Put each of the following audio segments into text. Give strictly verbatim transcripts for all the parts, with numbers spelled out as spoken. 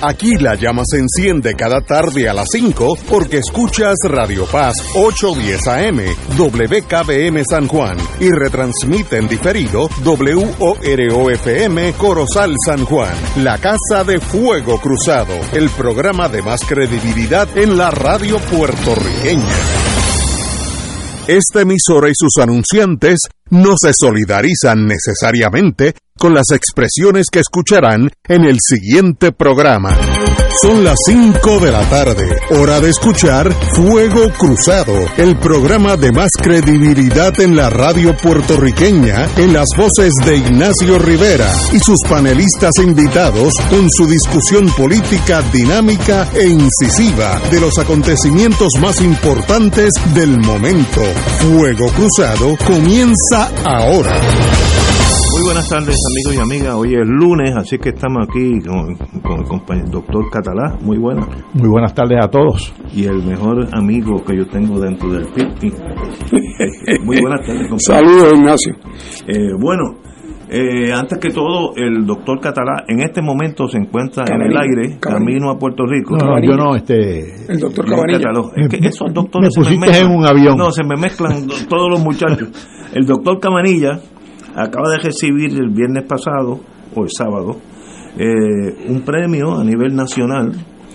Aquí la llama se enciende cada tarde a las cinco porque escuchas Radio Paz ochocientos diez A M, W K B M San Juan y retransmite en diferido W O R O F M Corozal San Juan. La Casa de Fuego Cruzado, el programa de más credibilidad en la radio puertorriqueña. Esta emisora y sus anunciantes no se solidarizan necesariamente con las expresiones que escucharán en el siguiente programa. Son las cinco de la tarde, hora de escuchar Fuego Cruzado, el programa de más credibilidad en la radio puertorriqueña, en las voces de Ignacio Rivera y sus panelistas invitados con su discusión política dinámica e incisiva de los acontecimientos más importantes del momento. Fuego Cruzado comienza ahora. Muy buenas tardes, amigos y amigas. Hoy es lunes, así que estamos aquí con, con el compañero doctor Catalá. Muy buenas. Muy buenas tardes a todos. Y el mejor amigo que yo tengo dentro del P I P. Muy buenas tardes, compañero. Saludos, Ignacio. Eh, bueno, eh, antes que todo, el doctor Catalá en este momento se encuentra Cabanilla, en el aire, Cabanilla. Camino a Puerto Rico. No, no, yo no, este... El doctor Cabanilla. Es que esos doctores me se me mezclan. En un avión. No, se me mezclan todos los muchachos. El doctor Cabanilla acaba de recibir el viernes pasado, o el sábado, eh, un premio a nivel nacional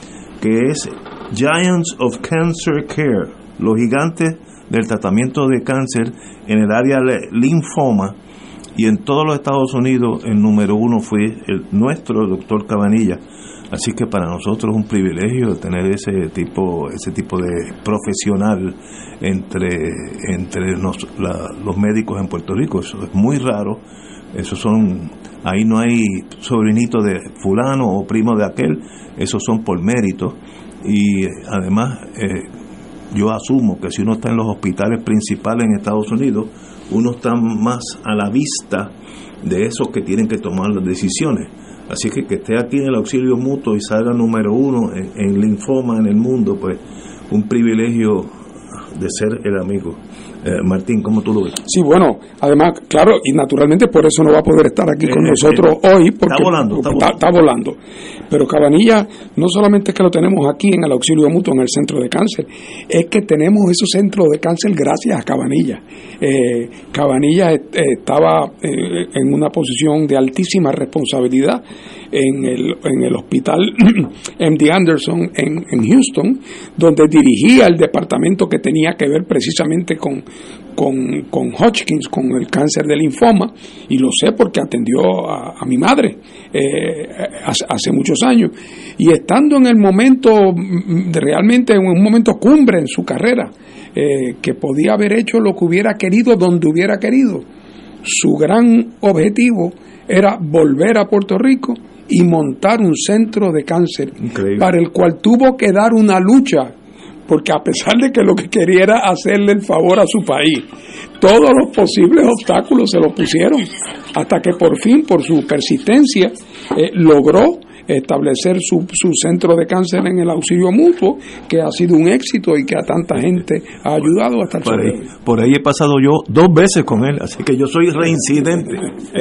que es Giants of Cancer Care, los gigantes del tratamiento de cáncer en el área de linfoma, y en todos los Estados Unidos el número uno fue el nuestro doctor Cabanilla. Así que para nosotros es un privilegio tener ese tipo ese tipo de profesional entre entre nos, la, los médicos en Puerto Rico. Eso es muy raro. Esos son ahí no hay sobrinito de fulano o primo de aquel. Esos son por mérito. Y además eh, yo asumo que si uno está en los hospitales principales en Estados Unidos, uno está más a la vista de esos que tienen que tomar las decisiones. Así que que esté aquí en el auxilio mutuo y salga número uno en, en linfoma en el mundo, pues un privilegio de ser el amigo. Eh, Martín, ¿cómo tú lo ves? Sí, bueno, además, claro, y naturalmente por eso no va a poder estar aquí eh, con nosotros eh, hoy, porque está volando, está, está, está volando. Pero Cabanilla, no solamente es que lo tenemos aquí en el auxilio mutuo, en el centro de cáncer, es que tenemos esos centros de cáncer gracias a Cabanilla. Eh, Cabanilla eh, estaba eh, en una posición de altísima responsabilidad en el, en el hospital M D Anderson en, en Houston, donde dirigía el departamento que tenía que ver precisamente con Con, con Hodgkins, con el cáncer de linfoma, y lo sé porque atendió a, a mi madre eh, hace, hace muchos años, y estando en el momento, realmente en un momento cumbre en su carrera, eh, que podía haber hecho lo que hubiera querido, donde hubiera querido, su gran objetivo era volver a Puerto Rico y montar un centro de cáncer. Increíble. Para el cual tuvo que dar una lucha, porque a pesar de que lo que quería era hacerle el favor a su país, todos los posibles obstáculos se los pusieron, hasta que por fin, por su persistencia, eh, logró establecer su, su centro de cáncer en el auxilio mutuo, que ha sido un éxito y que a tanta gente ha ayudado hasta el por ahí, por ahí he pasado yo dos veces con él, así que yo soy reincidente.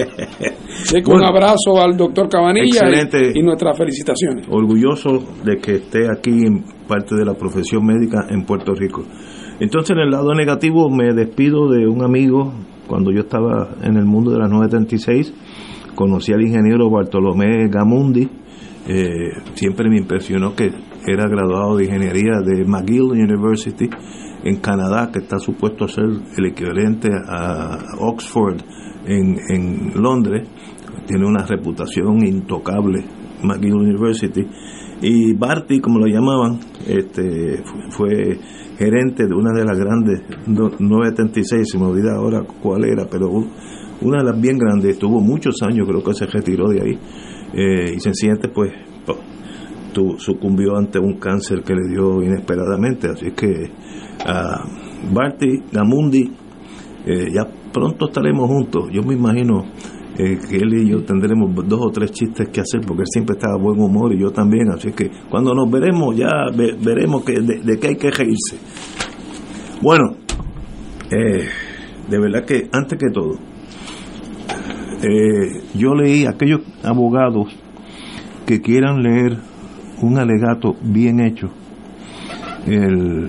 Así que bueno, un abrazo al doctor Cabanilla y, y nuestras felicitaciones. Orgulloso de que esté aquí en parte de la profesión médica en Puerto Rico. Entonces, en el lado negativo, me despido de un amigo. Cuando yo estaba en el mundo de las nueve treinta y seis, conocí al ingeniero Bartolomé Gamundi. Eh, siempre me impresionó que era graduado de ingeniería de McGill University en Canadá, que está supuesto a ser el equivalente a Oxford en, en Londres. Tiene una reputación intocable, McGill University. Y Barty, como lo llamaban, este fue gerente de una de las grandes, nueve treinta y seis, se me olvida ahora cuál era, pero una de las bien grandes, estuvo muchos años, creo que se retiró de ahí. Eh, y sencillamente pues tu, sucumbió ante un cáncer que le dio inesperadamente, así que a uh, Barty Gamundi eh, ya pronto estaremos juntos. Yo me imagino eh, que él y yo tendremos dos o tres chistes que hacer, porque él siempre está a buen humor y yo también, así que cuando nos veremos ya ve, veremos que de, de qué hay que reírse. Bueno, eh, de verdad que antes que todo, Eh, yo leí a aquellos abogados que quieran leer un alegato bien hecho. El,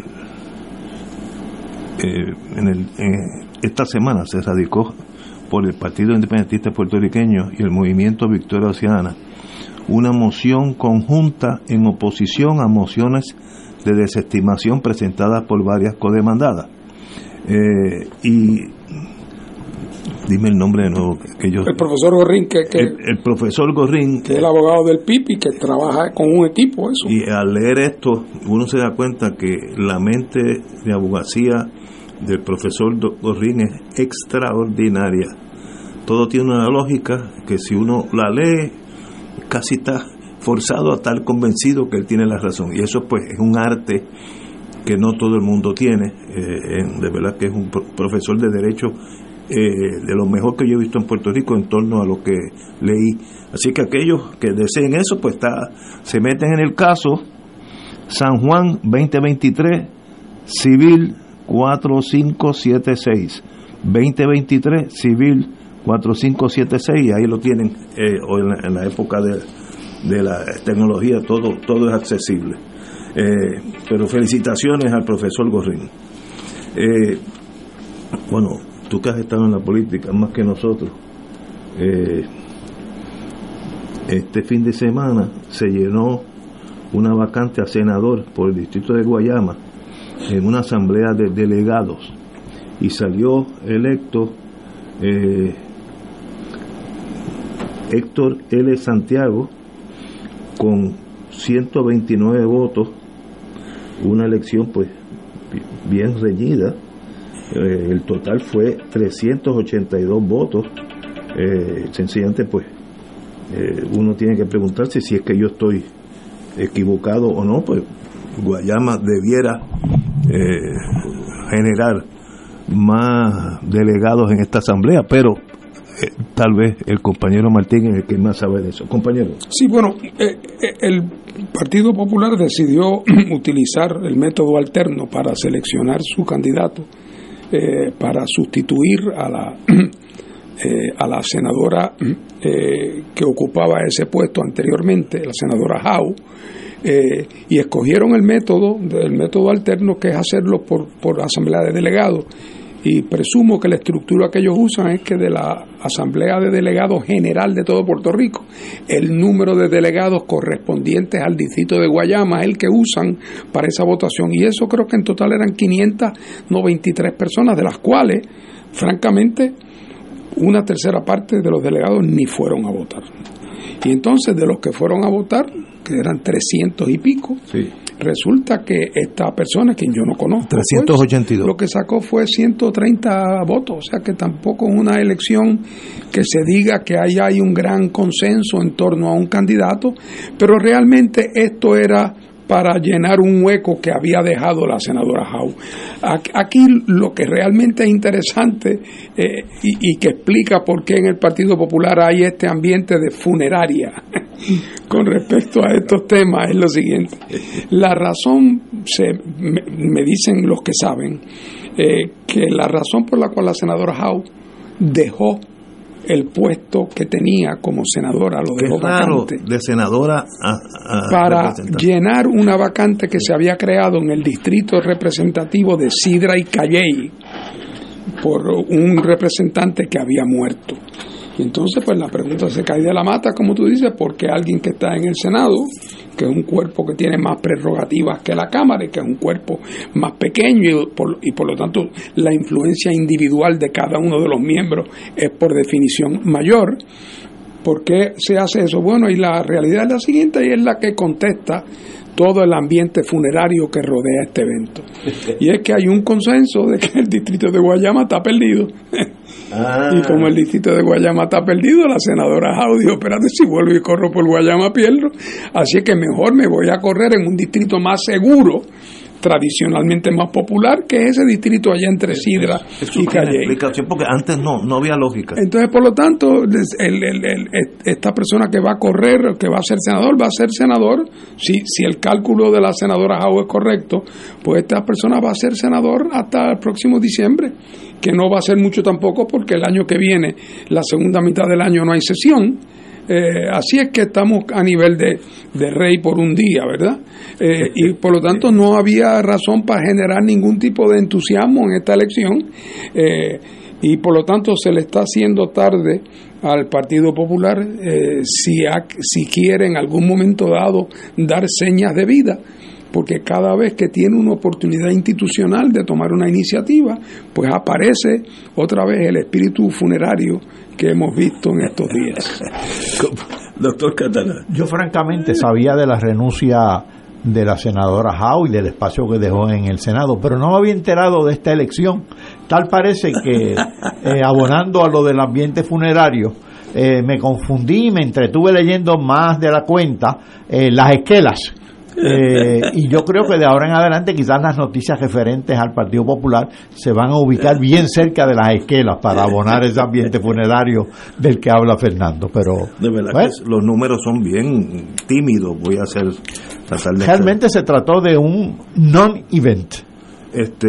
eh, en el, en esta semana se radicó por el Partido Independentista Puertorriqueño y el Movimiento Victoria Ciudadana una moción conjunta en oposición a mociones de desestimación presentadas por varias codemandadas. Eh, y dime el nombre de nuevo que yo, el profesor Gorrín que, que el, el profesor Gorrín que es el abogado del P I P y que trabaja con un equipo eso. Y al leer esto uno se da cuenta que la mente de abogacía del profesor Gorrín es extraordinaria. Todo tiene una lógica que si uno la lee casi está forzado a estar convencido que él tiene la razón, y eso pues es un arte que no todo el mundo tiene. Eh, de verdad que es un profesor de derecho eh, de lo mejor que yo he visto en Puerto Rico en torno a lo que leí. Así que aquellos que deseen eso pues está, se meten en el caso San Juan veinte veintitrés civil cuatro cinco siete seis veinte veintitrés civil cuatro cinco siete seis, y ahí lo tienen. Eh, hoy en la, en la época de, de la tecnología todo todo es accesible. Eh, pero felicitaciones al profesor Gorrín. Eh, bueno, tú que has estado en la política más que nosotros, eh, este fin de semana se llenó una vacante a senador por el distrito de Guayama en una asamblea de delegados y salió electo eh, Héctor L. Santiago con ciento veintinueve votos, una elección pues bien reñida. Eh, el total fue trescientos ochenta y dos votos. Eh, sencillamente pues eh, uno tiene que preguntarse si es que yo estoy equivocado o no, pues Guayama debiera eh, generar más delegados en esta asamblea, pero Eh, tal vez el compañero Martín es el que más sabe de eso. Compañero. Sí, bueno, eh, el Partido Popular decidió utilizar el método alterno para seleccionar su candidato, eh, para sustituir a la eh, a la senadora eh, que ocupaba ese puesto anteriormente, la senadora Howe, eh, y escogieron el método del método alterno, que es hacerlo por, por asamblea de delegados. Y presumo que la estructura que ellos usan es que de la Asamblea de Delegados General de todo Puerto Rico, el número de delegados correspondientes al distrito de Guayama es el que usan para esa votación. Y eso creo que en total eran quinientas noventa y tres personas, de las cuales, francamente, una tercera parte de los delegados ni fueron a votar. Y entonces, de los que fueron a votar, que eran trescientos y pico, sí, resulta que esta persona, quien yo no conozco, trescientos ochenta y dos, pues, lo que sacó fue ciento treinta votos, o sea que tampoco es una elección que se diga que ahí hay un gran consenso en torno a un candidato, pero realmente esto era para llenar un hueco que había dejado la senadora Howe. Aquí lo que realmente es interesante eh, y, y que explica por qué en el Partido Popular hay este ambiente de funeraria con respecto a estos temas es lo siguiente. La razón, se, me, me dicen los que saben, eh, que la razón por la cual la senadora Howe dejó el puesto que tenía como senadora, lo dejó vacante, de senadora a, a para llenar una vacante que se había creado en el distrito representativo de Sidra y Calley por un representante que había muerto. Y entonces pues la pregunta se cae de la mata, como tú dices, porque alguien que está en el Senado, que es un cuerpo que tiene más prerrogativas que la Cámara y que es un cuerpo más pequeño y por, y por lo tanto la influencia individual de cada uno de los miembros es por definición mayor. ¿Por qué se hace eso? Bueno, y la realidad es la siguiente, y es la que contesta todo el ambiente funerario que rodea este evento. Y es que hay un consenso de que el distrito de Guayama está perdido. Ah. Y como el distrito de Guayama está perdido, la senadora Howe dijo, espérate, si vuelvo y corro por Guayama pierdo, así que mejor me voy a correr en un distrito más seguro, tradicionalmente más popular, que ese distrito allá entre Sidra Eso y Calley. Explicación, porque antes no no había lógica. Entonces, por lo tanto, el, el, el, esta persona que va a correr, que va a ser senador, va a ser senador. Si, si el cálculo de la senadora Howe es correcto, pues esta persona va a ser senador hasta el próximo diciembre, que no va a ser mucho tampoco, porque el año que viene, la segunda mitad del año, no hay sesión. Eh, así es que estamos a nivel de, de rey por un día, ¿verdad? Eh, y por lo tanto no había razón para generar ningún tipo de entusiasmo en esta elección, eh, y por lo tanto se le está haciendo tarde al Partido Popular eh, si, ha, si quiere en algún momento dado dar señas de vida, porque cada vez que tiene una oportunidad institucional de tomar una iniciativa, pues aparece otra vez el espíritu funerario que hemos visto en estos días. Doctor Catalá. Yo francamente sabía de la renuncia de la senadora Howe y del espacio que dejó en el Senado, pero no me había enterado de esta elección. Tal parece que, eh, abonando a lo del ambiente funerario, eh, me confundí y me entretuve leyendo más de la cuenta eh, las esquelas. Eh, y yo creo que de ahora en adelante quizás las noticias referentes al Partido Popular se van a ubicar bien cerca de las esquelas para abonar ese ambiente funerario del que habla Fernando. Pero de verdad pues, que los números son bien tímidos. Voy a hacer tratar de realmente estar. Se trató de un non-event. Este,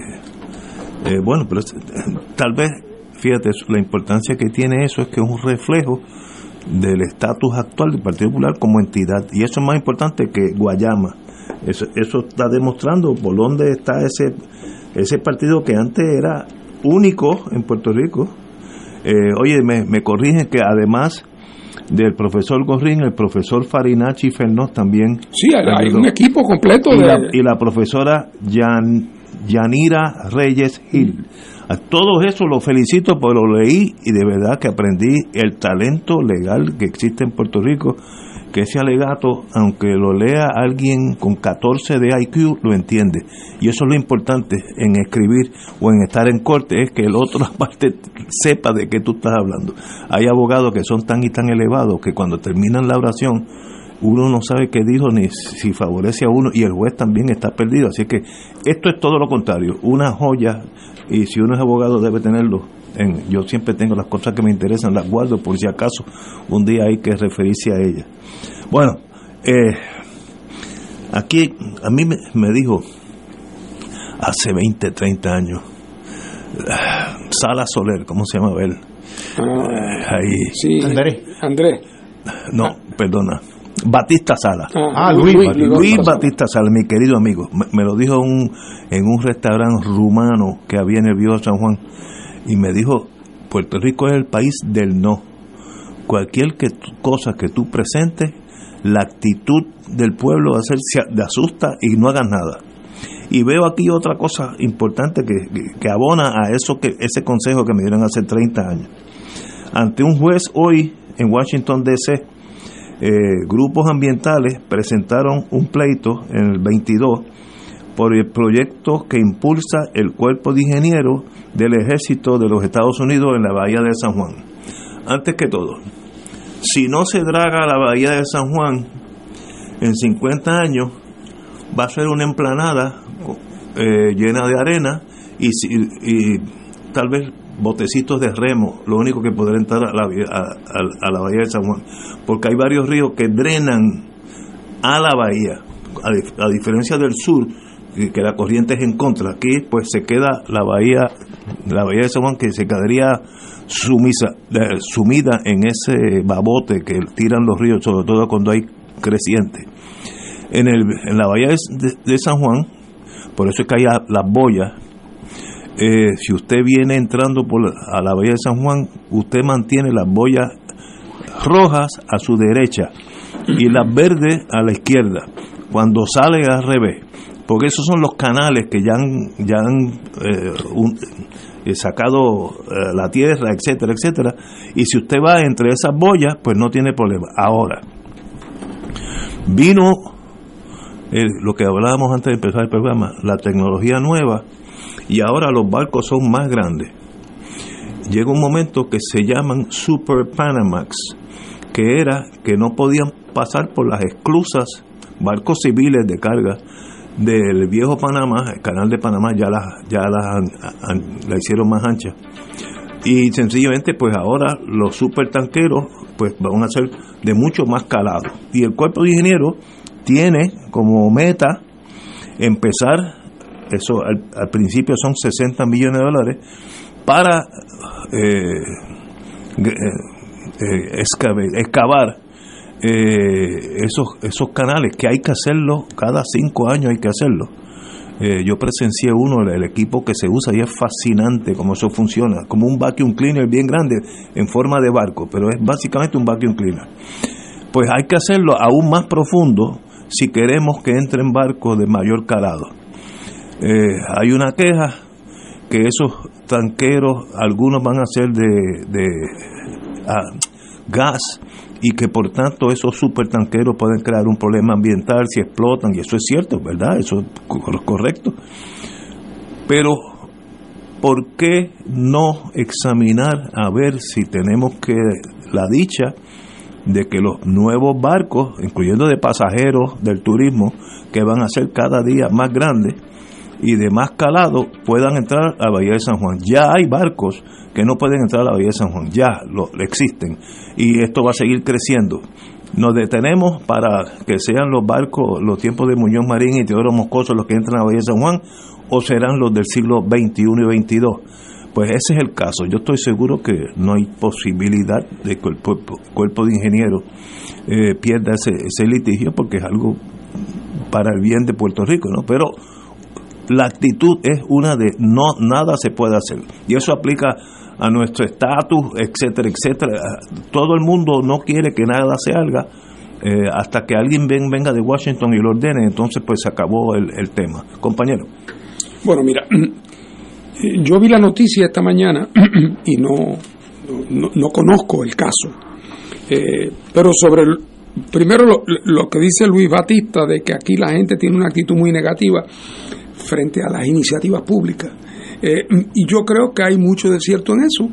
eh, bueno, pero tal vez, fíjate, la importancia que tiene eso es que es un reflejo del estatus actual del Partido Popular como entidad, y eso es más importante que Guayama. Eso, eso está demostrando por dónde está ese ese partido que antes era único en Puerto Rico. Eh, oye, me, me corrigen que además del profesor Gorrín, el profesor Farinacci Fernós también. Sí, hay un equipo completo. Y, de... la, y la profesora Yan, Yanira Reyes Gil. A todos esos los felicito porque lo leí y de verdad que aprendí el talento legal que existe en Puerto Rico, que ese alegato, aunque lo lea alguien con catorce de I Q, lo entiende. Y eso es lo importante en escribir o en estar en corte, es que el otro aparte sepa de qué tú estás hablando. Hay abogados que son tan y tan elevados que cuando terminan la oración uno no sabe qué dijo ni si favorece a uno, y el juez también está perdido. Así que esto es todo lo contrario, una joya, y si uno es abogado debe tenerlo. En, yo siempre tengo las cosas que me interesan, las guardo por si acaso un día hay que referirse a ellas. Bueno, eh, aquí a mí me, me dijo hace veinte, treinta años, Sala Soler, ¿cómo se llama él? Ah, ahí. Sí, Andrés. Andrés. No, perdona. Batista Sala. Ah, ah Luis, Luis, Luis, Luis, Luis Batista Sala, mi querido amigo. Me, me lo dijo un, en un restaurante rumano que había en el Viejo San Juan. Y me dijo, Puerto Rico es el país del no. Cualquier que, cosa que tú presentes, la actitud del pueblo va a ser, se asusta y no hagas nada. Y veo aquí otra cosa importante que, que, que abona a eso, que ese consejo que me dieron hace treinta años. Ante un juez hoy en Washington D C, eh, grupos ambientales presentaron un pleito en el veintidós por el proyecto que impulsa el Cuerpo de Ingenieros del Ejército de los Estados Unidos en la Bahía de San Juan. Antes que todo, si no se draga la Bahía de San Juan en cincuenta años, va a ser una emplanada eh, llena de arena y, y, y tal vez botecitos de remo, lo único que podrá entrar a la, a, a, a la Bahía de San Juan, porque hay varios ríos que drenan a la bahía, a, a diferencia del sur, que la corriente es en contra. Aquí pues se queda la bahía, la bahía de San Juan, que se quedaría sumisa, eh, sumida en ese babote que tiran los ríos, sobre todo cuando hay creciente. En, el, en la bahía de, de San Juan, por eso es que hay las boyas. Eh, si usted viene entrando por la, a la bahía de San Juan, usted mantiene las boyas rojas a su derecha y las verdes a la izquierda. Cuando sale al revés, porque esos son los canales que ya han, ya han eh, un, eh, sacado eh, la tierra, etcétera, etcétera. Y si usted va entre esas boyas, pues no tiene problema. Ahora, vino eh, lo que hablábamos antes de empezar el programa, la tecnología nueva, y ahora los barcos son más grandes. Llega un momento que se llaman Super Panamax, que era que no podían pasar por las esclusas, barcos civiles de carga del viejo Panamá. El canal de Panamá ya las ya las la hicieron más ancha, y sencillamente pues ahora los supertanqueros pues van a ser de mucho más calado, y el Cuerpo de Ingenieros tiene como meta empezar eso. Al, al principio son sesenta millones de dólares para eh, eh, excavar eh, esos, esos canales, que hay que hacerlo cada cinco años, hay que hacerlo. Eh, yo presencié uno, el equipo que se usa, y es fascinante cómo eso funciona, como un vacuum cleaner bien grande en forma de barco, pero es básicamente un vacuum cleaner. Pues hay que hacerlo aún más profundo si queremos que entren barcos de mayor calado. Eh, hay una queja que esos tanqueros, algunos van a ser de, de ah, gas, y que por tanto esos supertanqueros pueden crear un problema ambiental si explotan, y eso es cierto, ¿verdad? Eso es correcto. Pero ¿por qué no examinar a ver si tenemos que la dicha de que los nuevos barcos, incluyendo de pasajeros del turismo, que van a ser cada día más grandes y de más calado, puedan entrar a la Bahía de San Juan? Ya hay barcos que no pueden entrar a la Bahía de San Juan, ya lo, existen, y esto va a seguir creciendo. Nos detenemos para que sean los barcos, los tiempos de Muñoz Marín y Teodoro Moscoso los que entran a la Bahía de San Juan, o serán los del siglo veintiuno y veintidós. Pues ese es el caso. Yo estoy seguro que no hay posibilidad de que el cuerpo, cuerpo de ingenieros eh, pierda ese, ese litigio, porque es algo para el bien de Puerto Rico, ¿no? Pero la actitud es una de no, nada se puede hacer, y eso aplica a nuestro estatus, etcétera, etcétera. Todo el mundo no quiere que nada se haga eh, hasta que alguien ven, venga de Washington y lo ordene, entonces pues se acabó el, el tema. Compañero. Bueno, mira, yo vi la noticia esta mañana y no, no, no conozco el caso, eh, pero sobre el, primero lo, lo que dice Luis Batista de que aquí la gente tiene una actitud muy negativa frente a las iniciativas públicas. Eh, y yo creo que hay mucho de cierto en eso,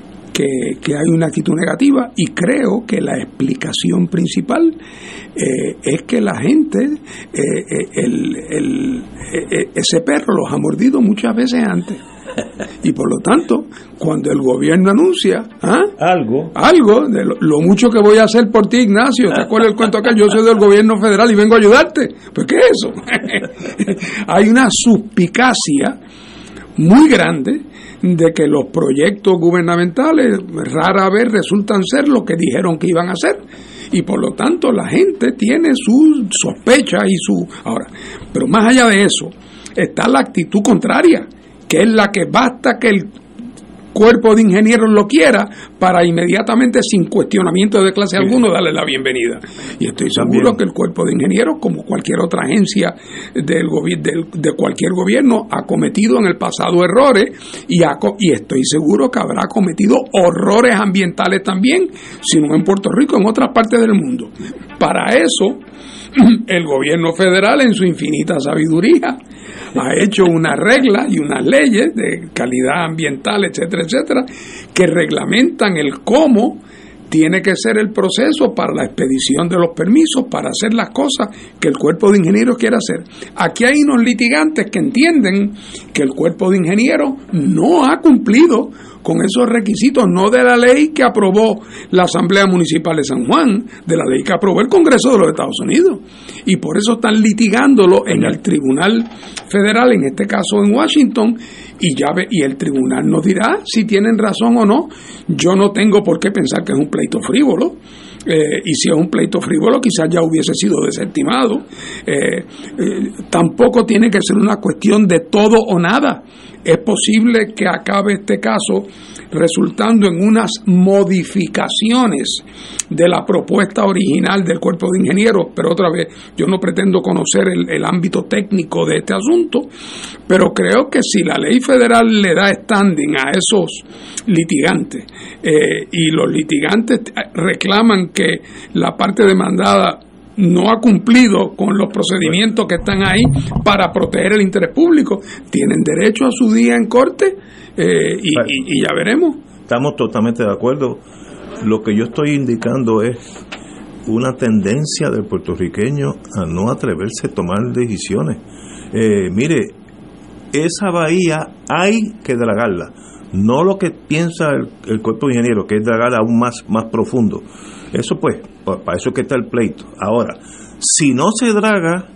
que, que hay una actitud negativa, y creo que la explicación principal eh, es que la gente, eh, el, el, eh, ese perro los ha mordido muchas veces antes. Y por lo tanto, cuando el gobierno anuncia ¿ah? algo, algo de lo, lo mucho que voy a hacer por ti, Ignacio, ¿te acuerdas el cuento aquel? Yo soy del gobierno federal y vengo a ayudarte. Pues, ¿qué es eso? Hay una suspicacia muy grande de que los proyectos gubernamentales rara vez resultan ser lo que dijeron que iban a hacer, y por lo tanto la gente tiene su sospecha y su... Ahora, pero más allá de eso está la actitud contraria, que es la que basta que el cuerpo de ingenieros lo quiera para inmediatamente, sin cuestionamiento de clase alguno, darle la bienvenida. Y estoy seguro También. que el cuerpo de ingenieros, como cualquier otra agencia del gobi- del, de cualquier gobierno, ha cometido en el pasado errores, y, ha, y estoy seguro que habrá cometido horrores ambientales también, si no en Puerto Rico, en otras partes del mundo. Para eso, el gobierno federal, en su infinita sabiduría, ha hecho unas reglas y unas leyes de calidad ambiental, etcétera, etcétera, que reglamentan el cómo tiene que ser el proceso para la expedición de los permisos, para hacer las cosas que el cuerpo de ingenieros quiere hacer. Aquí hay unos litigantes que entienden que el cuerpo de ingenieros no ha cumplido con esos requisitos, no de la ley que aprobó la Asamblea Municipal de San Juan, de la ley que aprobó el Congreso de los Estados Unidos. Y por eso están litigándolo en el Tribunal Federal, en este caso en Washington, y ya ve, y el tribunal nos dirá si tienen razón o no. Yo no tengo por qué pensar que es un pleito frívolo. Eh, y si es un pleito frívolo, quizás ya hubiese sido desestimado. Eh, eh, tampoco tiene que ser una cuestión de todo o nada. Es posible que acabe este caso resultando en unas modificaciones de la propuesta original del cuerpo de ingenieros, pero otra vez, yo no pretendo conocer el, el ámbito técnico de este asunto, pero creo que si la ley federal le da standing a esos litigantes eh, y los litigantes reclaman que la parte demandada no ha cumplido con los procedimientos que están ahí para proteger el interés público, tienen derecho a su día en corte eh, y, y, y ya veremos. Estamos totalmente de acuerdo. Lo que yo estoy indicando es una tendencia del puertorriqueño a no atreverse a tomar decisiones. Eh, mire, esa bahía hay que dragarla, no lo que piensa el, el cuerpo de ingenieros, que es dragarla aún más, más profundo. Eso pues, para eso es que está el pleito. Ahora, si no se draga,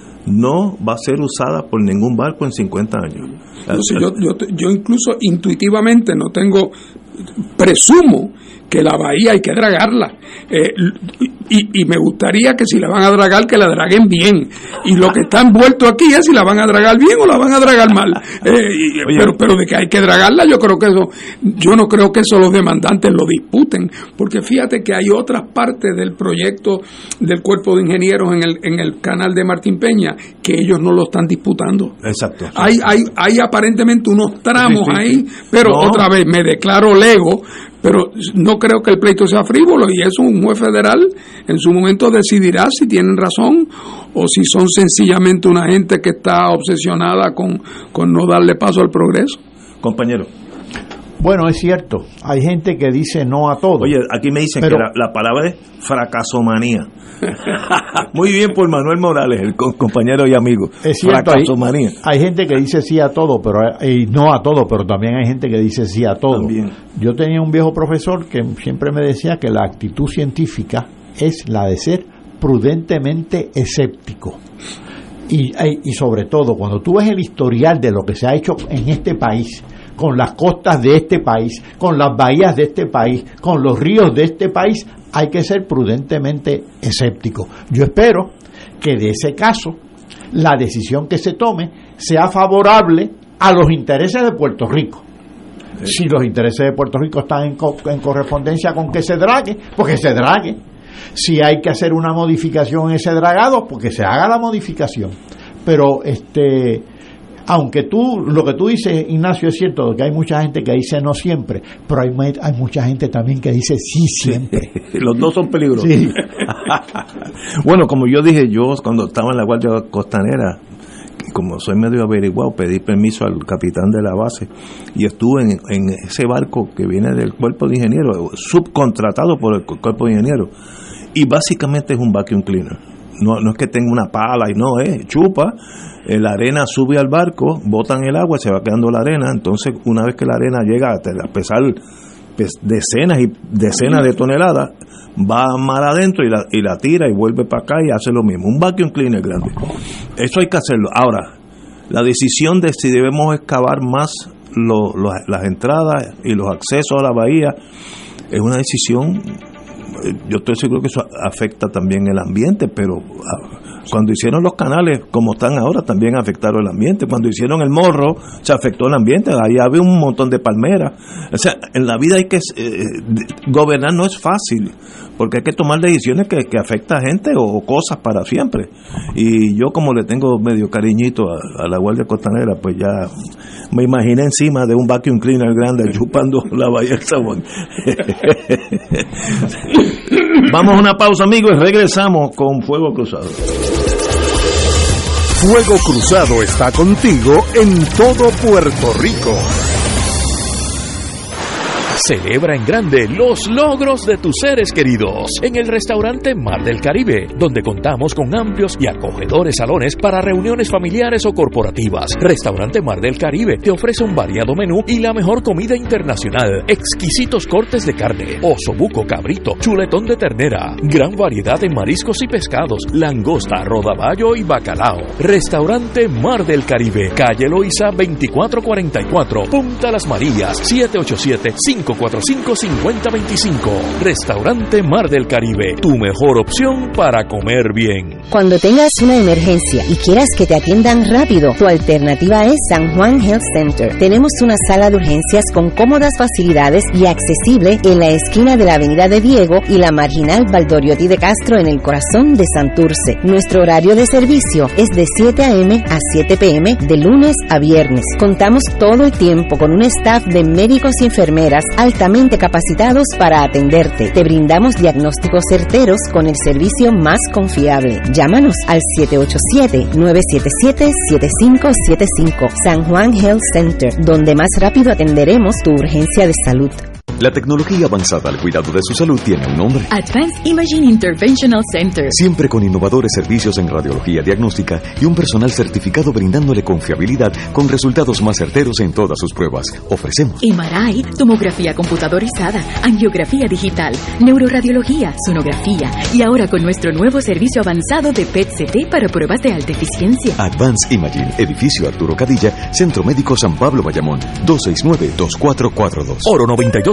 no va a ser usada por ningún barco en cincuenta años. Entonces, yo, yo, yo incluso intuitivamente no tengo, presumo que la bahía hay que dragarla. Eh, y, y me gustaría que si la van a dragar, que la draguen bien. Y lo que está envuelto aquí es si la van a dragar bien o la van a dragar mal. Eh, y, pero, pero de que hay que dragarla, yo creo que eso, yo no creo que eso los demandantes lo disputen, porque fíjate que hay otras partes del proyecto del Cuerpo de Ingenieros en el, en el canal de Martín Peña que ellos no lo están disputando. Exacto. Hay, hay, hay aparentemente unos tramos sí, sí, ahí, pero no. Otra vez me declaro lego, pero no creo que el pleito sea frívolo, y eso un juez federal en su momento decidirá si tienen razón o si son sencillamente una gente que está obsesionada con, con no darle paso al progreso. Compañero. Bueno, es cierto, hay gente que dice no a todo. Oye, aquí me dicen pero, que la, la palabra es fracasomanía. Muy bien por Manuel Morales, el co- compañero y amigo. Es cierto, fracasomanía. Hay, hay gente que dice sí a todo, pero y no a todo, pero también hay gente que dice sí a todo. También. Yo tenía un viejo profesor que siempre me decía que la actitud científica es la de ser prudentemente escéptico. Y, y sobre todo, cuando tú ves el historial de lo que se ha hecho en este país, con las costas de este país, con las bahías de este país, con los ríos de este país, hay que ser prudentemente escéptico. Yo espero que de ese caso la decisión que se tome sea favorable a los intereses de Puerto Rico. Si los intereses de Puerto Rico están en, co- en correspondencia con que se drague, pues que se drague. Si hay que hacer una modificación en ese dragado, pues que se haga la modificación. Pero este aunque tú, lo que tú dices, Ignacio, es cierto, que hay mucha gente que dice no siempre, pero hay, hay mucha gente también que dice sí siempre. Sí, los dos son peligrosos. Sí. Bueno, como yo dije, yo cuando estaba en la Guardia Costanera, como soy medio averiguado, pedí permiso al capitán de la base y estuve en, en ese barco que viene del Cuerpo de Ingenieros, subcontratado por el Cuerpo de Ingenieros, y básicamente es un vacuum cleaner. No, no es que tenga una pala y no, es chupa. La arena sube al barco, botan el agua, se va quedando la arena. Entonces, una vez que la arena llega a pesar decenas y decenas de toneladas, va mar adentro y la, y la tira y vuelve para acá y hace lo mismo. Un vacuum cleaner grande. Eso hay que hacerlo. Ahora, la decisión de si debemos excavar más lo, lo, las entradas y los accesos a la bahía es una decisión. Yo estoy seguro que eso afecta también el ambiente, pero cuando hicieron los canales como están ahora también afectaron el ambiente. Cuando hicieron el Morro se afectó el ambiente, ahí había un montón de palmeras. O sea, en la vida hay que eh, gobernar no es fácil, porque hay que tomar decisiones que, que afectan a gente o, o cosas para siempre. Y yo, como le tengo medio cariñito a, a la Guardia Costanera, pues ya me imaginé encima de un vacuum cleaner grande chupando la bahía del Sabón. Vamos a una pausa, amigos, y regresamos con Fuego Cruzado. Fuego Cruzado está contigo en todo Puerto Rico. Celebra en grande los logros de tus seres queridos en el restaurante Mar del Caribe, donde contamos con amplios y acogedores salones para reuniones familiares o corporativas. Restaurante Mar del Caribe te ofrece un variado menú y la mejor comida internacional, exquisitos cortes de carne, osobuco, cabrito, chuletón de ternera, gran variedad de mariscos y pescados, langosta, rodaballo y bacalao. Restaurante Mar del Caribe, calle Loíza veinticuatro cuarenta y cuatro, Punta Las Marías, siete ocho siete, cinco cuatro cinco, cinco cero dos cinco. Restaurante Mar del Caribe, tu mejor opción para comer bien. Cuando tengas una emergencia y quieras que te atiendan rápido, tu alternativa es San Juan Health Center. Tenemos una sala de urgencias con cómodas facilidades y accesible en la esquina de la Avenida de Diego y la Marginal Valdoriotti de Castro en el corazón de Santurce. Nuestro horario de servicio es de siete a.m. a siete p.m. de lunes a viernes. Contamos todo el tiempo con un staff de médicos y enfermeras altamente capacitados para atenderte. Te brindamos diagnósticos certeros con el servicio más confiable. Llámanos al siete ocho siete, nueve siete siete, siete cinco siete cinco. San Juan Health Center, donde más rápido atenderemos tu urgencia de salud. La tecnología avanzada al cuidado de su salud tiene un nombre: Advanced Imaging Interventional Center. Siempre con innovadores servicios en radiología diagnóstica y un personal certificado brindándole confiabilidad con resultados más certeros en todas sus pruebas. Ofrecemos M R I, tomografía computadorizada, angiografía digital, neuroradiología, sonografía y ahora con nuestro nuevo servicio avanzado de P E T C T para pruebas de alta eficiencia. Advanced Imaging, edificio Arturo Cadilla, Centro Médico San Pablo Bayamón, dos seis nueve, dos cuatro cuatro dos. Oro noventa y dos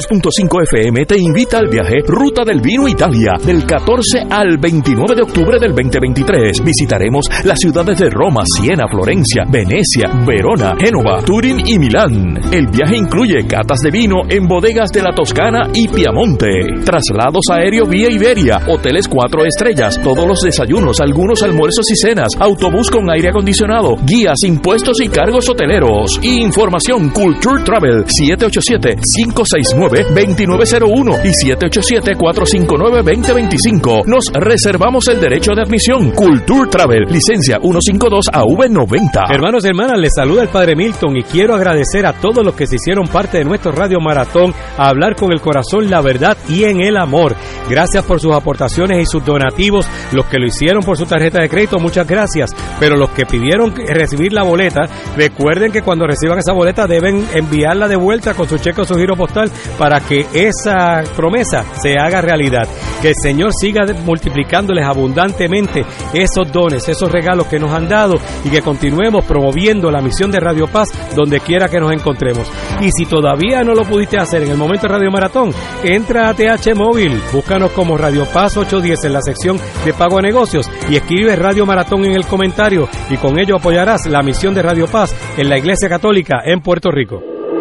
dos punto cinco F M te invita al viaje Ruta del Vino Italia del catorce al veintinueve de octubre del veinte veintitrés. Visitaremos las ciudades de Roma, Siena, Florencia, Venecia, Verona, Génova, Turín y Milán. El viaje incluye catas de vino en bodegas de la Toscana y Piamonte, traslados aéreos vía Iberia, hoteles cuatro estrellas, todos los desayunos, algunos almuerzos y cenas, autobús con aire acondicionado, guías, impuestos y cargos hoteleros. Información Culture Travel siete ocho siete, cinco seis nueve, dos nueve cero uno y siete ocho siete, cuatro cinco nueve, dos cero dos cinco. Nos reservamos el derecho de admisión. Culture Travel, licencia ciento cincuenta y dos A V noventa. Hermanos y hermanas, les saluda el Padre Milton y quiero agradecer a todos los que se hicieron parte de nuestro Radio Maratón a hablar con el corazón, la verdad y en el amor. Gracias por sus aportaciones y sus donativos. Los que lo hicieron por su tarjeta de crédito, muchas gracias. Pero los que pidieron recibir la boleta, recuerden que cuando reciban esa boleta deben enviarla de vuelta con su cheque o su giro postal para que esa promesa se haga realidad. Que el Señor siga multiplicándoles abundantemente esos dones, esos regalos que nos han dado y que continuemos promoviendo la misión de Radio Paz donde quiera que nos encontremos. Y si todavía no lo pudiste hacer en el momento de Radio Maratón, entra a T H Móvil, búscanos como Radio Paz ochocientos diez en la sección de pago a negocios y escribe Radio Maratón en el comentario y con ello apoyarás la misión de Radio Paz en la Iglesia Católica en Puerto Rico.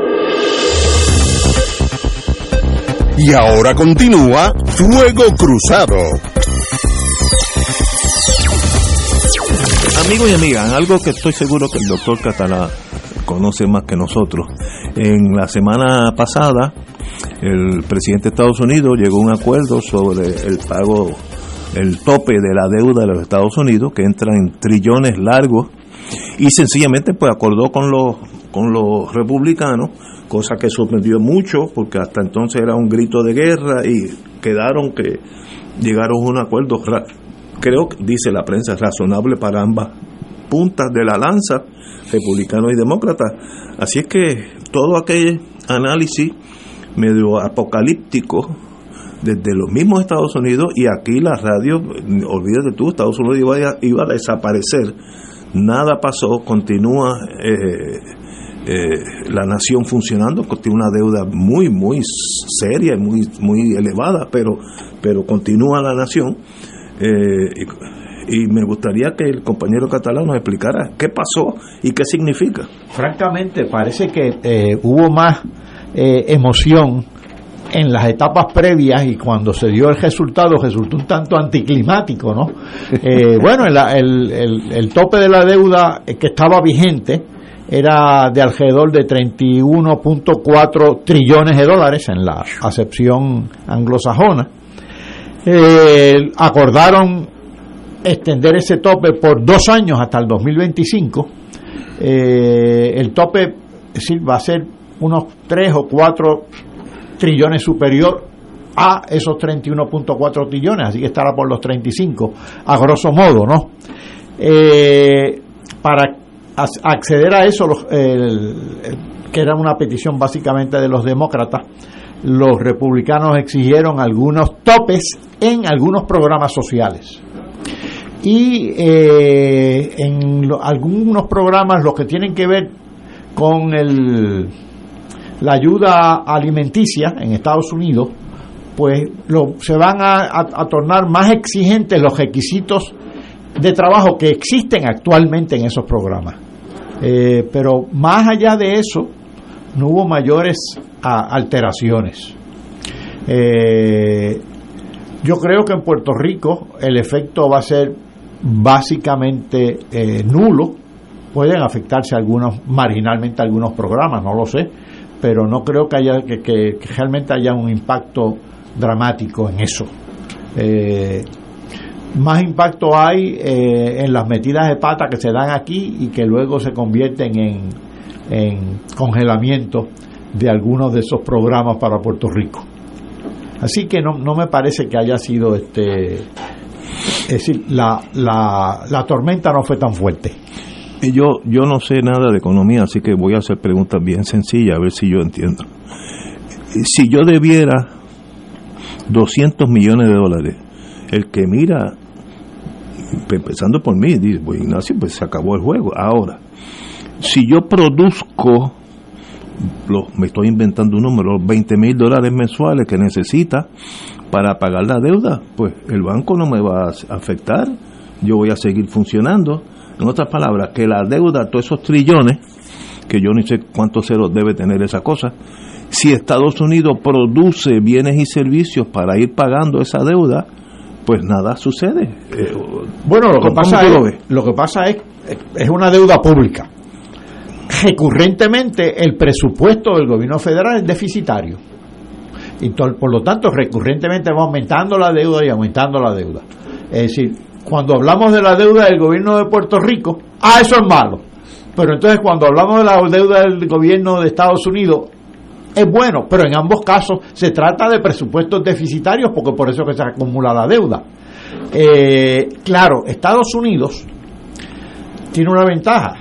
Y ahora continúa Fuego Cruzado. Amigos y amigas, algo que estoy seguro que el doctor Catalá conoce más que nosotros. En la semana pasada, el presidente de Estados Unidos llegó a un acuerdo sobre el pago, el tope de la deuda de los Estados Unidos, que entra en trillones largos, y sencillamente pues acordó con los, con los republicanos, cosa que sorprendió mucho, porque hasta entonces era un grito de guerra, y quedaron que llegaron a un acuerdo, creo que dice la prensa, razonable para ambas puntas de la lanza, republicanos y demócratas. Así es que todo aquel análisis medio apocalíptico desde los mismos Estados Unidos, y aquí la radio, olvídate tú, Estados Unidos iba a, iba a desaparecer, nada pasó, continúa eh, eh, la nación funcionando, tiene una deuda muy muy seria, muy muy elevada, pero pero continúa la nación. eh, y, y me gustaría que el compañero catalán nos explicara qué pasó y qué significa. Francamente parece que eh, hubo más eh, emoción en las etapas previas, y cuando se dio el resultado resultó un tanto anticlimático, ¿no? Eh, bueno, el, el, el, el tope de la deuda que estaba vigente era de alrededor de treinta y uno punto cuatro trillones de dólares en la acepción anglosajona. Eh, acordaron extender ese tope por dos años hasta el dos mil veinticinco. Eh, el tope, es decir, va a ser unos tres o cuatro trillones superior a esos treinta y uno punto cuatro trillones, así que estará por los treinta y cinco, a grosso modo, ¿no? Eh, para acceder a eso, los, el, el, que era una petición básicamente de los demócratas, los republicanos exigieron algunos topes en algunos programas sociales. Y eh, en lo, algunos programas, los que tienen que ver con el la ayuda alimenticia en Estados Unidos, pues lo, se van a, a, a tornar más exigentes los requisitos de trabajo que existen actualmente en esos programas. Eh, pero más allá de eso, no hubo mayores a, alteraciones. Eh, yo creo que en Puerto Rico el efecto va a ser básicamente eh, nulo. Pueden afectarse algunos, marginalmente algunos programas, no lo sé, pero no creo que haya que, que, que realmente haya un impacto dramático en eso. Eh, más impacto hay eh, en las metidas de pata que se dan aquí y que luego se convierten en, en congelamiento de algunos de esos programas para Puerto Rico. Así que no, no me parece que haya sido este, es decir, la, la, la tormenta no fue tan fuerte. Yo, yo no sé nada de economía, así que voy a hacer preguntas bien sencillas, a ver si yo entiendo. Si yo debiera doscientos millones de dólares, el que mira, empezando por mí, dice, pues Ignacio, pues se acabó el juego. Ahora, si yo produzco los, me estoy inventando un número, veinte mil dólares mensuales que necesita para pagar la deuda, pues el banco no me va a afectar, yo voy a seguir funcionando. En otras palabras, que la deuda, todos esos trillones, que yo ni sé cuántos ceros debe tener esa cosa, si Estados Unidos produce bienes y servicios para ir pagando esa deuda, pues nada sucede. Eh, bueno, lo que pasa es, lo, lo que pasa es es una deuda pública. Recurrentemente el presupuesto del gobierno federal es deficitario. Y to, por lo tanto, recurrentemente va aumentando la deuda y aumentando la deuda. Es decir, cuando hablamos de la deuda del gobierno de Puerto Rico, ah, eso es malo. Pero entonces cuando hablamos de la deuda del gobierno de Estados Unidos, es bueno, pero en ambos casos se trata de presupuestos deficitarios, porque por eso que se acumula la deuda. Eh, claro, Estados Unidos tiene una ventaja.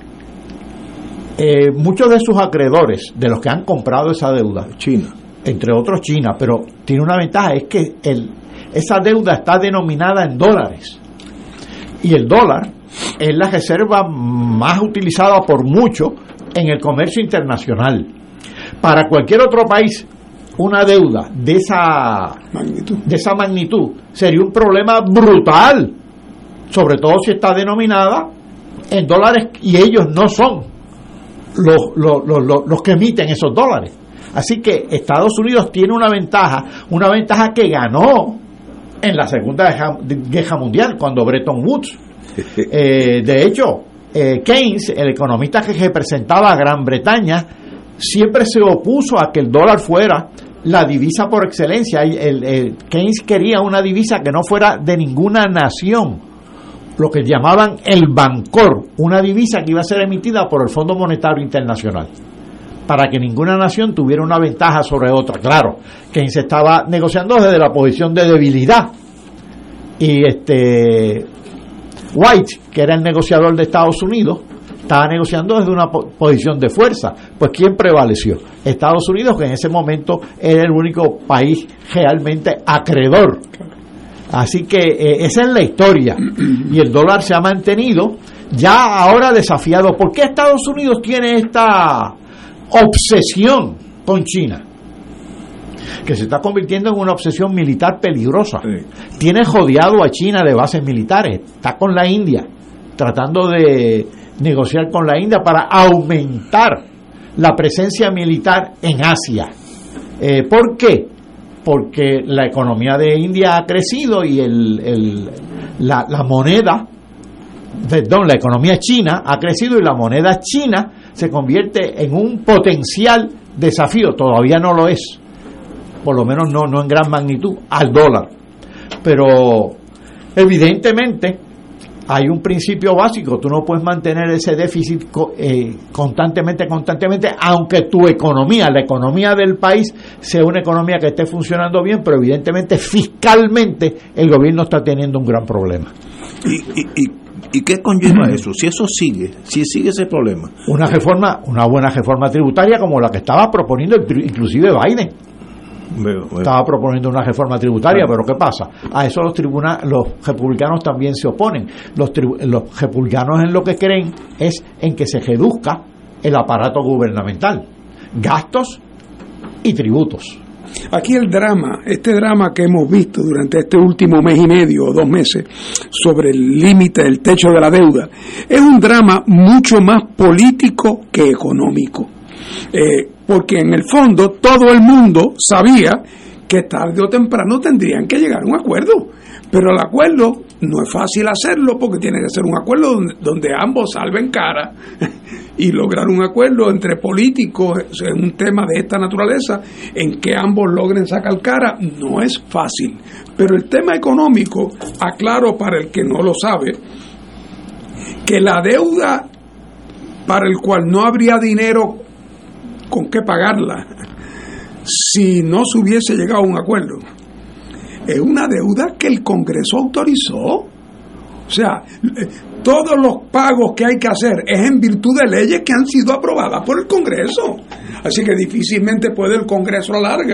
Eh, muchos de sus acreedores, de los que han comprado esa deuda, China, entre otros China, pero tiene una ventaja, es que el, esa deuda está denominada en dólares. Y el dólar es la reserva más utilizada por muchos en el comercio internacional. Para cualquier otro país, una deuda de esa magnitud, de esa magnitud sería un problema brutal, sobre todo si está denominada en dólares y ellos no son los, los, los, los, los que emiten esos dólares. Así que Estados Unidos tiene una ventaja, una ventaja que ganó en la Segunda Guerra Mundial, cuando Bretton Woods. Eh, de hecho, eh, Keynes, el economista que representaba a Gran Bretaña, siempre se opuso a que el dólar fuera la divisa por excelencia. El, el, el Keynes quería una divisa que no fuera de ninguna nación, lo que llamaban el Bancor, una divisa que iba a ser emitida por el Fondo Monetario Internacional, para que ninguna nación tuviera una ventaja sobre otra. Claro, Keynes estaba negociando desde la posición de debilidad, y este White, que era el negociador de Estados Unidos, estaba negociando desde una po- posición de fuerza. Pues ¿quién prevaleció? Estados Unidos, que en ese momento era el único país realmente acreedor. Así que eh, esa es la historia, y el dólar se ha mantenido ya ahora desafiado. ¿Por qué Estados Unidos tiene esta obsesión con China? Que se está convirtiendo en una obsesión militar peligrosa. Sí. Tiene jodeado a China de bases militares, está con la India, tratando de negociar con la India para aumentar la presencia militar en Asia. Eh, ¿Por qué? Porque la economía de India ha crecido y el, el, la, la moneda, perdón, la economía china ha crecido y la moneda china se convierte en un potencial desafío. Todavía no lo es, por lo menos no, no en gran magnitud, al dólar. Pero evidentemente hay un principio básico: tú no puedes mantener ese déficit eh, constantemente, constantemente, aunque tu economía, la economía del país, sea una economía que esté funcionando bien, pero evidentemente fiscalmente el gobierno está teniendo un gran problema. ¿Y, y, y, y qué conlleva eso? Si eso sigue, si sigue ese problema. Una reforma, una buena reforma tributaria como la que estaba proponiendo inclusive Biden. Veo, veo. Estaba proponiendo una reforma tributaria, pero ¿qué pasa? A eso los tribuna, los republicanos también se oponen. Los, tribu, los republicanos en lo que creen es en que se reduzca el aparato gubernamental, gastos y tributos. Aquí el drama, este drama que hemos visto durante este último mes y medio o dos meses sobre el límite del techo de la deuda, es un drama mucho más político que económico. Eh, porque en el fondo todo el mundo sabía que tarde o temprano tendrían que llegar a un acuerdo, pero el acuerdo no es fácil hacerlo, porque tiene que ser un acuerdo donde, donde ambos salven cara, y lograr un acuerdo entre políticos en un tema de esta naturaleza, en que ambos logren sacar cara, no es fácil. Pero el tema económico, aclaro para el que no lo sabe, que la deuda para el cual no habría dinero con qué pagarla si no se hubiese llegado a un acuerdo, es una deuda que el Congreso autorizó. O sea, todos los pagos que hay que hacer es en virtud de leyes que han sido aprobadas por el Congreso. Así que difícilmente puede el Congreso a la larga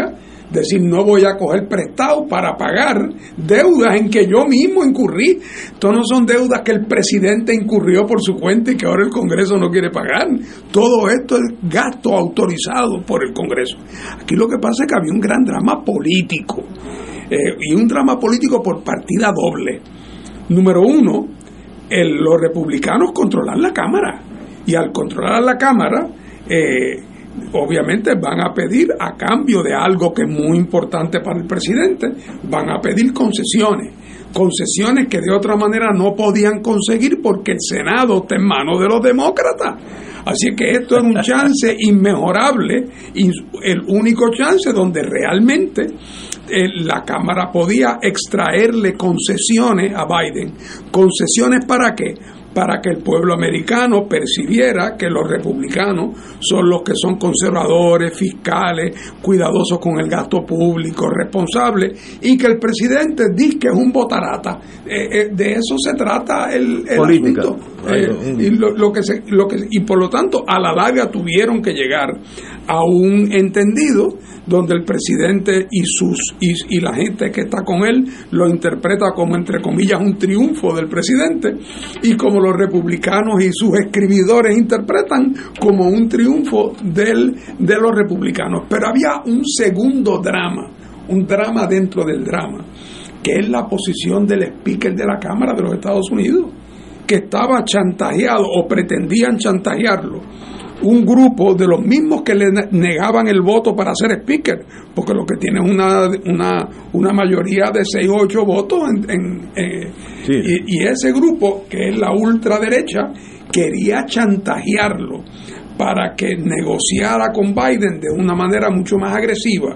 Decir, no voy a coger prestado para pagar deudas en que yo mismo incurrí. Esto no son deudas que el presidente incurrió por su cuenta y que ahora el Congreso no quiere pagar. Todo esto es gasto autorizado por el Congreso. Aquí lo que pasa es que había un gran drama político, eh, y un drama político por partida doble. Número uno, el, los republicanos controlan la Cámara, y al controlar la Cámara, eh, obviamente van a pedir, a cambio de algo que es muy importante para el presidente, van a pedir concesiones, concesiones que de otra manera no podían conseguir porque el Senado está en manos de los demócratas. Así que esto es un chance inmejorable, y el único chance donde realmente eh, la Cámara podía extraerle concesiones a Biden. ¿Concesiones para qué? Para que el pueblo americano percibiera que los republicanos son los que son conservadores, fiscales, cuidadosos con el gasto público, responsables, y que el presidente dice que es un botarata. Eh, eh, de eso se trata el, el política. asunto. Eh, y, lo, lo que se, lo que, y por lo tanto, a la larga tuvieron que llegar a un entendido donde el presidente y sus y, y la gente que está con él lo interpreta como, entre comillas, un triunfo del presidente, y como los republicanos y sus escribidores interpretan como un triunfo del, de los republicanos. Pero había un segundo drama, un drama dentro del drama, que es la posición del speaker de la Cámara de los Estados Unidos, que estaba chantajeado o pretendían chantajearlo un grupo de los mismos que le negaban el voto para ser speaker, porque lo que tiene es una, una, una mayoría de seis o ocho votos en, en, eh, sí. y, y ese grupo, que es la ultraderecha, quería chantajearlo para que negociara con Biden de una manera mucho más agresiva,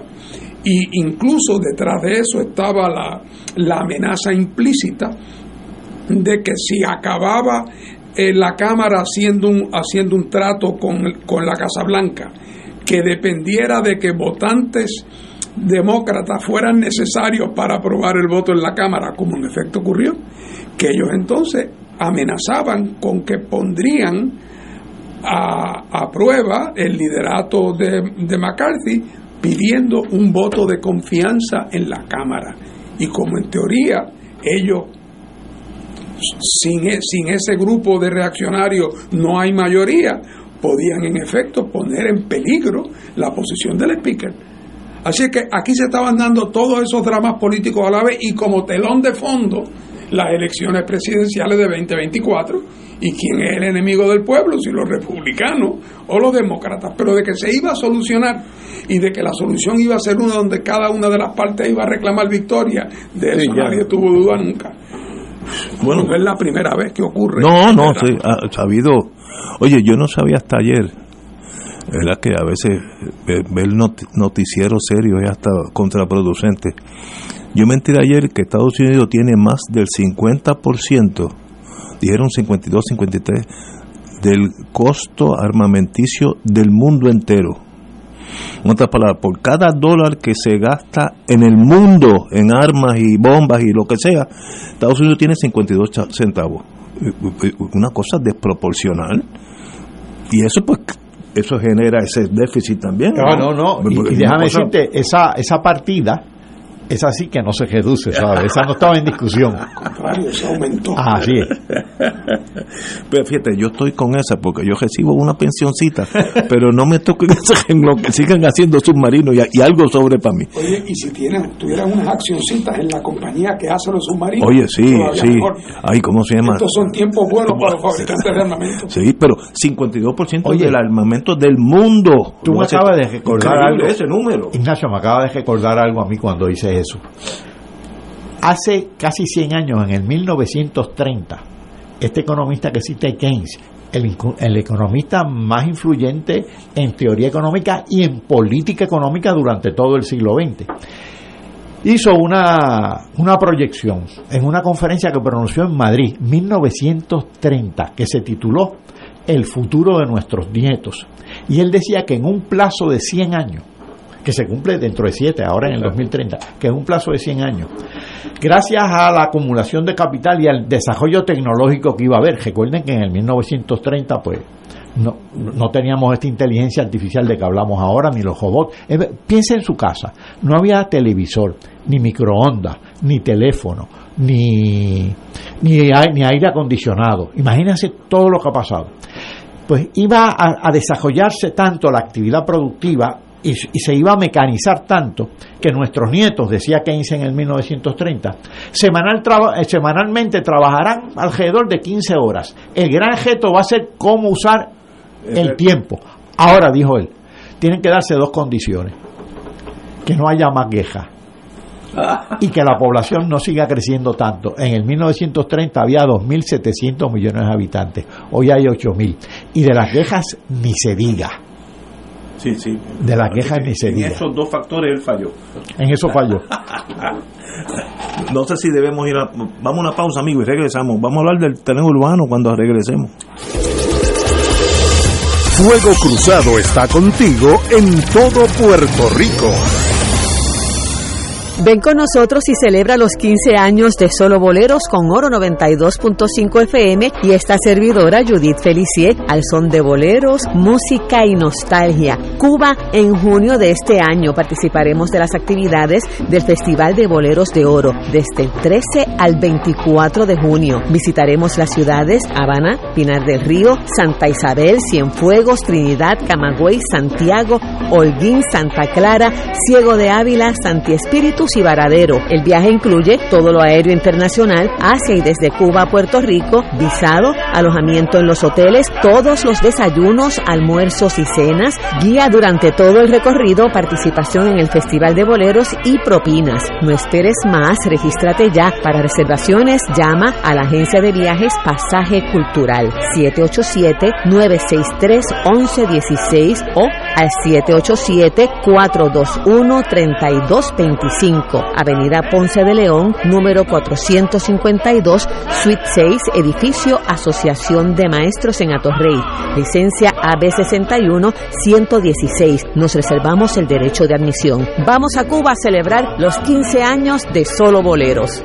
y incluso detrás de eso estaba la, la amenaza implícita de que si acababa en la Cámara haciendo un, haciendo un trato con, con la Casa Blanca, que dependiera de que votantes demócratas fueran necesarios para aprobar el voto en la Cámara, como en efecto ocurrió, que ellos entonces amenazaban con que pondrían a, a prueba el liderato de, de McCarthy, pidiendo un voto de confianza en la Cámara. Y como en teoría ellos, Sin, sin ese grupo de reaccionarios no hay mayoría, podían en efecto poner en peligro la posición del speaker. Así que aquí se estaban dando todos esos dramas políticos a la vez, y como telón de fondo las elecciones presidenciales de veinte veinticuatro, y quién es el enemigo del pueblo, si los republicanos o los demócratas. Pero de que se iba a solucionar y de que la solución iba a ser una donde cada una de las partes iba a reclamar victoria, de eso sí, nadie tuvo duda nunca. Bueno, no es la primera vez que ocurre. No, no, sí, ha sabido. Oye, yo no sabía hasta ayer, ¿verdad? Que a veces ver noticieros serios es hasta contraproducente. Yo me enteré ayer que Estados Unidos tiene más del cincuenta por ciento, dijeron cincuenta y dos, cincuenta y tres, del costo armamenticio del mundo entero. En otras palabras, por cada dólar que se gasta en el mundo en armas y bombas y lo que sea, Estados Unidos tiene cincuenta y dos centavos. Una cosa desproporcional. Y eso pues eso genera ese déficit también. No, no, no. Y, y déjame cosa... decirte, esa, esa partida, esa sí que no se reduce, ¿sabes? Esa no estaba en discusión. Al contrario, se aumentó. Ah, así es. Pero fíjate, yo estoy con esa porque yo recibo una pensioncita, pero no me toquen en lo que sigan haciendo submarinos y, y algo sobre para mí. Oye, y si tienes, tuvieran unas accioncitas en la compañía que hace los submarinos. Oye, sí, sí. Mejor. Ay, ¿cómo se llama? Estos son tiempos buenos para los fabricantes de armamento. Sí, pero cincuenta y dos por ciento Oye, del armamento del mundo. Tú me acabas de recordar algo. Ese número. Ignacio, me acaba de recordar algo a mí cuando hice eso. Hace casi cien años, en el mil novecientos treinta, este economista que cita Keynes, el, el economista más influyente en teoría económica y en política económica durante todo el siglo veinte, hizo una, una proyección en una conferencia que pronunció en Madrid, mil novecientos treinta, que se tituló El futuro de nuestros nietos. Y él decía que en un plazo de cien años, que se cumple dentro de siete, ahora en el dos mil treinta, que es un plazo de cien años, gracias a la acumulación de capital y al desarrollo tecnológico que iba a haber. Recuerden que en el mil novecientos treinta, pues, no, no teníamos esta inteligencia artificial de que hablamos ahora, ni los robots. Eh, piensa en su casa, no había televisor, ni microondas, ni teléfono, ni, ni, ni aire acondicionado. Imagínense todo lo que ha pasado. Pues iba a, a desarrollarse tanto la actividad productiva y, y se iba a mecanizar tanto que nuestros nietos, decía Keynes en el mil novecientos treinta, semanal traba, semanalmente trabajarán alrededor de quince horas. El gran reto va a ser cómo usar el tiempo. Ahora, dijo él, tienen que darse dos condiciones: que no haya más quejas y que la población no siga creciendo tanto. En el mil novecientos treinta había dos mil setecientos millones de habitantes, hoy hay ocho mil, y de las quejas ni se diga. Sí, sí. De las quejas ni se diga. En esos dos factores él falló. En eso falló. No sé si debemos ir a... Vamos a una pausa, amigos, y regresamos. Vamos a hablar del tren urbano cuando regresemos. Fuego Cruzado está contigo en todo Puerto Rico. Ven con nosotros y celebra los quince años de Solo Boleros con Oro noventa y dos punto cinco F M y esta servidora Judith Felicier al son de boleros, música y nostalgia. Cuba en junio de este año participaremos de las actividades del Festival de Boleros de Oro desde el trece al veinticuatro de junio. Visitaremos las ciudades Habana, Pinar del Río, Santa Isabel, Cienfuegos, Trinidad, Camagüey, Santiago, Holguín, Santa Clara, Ciego de Ávila, Santi Espíritu y Varadero. El viaje incluye todo lo aéreo internacional hacia y desde Cuba a Puerto Rico, visado, alojamiento en los hoteles, todos los desayunos, almuerzos y cenas, guía durante todo el recorrido, participación en el Festival de Boleros y propinas. No esperes más, regístrate ya. Para reservaciones, llama a la agencia de viajes Pasaje Cultural siete ocho siete, nueve seis tres, once dieciséis o al siete ocho siete, cuatro dos uno, tres dos dos cinco. Avenida Ponce de León, número cuatrocientos cincuenta y dos, Suite seis, edificio Asociación de Maestros en Atorrey. Licencia A B sesenta y uno, ciento dieciséis. Nos reservamos el derecho de admisión. Vamos a Cuba a celebrar los quince años de Solo Boleros.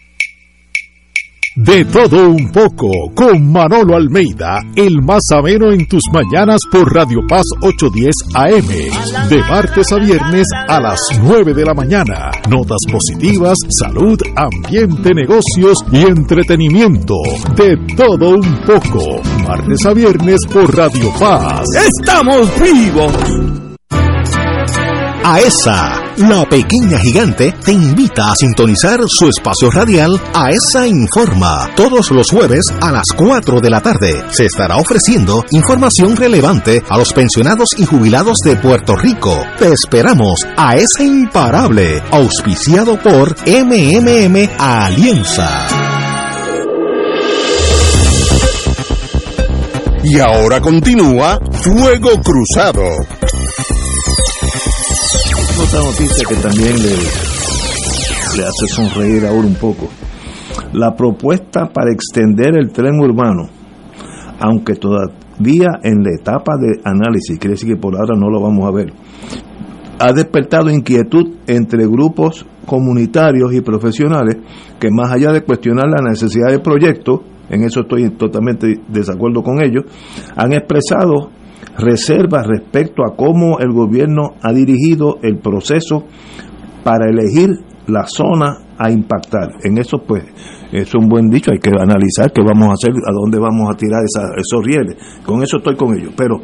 De todo un poco, con Manolo Almeida, el más ameno en tus mañanas por Radio Paz ochocientos diez A M, de martes a viernes a las nueve de la mañana. Notas positivas, salud, ambiente, negocios y entretenimiento. De todo un poco, martes a viernes por Radio Paz. ¡Estamos vivos! AESA, la pequeña gigante, te invita a sintonizar su espacio radial AESA Informa. Todos los jueves a las cuatro de la tarde se estará ofreciendo información relevante a los pensionados y jubilados de Puerto Rico. Te esperamos. AESA Imparable, auspiciado por M M M Alianza. Y ahora continúa Fuego Cruzado. Otra noticia que también le, le hace sonreír ahora un poco. La propuesta para extender el tren urbano, aunque todavía en la etapa de análisis, quiere decir que por ahora no lo vamos a ver, ha despertado inquietud entre grupos comunitarios y profesionales que, más allá de cuestionar la necesidad del proyecto, en eso estoy totalmente desacuerdo con ellos, han expresado reservas respecto a cómo el gobierno ha dirigido el proceso para elegir la zona a impactar. En eso, pues, es un buen dicho, hay que analizar qué vamos a hacer, a dónde vamos a tirar esa, esos rieles. Con eso estoy con ellos. Pero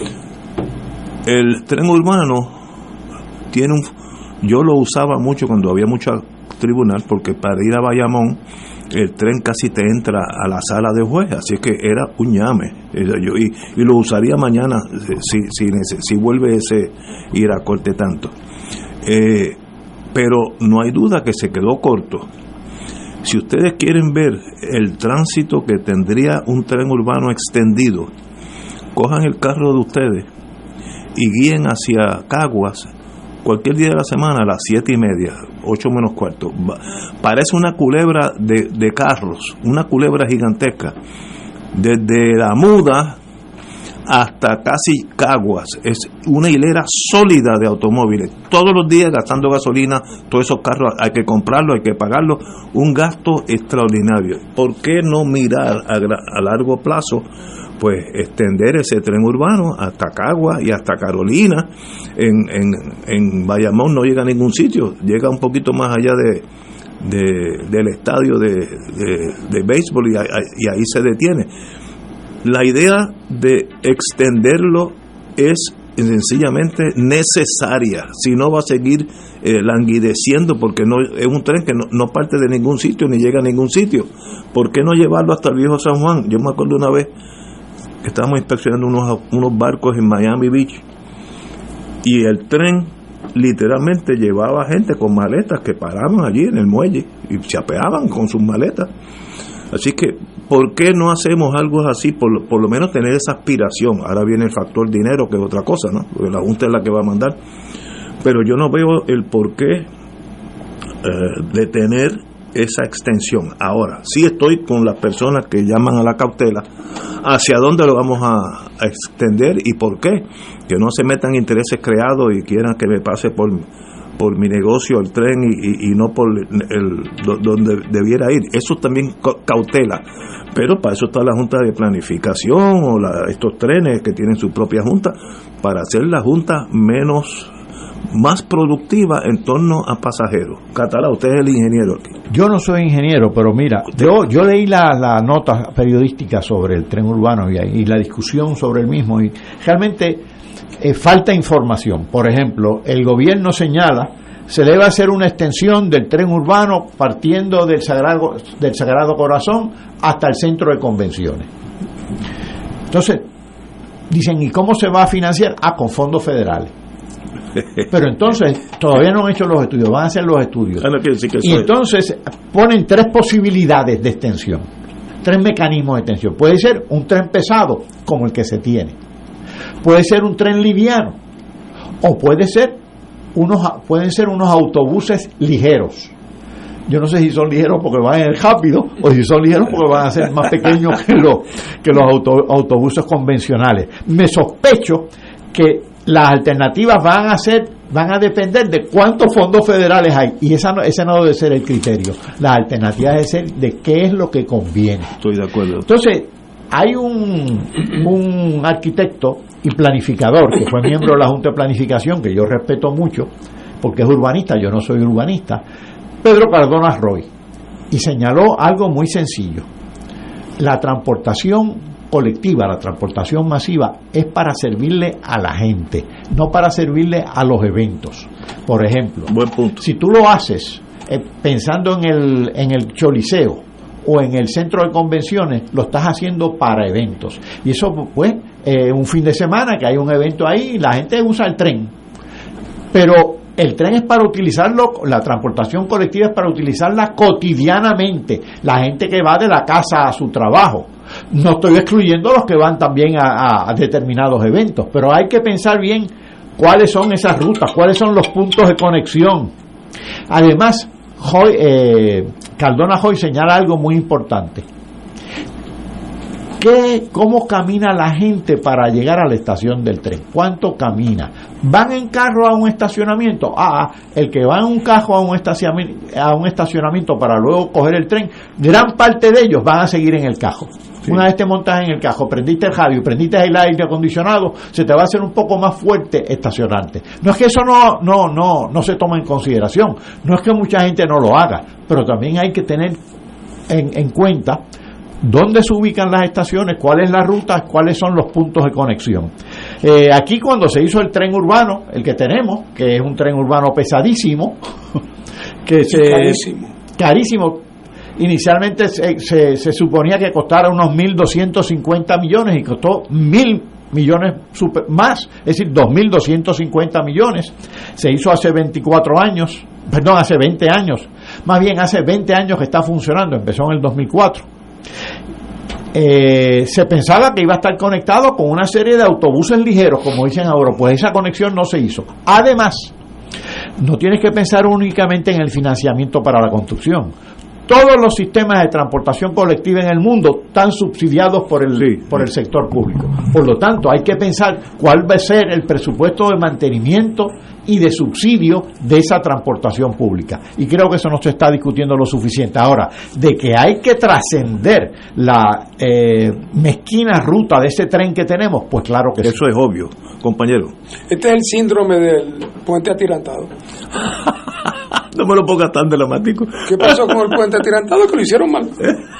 el tren urbano tiene un... Yo lo usaba mucho cuando había mucho tribunal, porque para ir a Bayamón el tren casi te entra a la sala de juez, así que era un llame. Yo, y, y lo usaría mañana si, si, si vuelve ese ir a corte tanto. Eh, pero no hay duda que se quedó corto. Si ustedes quieren ver el tránsito que tendría un tren urbano extendido, cojan el carro de ustedes y guíen hacia Caguas cualquier día de la semana a las siete y media, ocho menos cuarto. Parece una culebra de, de carros, una culebra gigantesca. Desde la Muda hasta casi Caguas, es una hilera sólida de automóviles, todos los días gastando gasolina, todos esos carros hay que comprarlos, hay que pagarlos, un gasto extraordinario. ¿Por qué no mirar a, a largo plazo? Pues extender ese tren urbano hasta Caguas y hasta Carolina. En, en, en Bayamón no llega a ningún sitio, llega un poquito más allá de, de del estadio de, de, de béisbol y, y ahí se detiene. La idea de extenderlo es sencillamente necesaria, si no va a seguir eh, languideciendo, porque no es un tren que no, no parte de ningún sitio ni llega a ningún sitio. ¿Por qué no llevarlo hasta el viejo San Juan? Yo me acuerdo una vez que estábamos inspeccionando unos, unos barcos en Miami Beach y el tren literalmente llevaba gente con maletas que paraban allí en el muelle y se apeaban con sus maletas. Así que, ¿por qué no hacemos algo así? Por, por lo menos tener esa aspiración. Ahora viene el factor dinero, que es otra cosa, ¿no? Porque la Junta es la que va a mandar. Pero yo no veo el porqué eh, de tener esa extensión. Ahora, sí estoy con las personas que llaman a la cautela. ¿Hacia dónde lo vamos a, a extender y por qué? Que no se metan intereses creados y quieran que me pase por... por mi negocio el tren y, y, y no por el, el donde debiera ir. Eso también cautela, pero para eso está la Junta de Planificación o la, estos trenes que tienen su propia junta, para hacer la junta menos más productiva en torno a pasajeros. Catalá, usted es el ingeniero aquí. Yo no soy ingeniero, pero mira, yo yo leí la, la nota periodística sobre el tren urbano y, y la discusión sobre el mismo, y realmente Eh, falta información. Por ejemplo, el gobierno señala se debe hacer una extensión del tren urbano partiendo del Sagrado, del Sagrado Corazón hasta el centro de convenciones. Entonces, dicen, ¿y cómo se va a financiar? Ah, con fondos federales. Pero entonces, todavía no han hecho los estudios, van a hacer los estudios. Y entonces ponen tres posibilidades de extensión, tres mecanismos de extensión. Puede ser un tren pesado, como el que se tiene. Puede ser un tren liviano, o puede ser unos pueden ser unos autobuses ligeros. Yo no sé si son ligeros porque van a ir rápido o si son ligeros porque van a ser más pequeños que los que los auto, autobuses convencionales. Me sospecho que las alternativas van a ser van a depender de cuántos fondos federales hay, y esa no, ese no debe ser el criterio. Las alternativas deben ser de qué es lo que conviene. Estoy de acuerdo. Entonces, hay un, un arquitecto y planificador que fue miembro de la Junta de Planificación, que yo respeto mucho porque es urbanista, yo no soy urbanista, Pedro Cardona Roy, y señaló algo muy sencillo: la transportación colectiva, la transportación masiva es para servirle a la gente, no para servirle a los eventos. Por ejemplo, buen punto. Si tú lo haces eh, pensando en el en el Choliseo o en el centro de convenciones, lo estás haciendo para eventos. Y eso, pues, eh, un fin de semana que hay un evento ahí, la gente usa el tren. Pero el tren es para utilizarlo, la transportación colectiva es para utilizarla cotidianamente. La gente que va de la casa a su trabajo. No estoy excluyendo a los que van también a, a determinados eventos, pero hay que pensar bien cuáles son esas rutas, cuáles son los puntos de conexión. Además, Hoy, eh, Cardona Hoy señala algo muy importante. ¿Qué, ¿Cómo camina la gente para llegar a la estación del tren? ¿Cuánto camina? ¿Van en carro a un estacionamiento? Ah, el que va en un carro a un estacionamiento, a un estacionamiento para luego coger el tren, gran parte de ellos van a seguir en el carro. Sí. Una vez te montas en el carro, prendiste el radio, prendiste el aire acondicionado, se te va a hacer un poco más fuerte estacionarte. No es que eso no no no no se tome en consideración, no es que mucha gente no lo haga, pero también hay que tener en, en cuenta dónde se ubican las estaciones, cuál es la ruta, cuáles son los puntos de conexión. Eh, aquí cuando se hizo el tren urbano, el que tenemos, que es un tren urbano pesadísimo, que se carísimo, carísimo. Inicialmente se, se, se suponía que costara unos mil doscientos cincuenta millones y costó mil millones super, más, es decir, dos mil doscientos cincuenta millones. Se hizo hace veinticuatro años, perdón, hace veinte años, más bien hace veinte años que está funcionando, empezó en el dos mil cuatro. Eh, se pensaba que iba a estar conectado con una serie de autobuses ligeros, como dicen ahora, pues esa conexión no se hizo. Además, no tienes que pensar únicamente en el financiamiento para la construcción. todos los sistemas de transportación colectiva en el mundo están subsidiados por el, sí. por el sector público. Por lo tanto, hay que pensar cuál va a ser el presupuesto de mantenimiento y de subsidio de esa transportación pública. Y creo que eso no se está discutiendo lo suficiente. Ahora, de que hay que trascender la eh, mezquina ruta de ese tren que tenemos, pues claro que eso sí. Eso es obvio, compañero. Este es el síndrome del puente atirantado. No me lo pongas tan dramático. ¿Qué pasó con el puente atirantado? Que lo hicieron mal.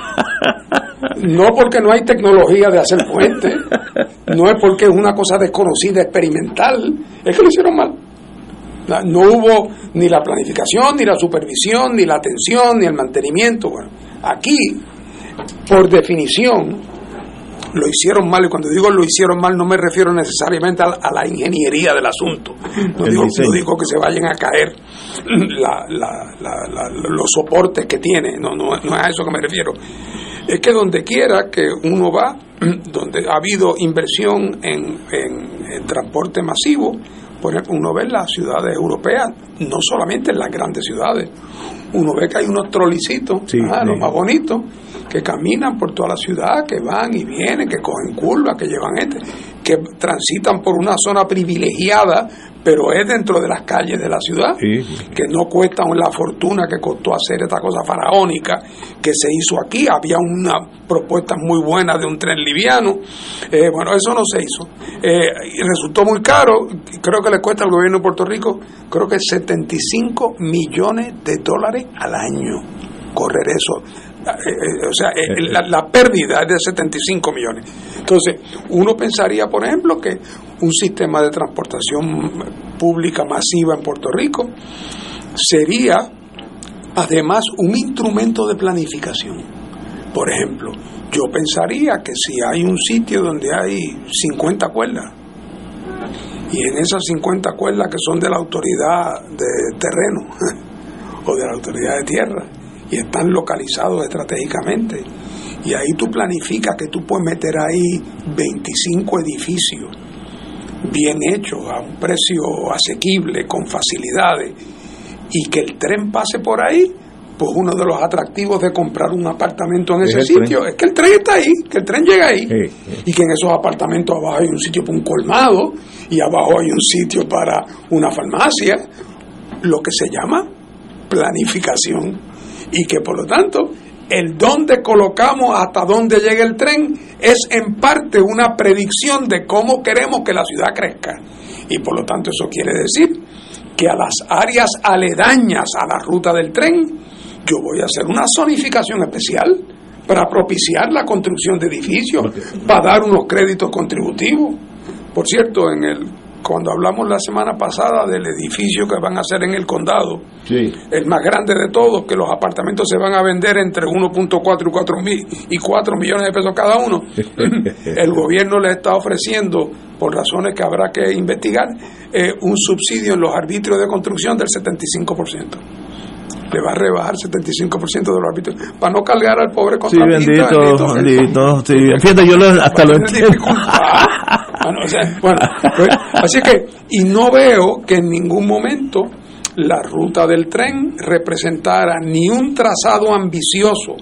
No porque no hay tecnología de hacer puente, no es porque es una cosa desconocida, experimental, es que lo hicieron mal. No hubo ni la planificación, ni la supervisión, ni la atención, ni el mantenimiento. Bueno, aquí, por definición, lo hicieron mal, y cuando digo lo hicieron mal no me refiero necesariamente a la, a la ingeniería del asunto. No digo, no digo que se vayan a caer la, la, la, la, los soportes que tiene, no, no, no es a eso que me refiero. Es que donde quiera que uno va, donde ha habido inversión en, en, en transporte masivo, por ejemplo, uno ve en las ciudades europeas, no solamente en las grandes ciudades, uno ve que hay unos trolicitos, sí, ah, sí. los más bonitos, que caminan por toda la ciudad, que van y vienen, que cogen curvas, que llevan gente, que transitan por una zona privilegiada, pero es dentro de las calles de la ciudad, sí, sí. que no cuestan la fortuna que costó hacer esta cosa faraónica que se hizo aquí. Había una propuesta muy buena de un tren liviano, eh, bueno, eso no se hizo, eh, y resultó muy caro. Creo que le cuesta al gobierno de Puerto Rico, creo que setenta y cinco millones de dólares al año correr eso. Eh, o sea, eh, la, la pérdida es de setenta y cinco millones. Entonces, uno pensaría, por ejemplo, que un sistema de transportación pública masiva en Puerto Rico sería, además, un instrumento de planificación. Por ejemplo, yo pensaría que si hay un sitio donde hay cincuenta cuerdas, y en esas cincuenta cuerdas que son de la autoridad de terreno o de la autoridad de tierra, y están localizados estratégicamente, y ahí tú planificas que tú puedes meter ahí veinticinco edificios bien hechos a un precio asequible, con facilidades, y que el tren pase por ahí, pues uno de los atractivos de comprar un apartamento en ese sitio tren. Es que el tren está ahí, que el tren llega ahí, sí, sí. y que en esos apartamentos abajo hay un sitio para un colmado, y abajo hay un sitio para una farmacia, lo que se llama planificación. Y que por lo tanto el dónde colocamos hasta dónde llegue el tren es en parte una predicción de cómo queremos que la ciudad crezca, y por lo tanto eso quiere decir que a las áreas aledañas a la ruta del tren yo voy a hacer una zonificación especial para propiciar la construcción de edificios, para dar unos créditos contributivos. Por cierto, en el cuando hablamos la semana pasada del edificio que van a hacer en el condado, sí. el más grande de todos, que los apartamentos se van a vender entre uno punto cuatro y cuatro millones de pesos cada uno, el gobierno le está ofreciendo, por razones que habrá que investigar, eh, un subsidio en los arbitrios de construcción del setenta y cinco por ciento. Le va a rebajar setenta y cinco por ciento de los arbitrios para no cargar al pobre contratista. Sí, bendito, bendito, bendito sí. Fíjate, yo lo, hasta lo entiendo. Bueno, o sea, bueno, pues, así que, y no veo que en ningún momento la ruta del tren representara ni un trazado ambicioso,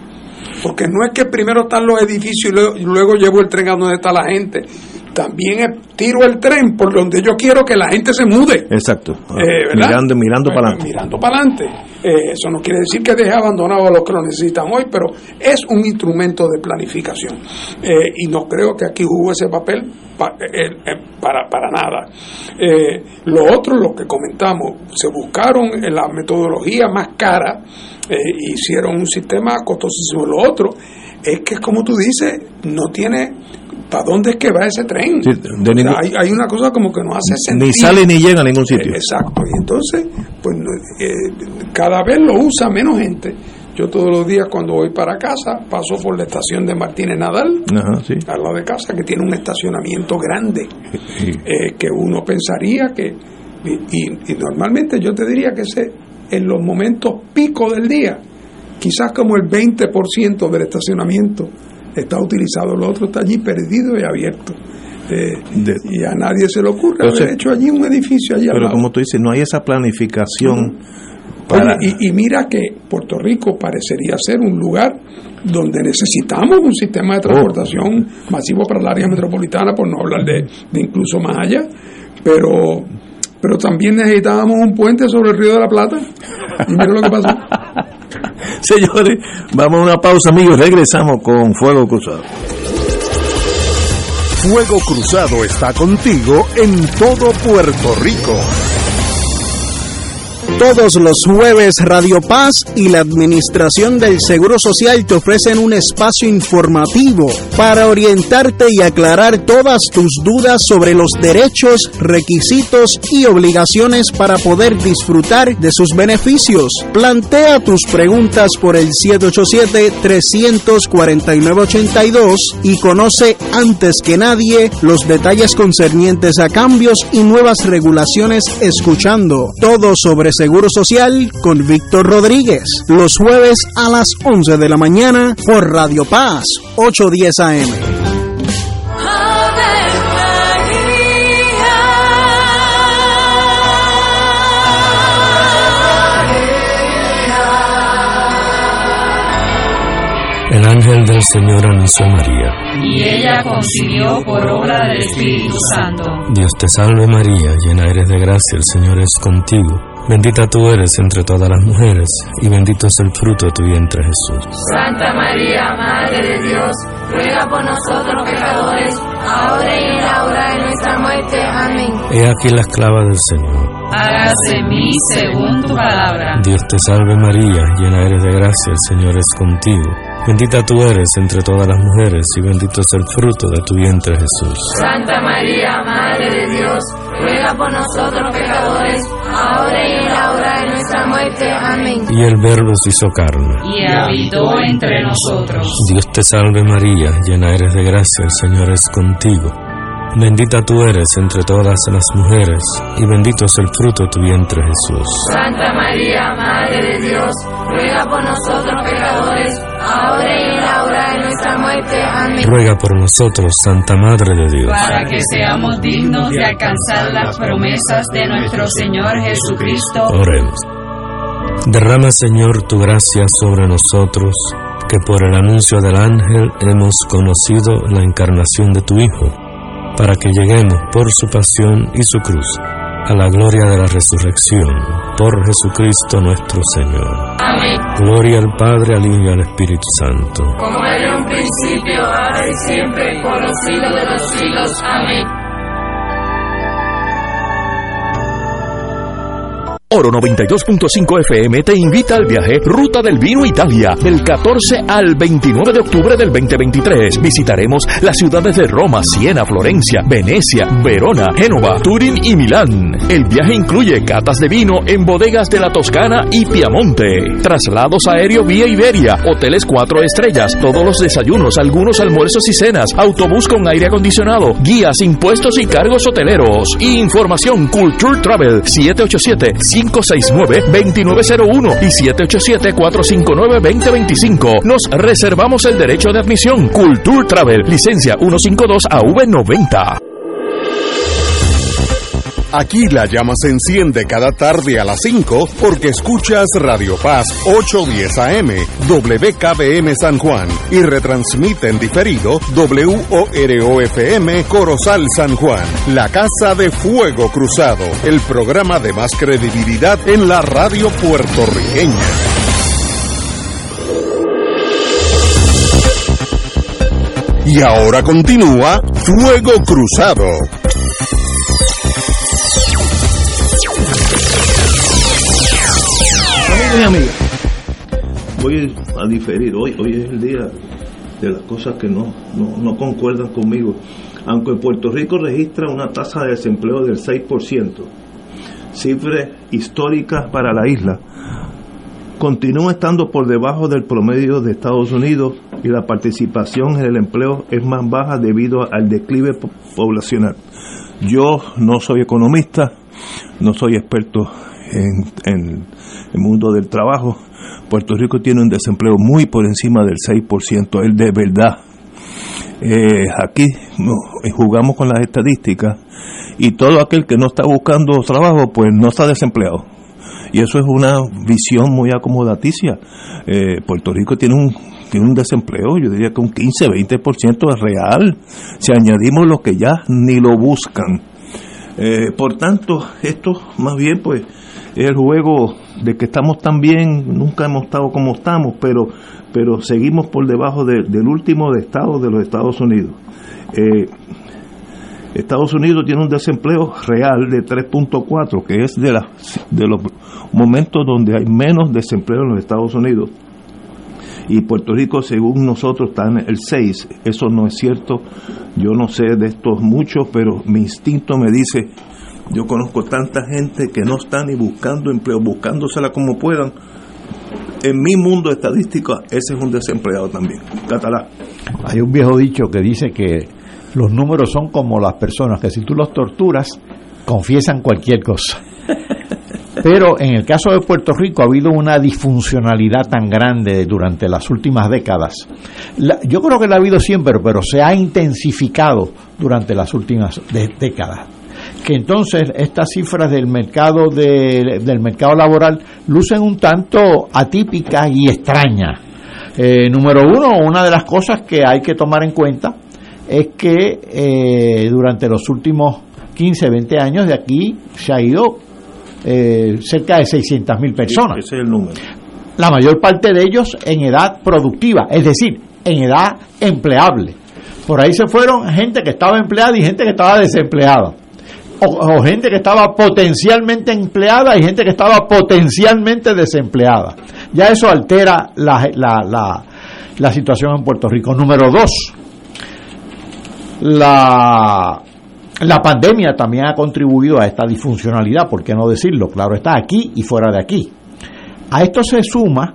porque no es que primero están los edificios y luego, y luego llevo el tren a donde está la gente. También es, tiro el tren por donde yo quiero que la gente se mude. Exacto. Eh, mirando mirando para adelante. Mirando para adelante. Eh, eso no quiere decir que deje abandonado a los que lo necesitan hoy, pero es un instrumento de planificación. Eh, y no creo que aquí jugó ese papel pa, eh, eh, para, para nada. Eh, lo otro, lo que comentamos, se buscaron en la metodología más cara, eh, hicieron un sistema costosísimo. Lo otro es que, como tú dices, no tiene... ¿Para dónde es que va ese tren? Sí, de ningún, o sea, hay, hay una cosa como que no hace sentido. Ni sale ni llega a ningún sitio. Eh, exacto. Y entonces, pues eh, cada vez lo usa menos gente. Yo todos los días cuando voy para casa paso por la estación de Martínez Nadal, Ajá, sí. al lado de casa, que tiene un estacionamiento grande, sí. eh, que uno pensaría que... Y, y, y normalmente yo te diría que ese, en los momentos pico del día, quizás como el veinte por ciento del estacionamiento está utilizado, lo otro está allí perdido y abierto. Eh, de, y a nadie se le ocurre entonces, haber hecho allí un edificio allí pero al como tú dices, no hay esa planificación uh-huh. Para... Oye, y, y mira que Puerto Rico parecería ser un lugar donde necesitamos un sistema de transportación oh. masivo para el área metropolitana, por no hablar de, de incluso más allá, pero pero también necesitábamos un puente sobre el Río de la Plata, y mira lo que pasó. Señores, vamos a una pausa, amigos, regresamos con Fuego Cruzado. Fuego Cruzado está contigo en todo Puerto Rico. Todos los jueves Radio Paz y la Administración del Seguro Social te ofrecen un espacio informativo para orientarte y aclarar todas tus dudas sobre los derechos, requisitos y obligaciones para poder disfrutar de sus beneficios. Plantea tus preguntas por el siete ocho siete, tres cuatro nueve, ocho dos y conoce antes que nadie los detalles concernientes a cambios y nuevas regulaciones escuchando todo sobre Seguro Social con Víctor Rodríguez, los jueves a las once de la mañana por Radio Paz, ocho diez A M. El ángel del Señor anunció a María, y ella concibió por obra del Espíritu Santo. Dios te salve María, llena eres de gracia, el Señor es contigo. Bendita tú eres entre todas las mujeres, y bendito es el fruto de tu vientre, Jesús. Santa María, Madre de Dios, ruega por nosotros pecadores, ahora y en la hora de nuestra muerte. Amén. He aquí la esclava del Señor. Hágase en mí según tu palabra. Dios te salve María, llena eres de gracia, el Señor es contigo. Bendita tú eres entre todas las mujeres, y bendito es el fruto de tu vientre, Jesús. Santa María, Madre de Dios, ruega por nosotros pecadores, ahora y en la hora de nuestra muerte. Amén. Y el Verbo se hizo carne, y habitó entre nosotros. Dios te salve María, llena eres de gracia, el Señor es contigo. Bendita tú eres entre todas las mujeres, y bendito es el fruto de tu vientre, Jesús. Santa María, Madre de Dios, ruega por nosotros pecadores, ahora y en la hora de nuestra muerte. Amén. Ruega por nosotros, Santa Madre de Dios, para que seamos dignos de alcanzar las promesas de nuestro Señor Jesucristo. Oremos. Derrama, Señor, tu gracia sobre nosotros, que por el anuncio del ángel hemos conocido la encarnación de tu Hijo, para que lleguemos por su pasión y su cruz a la gloria de la resurrección, por Jesucristo nuestro Señor. Amén. Gloria al Padre, al Hijo y al Espíritu Santo, como era en un principio, ahora y siempre, por los siglos de los siglos. Amén. Oro noventa y dos punto cinco F M te invita al viaje Ruta del Vino Italia del catorce al veintinueve de octubre del veinte veintitrés. Visitaremos las ciudades de Roma, Siena, Florencia, Venecia, Verona, Génova, Turín y Milán. El viaje incluye catas de vino en bodegas de la Toscana y Piamonte, traslados aéreo vía Iberia, hoteles cuatro estrellas, todos los desayunos, algunos almuerzos y cenas, autobús con aire acondicionado, guías, impuestos y cargos hoteleros. Información Culture Travel siete ocho siete, cinco seis nueve, dos nueve cero uno y siete ocho siete, cuatro cinco nueve, dos cero dos cinco. Nos reservamos el derecho de admisión. Culture Travel, licencia ciento cincuenta y dos A V noventa. Aquí la llama se enciende cada tarde a las cinco porque escuchas Radio Paz ochocientos diez A M, W K B M San Juan y retransmite en diferido W O R O F M Corozal San Juan, la Casa de Fuego Cruzado, el programa de más credibilidad en la radio puertorriqueña. Y ahora continúa Fuego Cruzado. Amigos y amigas, voy a diferir. Hoy hoy es el día de las cosas que no, no, no concuerdan conmigo. Aunque Puerto Rico registra una tasa de desempleo del seis por ciento, cifra histórica para la isla, continúa estando por debajo del promedio de Estados Unidos y la participación en el empleo es más baja debido al declive poblacional. Yo no soy economista, no soy experto en, en el mundo del trabajo. Puerto Rico tiene un desempleo muy por encima del seis por ciento, el de verdad. Eh, aquí no, jugamos con las estadísticas y todo aquel que no está buscando trabajo pues no está desempleado. Y eso es una visión muy acomodaticia. Eh, Puerto Rico tiene un tiene un desempleo, yo diría que un quince, veinte por ciento es real, si añadimos los que ya ni lo buscan. Eh, por tanto, esto más bien pues es el juego de que estamos tan bien, nunca hemos estado como estamos, pero pero seguimos por debajo de, del último de estado de los Estados Unidos. Eh, Estados Unidos tiene un desempleo real de tres punto cuatro, que es de, la, de los momentos donde hay menos desempleo en los Estados Unidos. Y Puerto Rico, según nosotros, está en el seis. Eso no es cierto. Yo no sé de estos muchos, pero mi instinto me dice, yo conozco tanta gente que no está ni buscando empleo, buscándosela como puedan. En mi mundo estadístico, ese es un desempleado también. Catalá. Hay un viejo dicho que dice que los números son como las personas, que si tú los torturas, confiesan cualquier cosa. Pero en el caso de Puerto Rico ha habido una disfuncionalidad tan grande durante las últimas décadas. La, yo creo que la ha habido siempre, pero se ha intensificado durante las últimas de, décadas. Que entonces estas cifras del mercado de, del mercado laboral lucen un tanto atípicas y extrañas. Eh, número uno, una de las cosas que hay que tomar en cuenta es que eh, durante los últimos quince, veinte años de aquí se ha ido eh, cerca de seiscientas mil personas. Ese es el número. La mayor parte de ellos en edad productiva, es decir, en edad empleable. Por ahí se fueron gente que estaba empleada y gente que estaba desempleada. O, o gente que estaba potencialmente empleada y gente que estaba potencialmente desempleada. Ya eso altera la, la, la, la situación en Puerto Rico. Número dos, la, la pandemia también ha contribuido a esta disfuncionalidad, ¿por qué no decirlo? Claro, está aquí y fuera de aquí. A esto se suma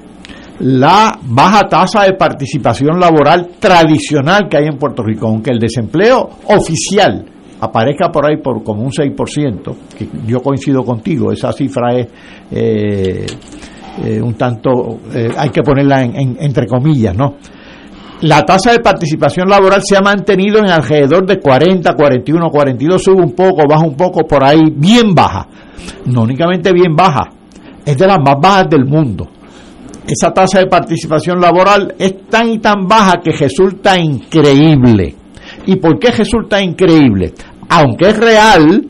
la baja tasa de participación laboral tradicional que hay en Puerto Rico, aunque el desempleo oficial aparezca por ahí por como un seis por ciento, que yo coincido contigo, esa cifra es eh, eh, un tanto, eh, hay que ponerla en, en, entre comillas, ¿no? La tasa de participación laboral se ha mantenido en alrededor de cuarenta, cuarenta y uno, cuarenta y dos, sube un poco, baja un poco, por ahí, bien baja. No únicamente bien baja, es de las más bajas del mundo. Esa tasa de participación laboral es tan y tan baja que resulta increíble. ¿Y por qué resulta increíble? Aunque es real,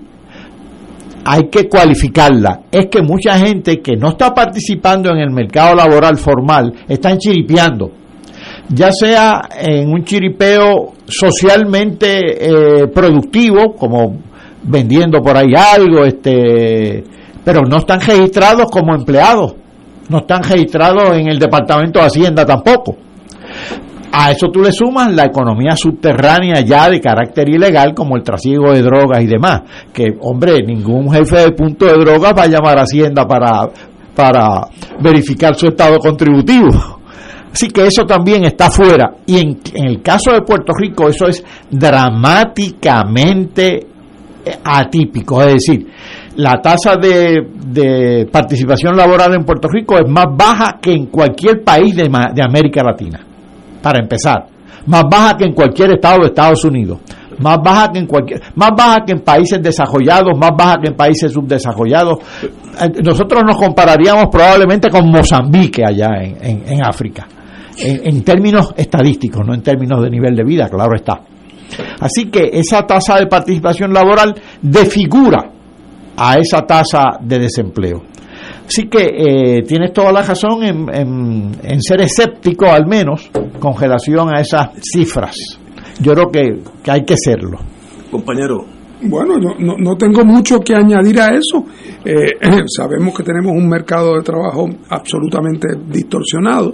hay que cualificarla. Es que mucha gente que no está participando en el mercado laboral formal están chiripeando, ya sea en un chiripeo socialmente eh, productivo, como vendiendo por ahí algo, este, pero no están registrados como empleados, no están registrados en el Departamento de Hacienda tampoco. A eso tú le sumas la economía subterránea ya de carácter ilegal, como el trasiego de drogas y demás, que, hombre, ningún jefe de punto de drogas va a llamar a Hacienda para, para verificar su estado contributivo. Así que eso también está fuera. Y en, en el caso de Puerto Rico eso es dramáticamente atípico, es decir, la tasa de, de participación laboral en Puerto Rico es más baja que en cualquier país de, de América Latina. Para empezar, más baja que en cualquier estado de Estados Unidos, más baja que en cualquier, más baja que en países desarrollados, más baja que en países subdesarrollados. Nosotros nos compararíamos probablemente con Mozambique allá en, en, en África, en, en términos estadísticos, no en términos de nivel de vida, claro está. Así que esa tasa de participación laboral desfigura a esa tasa de desempleo. Así que eh, tienes toda la razón en, en, en ser escéptico, al menos, con relación a esas cifras. Yo creo que, que hay que serlo. Compañero. Bueno, no, no, no tengo mucho que añadir a eso. Eh, sabemos que tenemos un mercado de trabajo absolutamente distorsionado.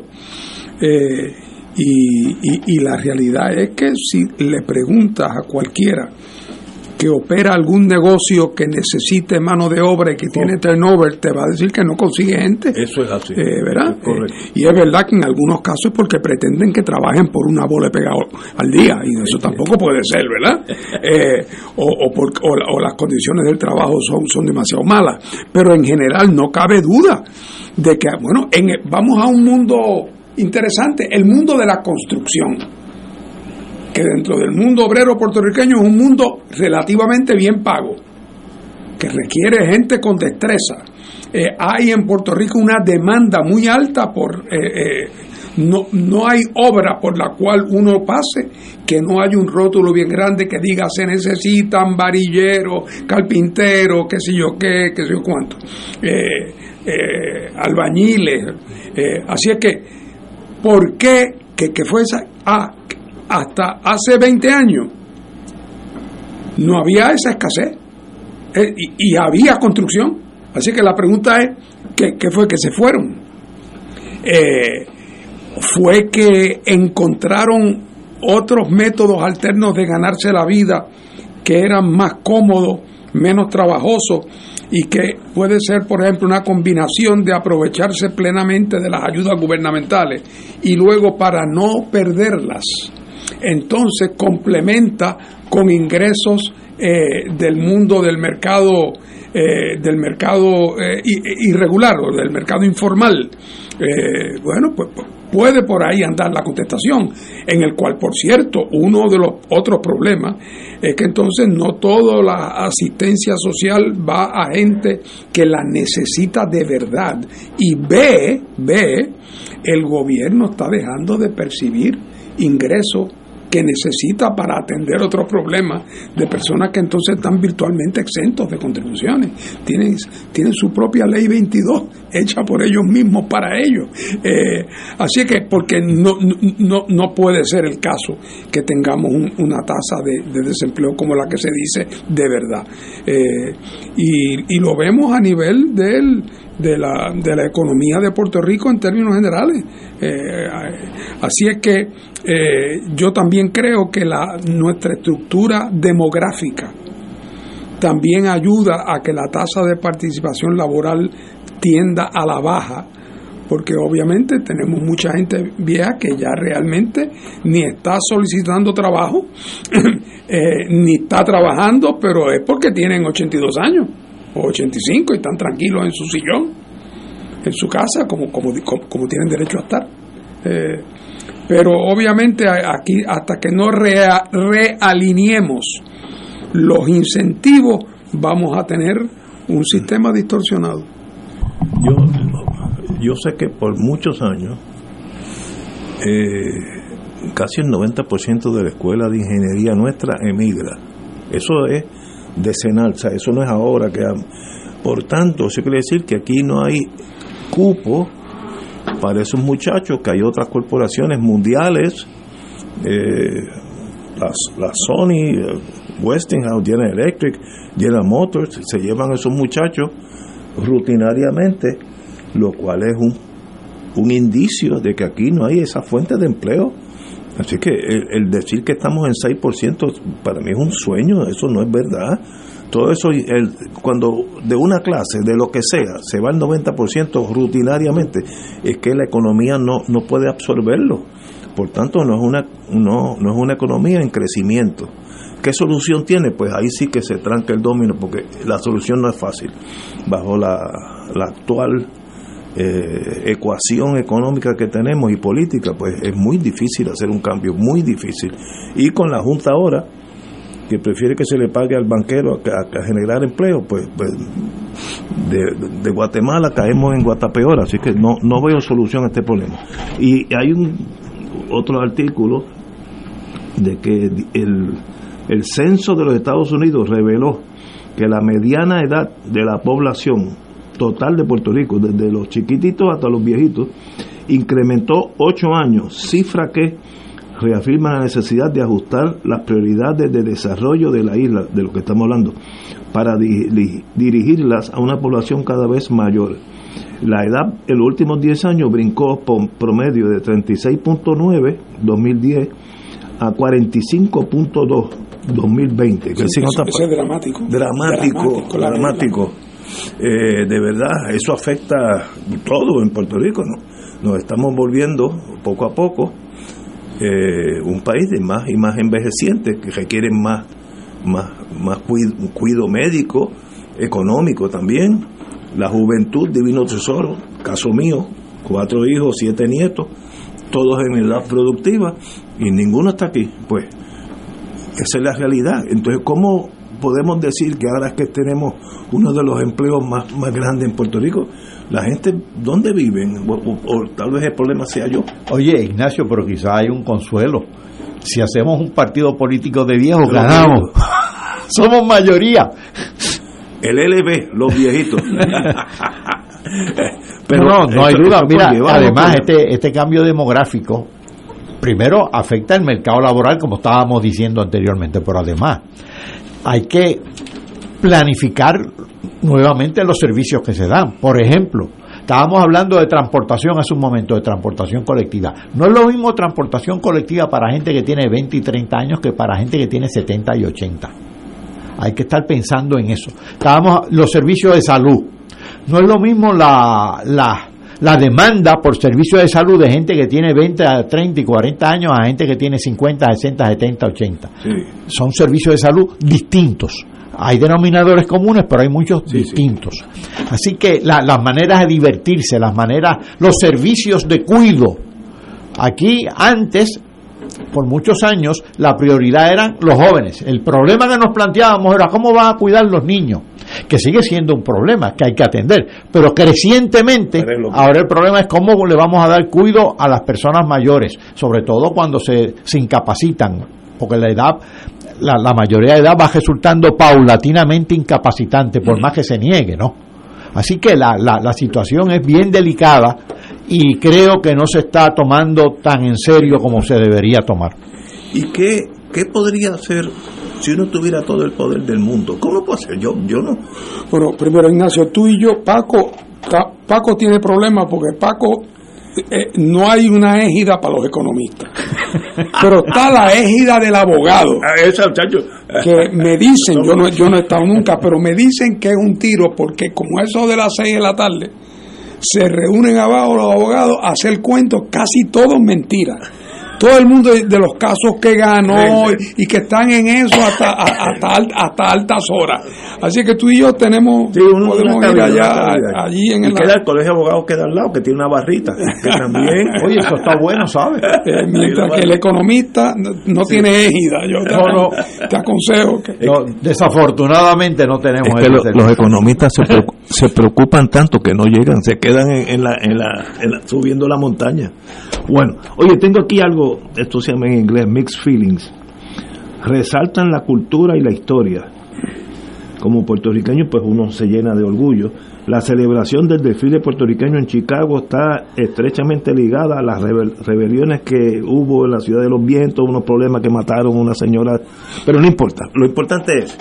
Eh, y, y, y la realidad es que si le preguntas a cualquiera que opera algún negocio que necesite mano de obra y que tiene turnover, te va a decir que no consigue gente. Eso es así. Eh, ¿verdad? Es correcto. Eh, y es verdad que en algunos casos es porque pretenden que trabajen por una bola de pegado al día, y eso tampoco puede ser, ¿verdad? Eh, o, o, por, o, o las condiciones del trabajo son, son demasiado malas. Pero en general no cabe duda de que, bueno, en, vamos a un mundo interesante, el mundo de la construcción, que dentro del mundo obrero puertorriqueño es un mundo relativamente bien pago, que requiere gente con destreza, eh, hay en Puerto Rico una demanda muy alta por... Eh, eh, no, no hay obra por la cual uno pase que no haya un rótulo bien grande que diga se necesitan varilleros, carpinteros, qué sé yo qué, qué sé yo cuánto, eh, eh, albañiles. Eh, así es que, ¿por qué que, que fue esa? Ah, hasta hace veinte años no había esa escasez eh, y, y había construcción. Así que la pregunta es, ¿qué, qué fue que se fueron? Eh, fue que encontraron otros métodos alternos de ganarse la vida que eran más cómodos, menos trabajosos y que puede ser, por ejemplo, una combinación de aprovecharse plenamente de las ayudas gubernamentales y luego, para no perderlas, entonces complementa con ingresos eh, del mundo del mercado eh, del mercado eh, irregular o del mercado informal. Eh, bueno, pues puede por ahí andar la contestación, en el cual, por cierto, uno de los otros problemas es que entonces no toda la asistencia social va a gente que la necesita de verdad, y ve, ve, el gobierno está dejando de percibir ingresos que necesita para atender otros problemas de personas que entonces están virtualmente exentos de contribuciones. Tienen, tienen su propia ley veintidós hecha por ellos mismos para ellos. Eh, así que, porque no, no, no puede ser el caso que tengamos un, una tasa de, de desempleo como la que se dice de verdad. Eh, y, y lo vemos a nivel del de la de la economía de Puerto Rico en términos generales. Eh, así es que eh, yo también creo que la nuestra estructura demográfica también ayuda a que la tasa de participación laboral tienda a la baja, porque obviamente tenemos mucha gente vieja que ya realmente ni está solicitando trabajo eh, ni está trabajando, pero es porque tienen ochenta y dos años o ochenta y cinco y están tranquilos en su sillón, en su casa, como como, como, como tienen derecho a estar. Eh, pero obviamente aquí, hasta que no rea, realineemos los incentivos, vamos a tener un sistema distorsionado. Yo, yo sé que por muchos años eh, casi el noventa por ciento de la escuela de ingeniería nuestra emigra. Eso es decenal, o sea, eso no es ahora que... Por tanto, eso quiere decir que aquí no hay cupo para esos muchachos, que hay otras corporaciones mundiales, eh, las, las Sony, Westinghouse, General Electric, General Motors, se llevan a esos muchachos rutinariamente, lo cual es un, un indicio de que aquí no hay esa fuente de empleo. Así que el, el decir que estamos en seis por ciento para mí es un sueño, eso no es verdad. Todo eso, el, cuando de una clase, de lo que sea, se va el noventa por ciento rutinariamente, es que la economía no, no puede absorberlo. Por tanto, no es una no, no es una economía en crecimiento. ¿Qué solución tiene? Pues ahí sí que se tranca el dominó, porque la solución no es fácil. Bajo la, la actual eh, ecuación económica que tenemos y política, pues es muy difícil hacer un cambio, muy difícil. Y con la Junta ahora, que prefiere que se le pague al banquero a, a, a generar empleo, pues, pues de, de Guatemala caemos en Guatapeor, así que no, no veo solución a este problema. Y hay un otro artículo de que el, el censo de los Estados Unidos reveló que la mediana edad de la población total de Puerto Rico, desde los chiquititos hasta los viejitos, incrementó ocho años, cifra que reafirma la necesidad de ajustar las prioridades de desarrollo de la isla, de lo que estamos hablando, para di- di- dirigirlas a una población cada vez mayor. La edad en los últimos diez años brincó por promedio de treinta y seis punto nueve, dos mil diez, a cuarenta y cinco punto dos, dos mil veinte. Sí, eso, eso es dramático. Dramático, dramático. dramático. Eh, de verdad, eso afecta todo en Puerto Rico, ¿no? Nos estamos volviendo poco a poco Eh, un país de más y más envejecientes, que requieren más más más cuido, cuido médico, económico también. La juventud, divino tesoro, caso mío, cuatro hijos, siete nietos, todos en edad productiva y ninguno está aquí. Pues esa es la realidad. Entonces, ¿cómo podemos decir que ahora que tenemos uno de los empleos más, más grandes en Puerto Rico, la gente, ¿dónde viven? O, o, o tal vez el problema sea yo. Oye, Ignacio, pero quizás hay un consuelo. Si hacemos un partido político de viejos, ganamos. Somos mayoría. El L B, los viejitos. Pero no, no hay duda. Mira, además este este cambio demográfico primero afecta el mercado laboral, como estábamos diciendo anteriormente, pero además hay que planificar nuevamente los servicios que se dan. Por ejemplo, estábamos hablando de transportación hace un momento, de transportación colectiva. No es lo mismo transportación colectiva para gente que tiene veinte y treinta años que para gente que tiene setenta y ochenta. Hay que estar pensando en eso. Estábamos los servicios de salud. No es lo mismo la la la demanda por servicios de salud de gente que tiene veinte, treinta y cuarenta años a gente que tiene cincuenta, sesenta, setenta, ochenta. Sí. Son servicios de salud distintos. Hay denominadores comunes, pero hay muchos sí, distintos. Sí. Así que la, las maneras de divertirse, las maneras, los servicios de cuido. Aquí antes, por muchos años, la prioridad eran los jóvenes. El problema que nos planteábamos era cómo van a cuidar los niños, que sigue siendo un problema que hay que atender, pero crecientemente ahora el problema es cómo le vamos a dar cuidado a las personas mayores, sobre todo cuando se, se incapacitan, porque la edad, la, la mayoría de edad va resultando paulatinamente incapacitante, por más que se niegue, ¿no? Así que la, la, la situación es bien delicada y creo que no se está tomando tan en serio como se debería tomar. ¿Y qué, qué podría hacer si uno tuviera todo el poder del mundo? ¿Cómo lo puedo hacer? Yo, yo no. Bueno, primero, Ignacio, tú y yo, Paco, Paco tiene problemas porque Paco, eh, no hay una égida para los economistas, pero está la égida del abogado. Esa, muchacho. Que me dicen, yo no, yo no he estado nunca, pero me dicen que es un tiro porque como eso de las seis de la tarde se reúnen abajo los abogados a hacer cuentos, casi todos mentiras. Todo el mundo de los casos que ganó y, y que están en eso hasta hasta, hasta altas horas. Así que tú y yo tenemos sí, uno, podemos ir allá, allí en y el queda el colegio de abogados queda al lado, que tiene una barrita, que también. Oye, eso está bueno, ¿sabes? Eh, mientras que el economista no, no sí. tiene égida. Yo te, no, no. te aconsejo que no, desafortunadamente no tenemos. Es que lo, los economistas se, preocup, se preocupan tanto que no llegan, se quedan en, en, la, en, la, en la subiendo la montaña. Bueno, oye, tengo aquí algo, esto se llama en inglés mixed feelings. Resaltan la cultura y la historia. Como puertorriqueño, pues uno se llena de orgullo. La celebración del desfile puertorriqueño en Chicago está estrechamente ligada a las rebel- rebeliones que hubo en la Ciudad de los Vientos, unos problemas que mataron a una señora, pero no importa. Lo importante es,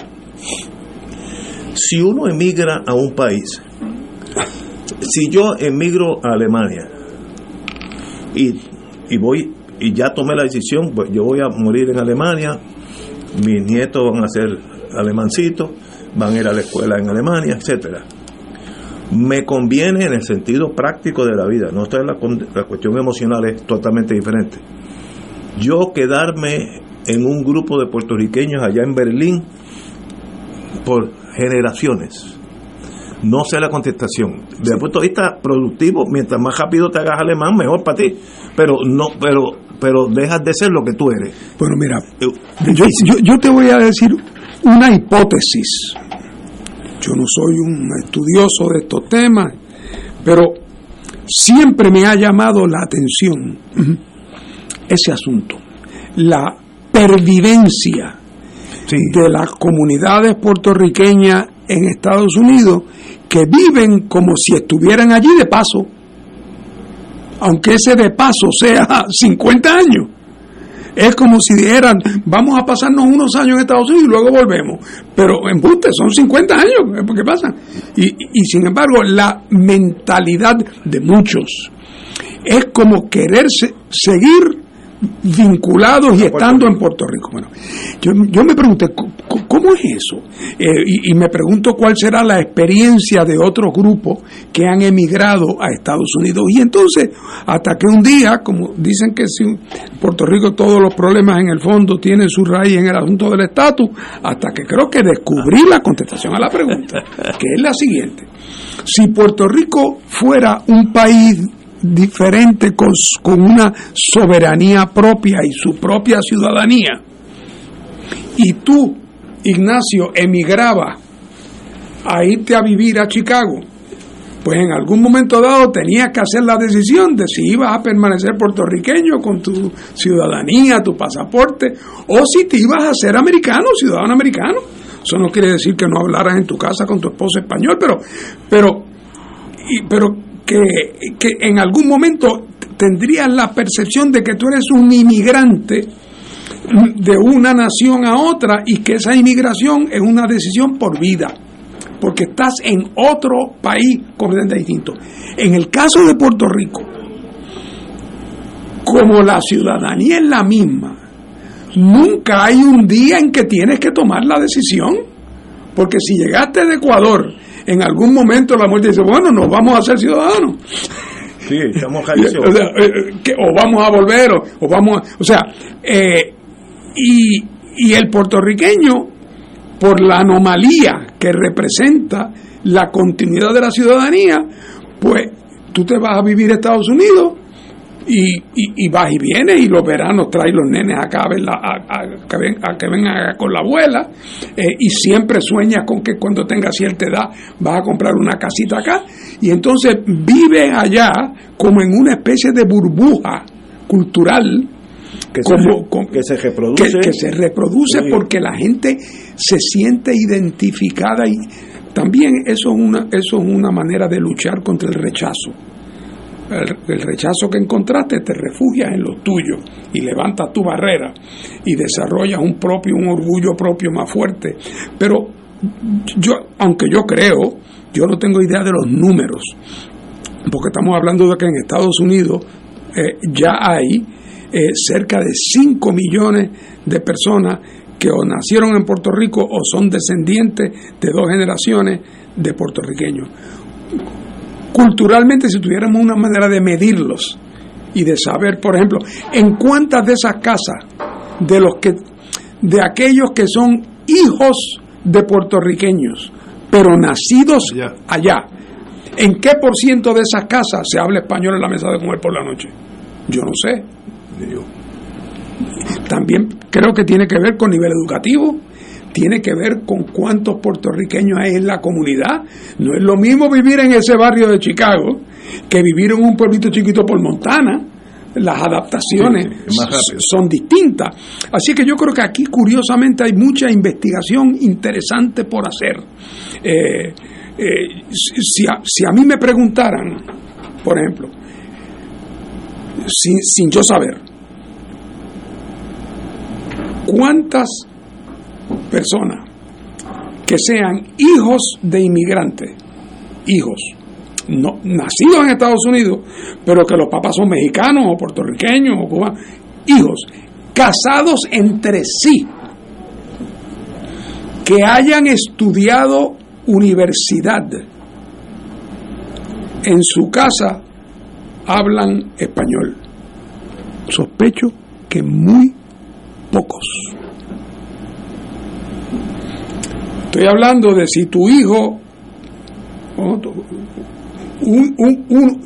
si uno emigra a un país, si yo emigro a Alemania y, y voy y ya tomé la decisión, pues yo voy a morir en Alemania, mis nietos van a ser alemancitos, van a ir a la escuela en Alemania, etcétera. Me conviene en el sentido práctico de la vida, no está en la, la cuestión emocional, es totalmente diferente. Yo quedarme en un grupo de puertorriqueños allá en Berlín por generaciones. No sé la contestación. Desde el punto de vista productivo, mientras más rápido te hagas alemán, mejor para ti. Pero no, pero, pero dejas de ser lo que tú eres. Bueno, mira, yo, yo, yo te voy a decir una hipótesis. Yo no soy un estudioso de estos temas, pero siempre me ha llamado la atención ese asunto, la pervivencia sí. de las comunidades puertorriqueñas en Estados Unidos que viven como si estuvieran allí de paso, aunque ese de paso sea cincuenta años. Es como si dijeran, vamos a pasarnos unos años en Estados Unidos y luego volvemos. Pero en embuste, son cincuenta años, ¿qué pasa? Y, y sin embargo, la mentalidad de muchos es como quererse seguir vinculados y estando en Puerto Rico. Bueno, yo, yo me pregunté, ¿cómo es eso? Eh, y, y me pregunto cuál será la experiencia de otros grupos que han emigrado a Estados Unidos. Y entonces, hasta que un día, como dicen que si Puerto Rico todos los problemas en el fondo tienen su raíz en el asunto del estatus, hasta que creo que descubrí la contestación a la pregunta, que es la siguiente. Si Puerto Rico fuera un país diferente con, con una soberanía propia y su propia ciudadanía, y tú Ignacio, emigraba a irte a vivir a Chicago, pues en algún momento dado tenías que hacer la decisión de si ibas a permanecer puertorriqueño con tu ciudadanía, tu pasaporte, o si te ibas a ser americano, ciudadano americano. Eso no quiere decir que no hablaras en tu casa con tu esposo español, pero pero y, pero que, que en algún momento tendrías la percepción de que tú eres un inmigrante de una nación a otra y que esa inmigración es una decisión por vida, porque estás en otro país completamente distinto. En el caso de Puerto Rico, como la ciudadanía es la misma, nunca hay un día en que tienes que tomar la decisión, porque si llegaste de Ecuador, en algún momento la muerte dice, bueno, nos vamos a hacer ciudadanos. Sí, estamos raíces. O, sea, eh, que, o vamos a volver, o, o vamos a... O sea, eh, y, y el puertorriqueño, por la anomalía que representa la continuidad de la ciudadanía, pues tú te vas a vivir a Estados Unidos y, y, y vas y vienes, y los veranos traes los nenes acá a, ver la, a, a, que, ven, a que vengan con la abuela, eh, y siempre sueñas con que cuando tengas cierta edad vas a comprar una casita acá, y entonces vives allá como en una especie de burbuja cultural que, como, se, con, que se reproduce, que, que se reproduce sí. Porque la gente se siente identificada, y también eso es una, eso es una manera de luchar contra el rechazo. El, el rechazo que encontraste, te refugias en lo tuyo y levantas tu barrera y desarrollas un propio, un orgullo propio más fuerte. Pero yo, aunque yo creo, yo no tengo idea de los números, porque estamos hablando de que en Estados Unidos eh, ya hay eh, cerca de cinco millones de personas que o nacieron en Puerto Rico o son descendientes de dos generaciones de puertorriqueños. Culturalmente, si tuviéramos una manera de medirlos y de saber, por ejemplo, en cuántas de esas casas, de los que, de aquellos que son hijos de puertorriqueños, pero nacidos allá, allá, ¿en qué por ciento de esas casas se habla español en la mesa de comer por la noche? Yo no sé. También creo que tiene que ver con nivel educativo, tiene que ver con cuántos puertorriqueños hay en la comunidad. No es lo mismo vivir en ese barrio de Chicago que vivir en un pueblito chiquito por Montana. Las adaptaciones sí, sí, son distintas. Así que yo creo que aquí, curiosamente, hay mucha investigación interesante por hacer. Eh, eh, si, a, si a mí me preguntaran, por ejemplo, sin, sin yo saber, ¿cuántas personas que sean hijos de inmigrantes, hijos no nacidos en Estados Unidos, pero que los papás son mexicanos o puertorriqueños o cubanos, hijos casados entre sí, que hayan estudiado universidad, en su casa hablan español? Sospecho que muy pocos. Estoy hablando de si tu hijo, un, un, un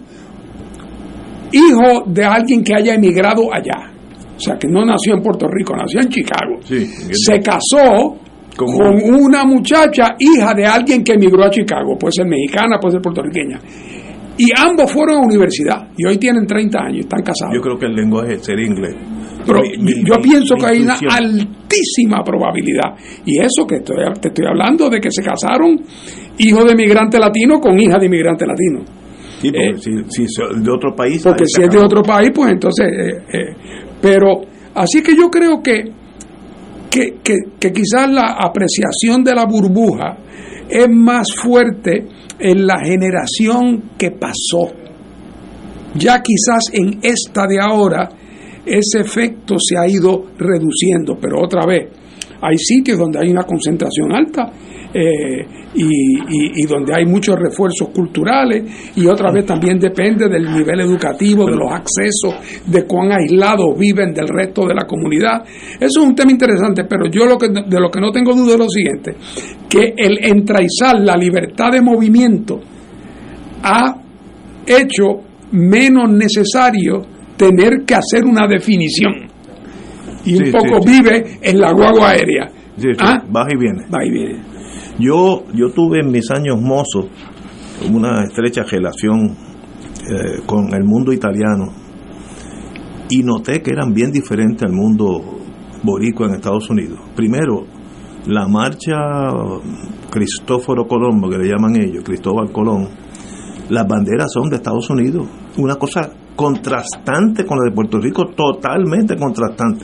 hijo de alguien que haya emigrado allá, o sea, que no nació en Puerto Rico, nació en Chicago, sí, se casó ¿Cómo? Con una muchacha, hija de alguien que emigró a Chicago, puede ser mexicana, puede ser puertorriqueña, y ambos fueron a universidad, y hoy tienen treinta años, están casados. Yo creo que el lenguaje sería inglés. Pero mi, mi, yo pienso mi que hay una altísima probabilidad, y eso que estoy, te estoy hablando de que se casaron hijos de inmigrante latino con hija de inmigrante latino. Sí, porque eh, si, si es de otro país. Porque si es de otro país, pues entonces. Eh, eh, pero así que yo creo que, que, que, que quizás la apreciación de la burbuja es más fuerte en la generación que pasó. Ya quizás en esta de ahora ese efecto se ha ido reduciendo, pero otra vez, hay sitios donde hay una concentración alta eh, y, y, y donde hay muchos refuerzos culturales, y otra vez también depende del nivel educativo, de los accesos, de cuán aislados viven del resto de la comunidad. Eso es un tema interesante, pero yo lo que, de lo que no tengo duda es lo siguiente, que el enraizar la libertad de movimiento ha hecho menos necesario tener que hacer una definición. y un sí, poco sí, sí. vive en la guagua aérea. Sí, sí, ¿Ah? va y viene. Va y viene. Yo, yo tuve en mis años mozos una estrecha relación eh, con el mundo italiano y noté que eran bien diferentes al mundo boricua en Estados Unidos. Primero, la marcha Cristóforo Colombo, que le llaman ellos, Cristóbal Colón, las banderas son de Estados Unidos, una cosa contrastante con la de Puerto Rico, totalmente contrastante.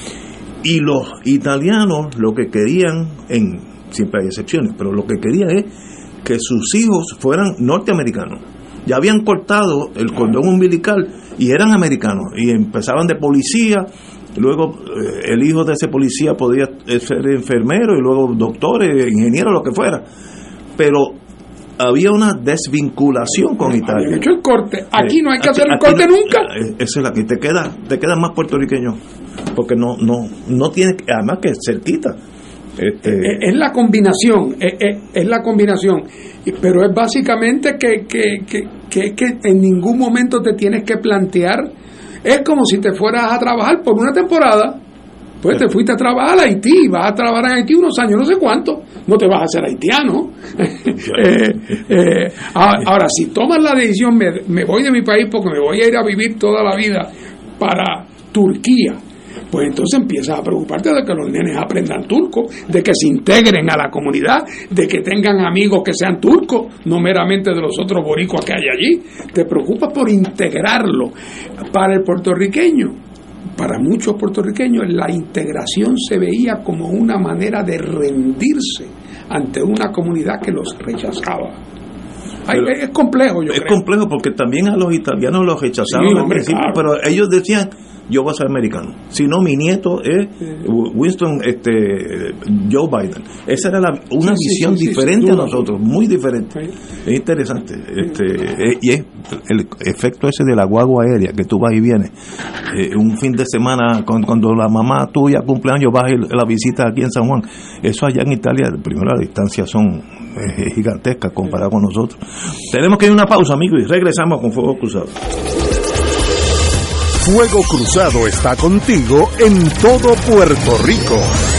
Y los italianos lo que querían, en siempre hay excepciones, pero lo que querían es que sus hijos fueran norteamericanos. Ya habían cortado el cordón umbilical y eran americanos, y empezaban de policía, luego eh, el hijo de ese policía podía ser enfermero, y luego doctor, ingeniero, lo que fuera. Pero había una desvinculación con Italia. Había hecho el corte. Aquí no hay que Aquí- hacer el aquí corte no- nunca. Esa es la que te queda, te quedan más puertorriqueños, porque no, no, no tiene, además que es cerquita. Este, Es, es la combinación, es, es- es la combinación. Y- Pero es básicamente que, que, que, que, que en ningún momento te tienes que plantear. Es como si te fueras a trabajar por una temporada. Pues te fuiste a trabajar a Haití, vas a trabajar en Haití unos años, no sé cuánto, no te vas a hacer haitiano. eh, eh, ahora, ahora, si tomas la decisión, me, me voy de mi país porque me voy a ir a vivir toda la vida para Turquía, pues entonces empiezas a preocuparte de que los nenes aprendan turco, de que se integren a la comunidad, de que tengan amigos que sean turcos, no meramente de los otros boricuas que hay allí. Te preocupas por integrarlo. Para el puertorriqueño, para muchos puertorriqueños, la integración se veía como una manera de rendirse ante una comunidad que los rechazaba. Ay, Pero es complejo, yo es creo. complejo porque también a los italianos los rechazaban Sí, al hombre, principio, claro. pero ellos decían, yo voy a ser americano. Si no, mi nieto es Winston, este, Joe Biden. Esa era la, una Sí, sí, visión sí, sí, diferente sin a duda. nosotros, muy diferente. Es interesante. Este, eh, y es el efecto ese de la guagua aérea, que tú vas y vienes. Eh, un fin de semana, cuando, cuando la mamá tuya cumpleaños, vas y la visita aquí en San Juan. Eso allá en Italia, primero las distancias son eh, gigantescas comparadas con nosotros. Tenemos que ir a una pausa, amigos, y regresamos con Fuego Cruzado. Fuego Cruzado está contigo en todo Puerto Rico.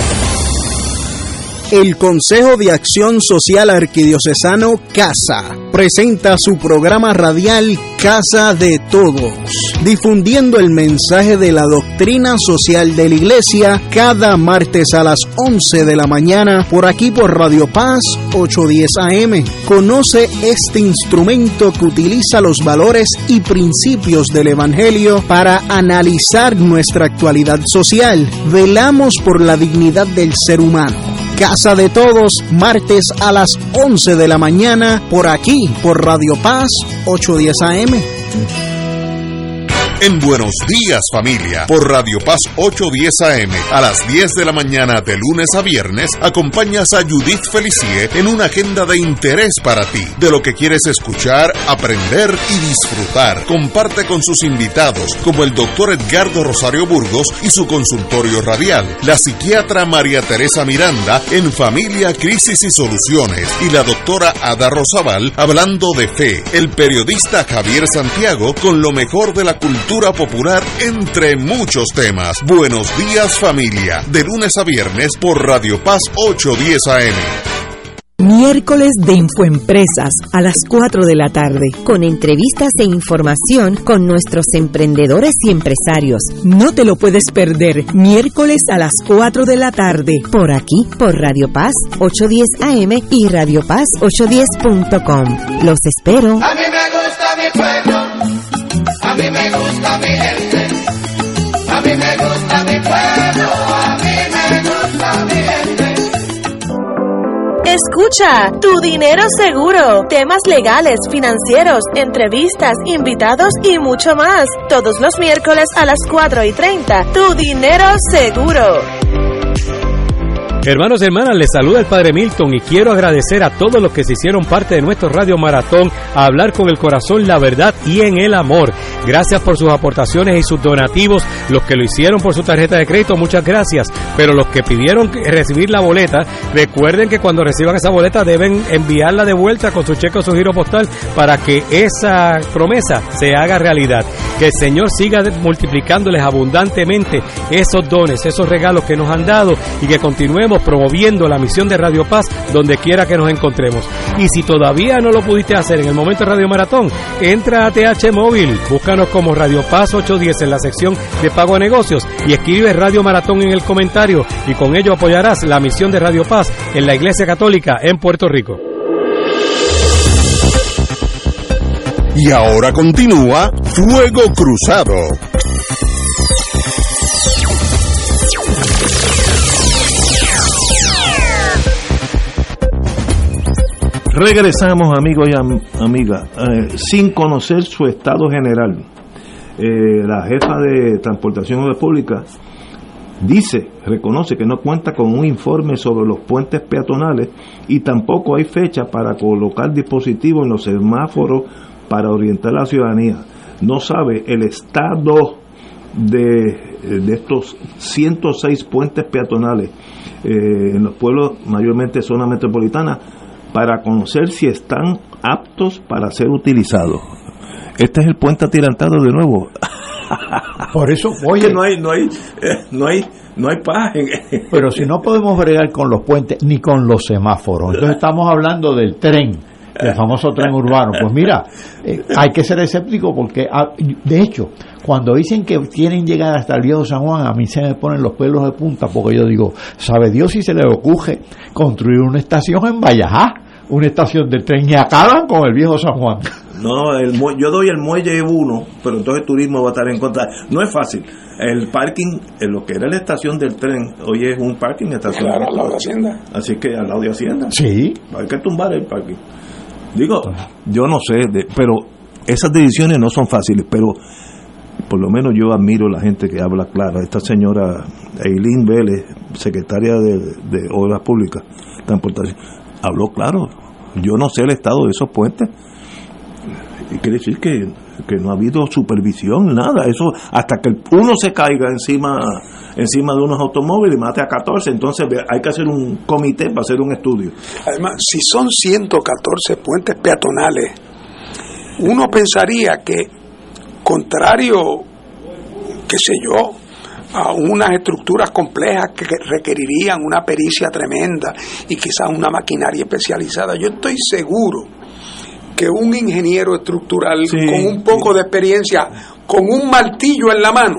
El Consejo de Acción Social Arquidiocesano CASA presenta su programa radial Casa de Todos, difundiendo el mensaje de la doctrina social de la Iglesia cada martes a las once de la mañana por aquí por Radio Paz ochocientos diez A M. Conoce este instrumento que utiliza los valores y principios del Evangelio para analizar nuestra actualidad social. Velamos por la dignidad del ser humano. Casa de Todos, martes a las once de la mañana, por aquí, por Radio Paz ochocientos diez A M. En Buenos Días, familia, por Radio Paz ochocientos diez A M, a las diez de la mañana de lunes a viernes, acompañas a Judith Felicie en una agenda de interés para ti, de lo que quieres escuchar, aprender y disfrutar. Comparte con sus invitados, como el doctor Edgardo Rosario Burgos y su consultorio radial, la psiquiatra María Teresa Miranda en Familia, Crisis y Soluciones, y la doctora Ada Rosabal hablando de fe, el periodista Javier Santiago con lo mejor de la cultura popular, entre muchos temas. Buenos días, familia, de lunes a viernes por Radio Paz ochocientos diez A M. Miércoles de Infoempresas a las cuatro de la tarde. Con entrevistas e información con nuestros emprendedores y empresarios. No te lo puedes perder. Miércoles a las cuatro de la tarde. Por aquí, por Radio Paz ochocientos diez A M y Radio Paz ochocientos diez punto com. Los espero. A mí me gusta mi pueblo. A mí me gusta mi gente, a mí me gusta mi pueblo, a mí me gusta mi gente. Escucha, Tu Dinero Seguro, temas legales, financieros, entrevistas, invitados y mucho más. Todos los miércoles a las cuatro y treinta, Tu Dinero Seguro. Hermanos y hermanas, les saluda el Padre Milton y quiero agradecer a todos los que se hicieron parte de nuestro Radio Maratón a hablar con el corazón, la verdad y en el amor. Gracias por sus aportaciones y sus donativos. Los que lo hicieron por su tarjeta de crédito, muchas gracias. Pero los que pidieron recibir la boleta, recuerden que cuando reciban esa boleta deben enviarla de vuelta con su cheque o su giro postal para que esa promesa se haga realidad. Que el Señor siga multiplicándoles abundantemente esos dones, esos regalos que nos han dado y que continuemos promoviendo la misión de Radio Paz donde quiera que nos encontremos. Y si todavía no lo pudiste hacer en el momento de Radio Maratón, entra a T H Móvil, búscanos como Radio Paz ochocientos diez en la sección de pago a negocios y escribe Radio Maratón en el comentario y con ello apoyarás la misión de Radio Paz en la Iglesia Católica en Puerto Rico. Y ahora continúa Fuego Cruzado. Regresamos, amigos y am- amigas, eh, sin conocer su estado general. Eh, la jefa de Transportación Pública dice, reconoce que no cuenta con un informe sobre los puentes peatonales y tampoco hay fecha para colocar dispositivos en los semáforos para orientar a la ciudadanía. No sabe el estado de, de estos ciento seis puentes peatonales eh, en los pueblos, mayormente zona metropolitana, para conocer si están aptos para ser utilizados. Este es el puente atirantado de nuevo. Por eso, oye, que no hay, no hay, eh, no hay, no hay paz. Pero si no podemos bregar con los puentes ni con los semáforos, entonces estamos hablando del tren, el famoso tren urbano. Pues mira, eh, hay que ser escéptico porque, ah, de hecho, cuando dicen que quieren llegar hasta el viejo San Juan, a mí se me ponen los pelos de punta porque yo digo, ¿sabe Dios si se le ocurre construir una estación en Vallajá? Una estación del tren y acaban con el viejo San Juan. No, el mue- yo doy el muelle uno, pero entonces el turismo va a estar en contra. No es fácil. El parking, en lo que era la estación del tren, hoy es un parking estacional. Claro, al lado de Hacienda. Así que al lado de Hacienda. Sí. Hay que tumbar el parking. Digo, yo no sé, de, pero esas decisiones no son fáciles, pero por lo menos yo admiro a la gente que habla claro. Esta señora Eileen Vélez, secretaria de, de Obras Públicas, Transportación, habló claro. Yo no sé el estado de esos puentes. Y quiere decir que, que no ha habido supervisión, nada. Eso hasta que uno se caiga encima encima de unos automóviles y mate a catorce, entonces hay que hacer un comité para hacer un estudio. Además, si son ciento catorce puentes peatonales, uno pensaría que, contrario, qué sé yo, a unas estructuras complejas que requerirían una pericia tremenda y quizás una maquinaria especializada, yo estoy seguro que un ingeniero estructural sí, con un poco sí. de experiencia, con un martillo en la mano,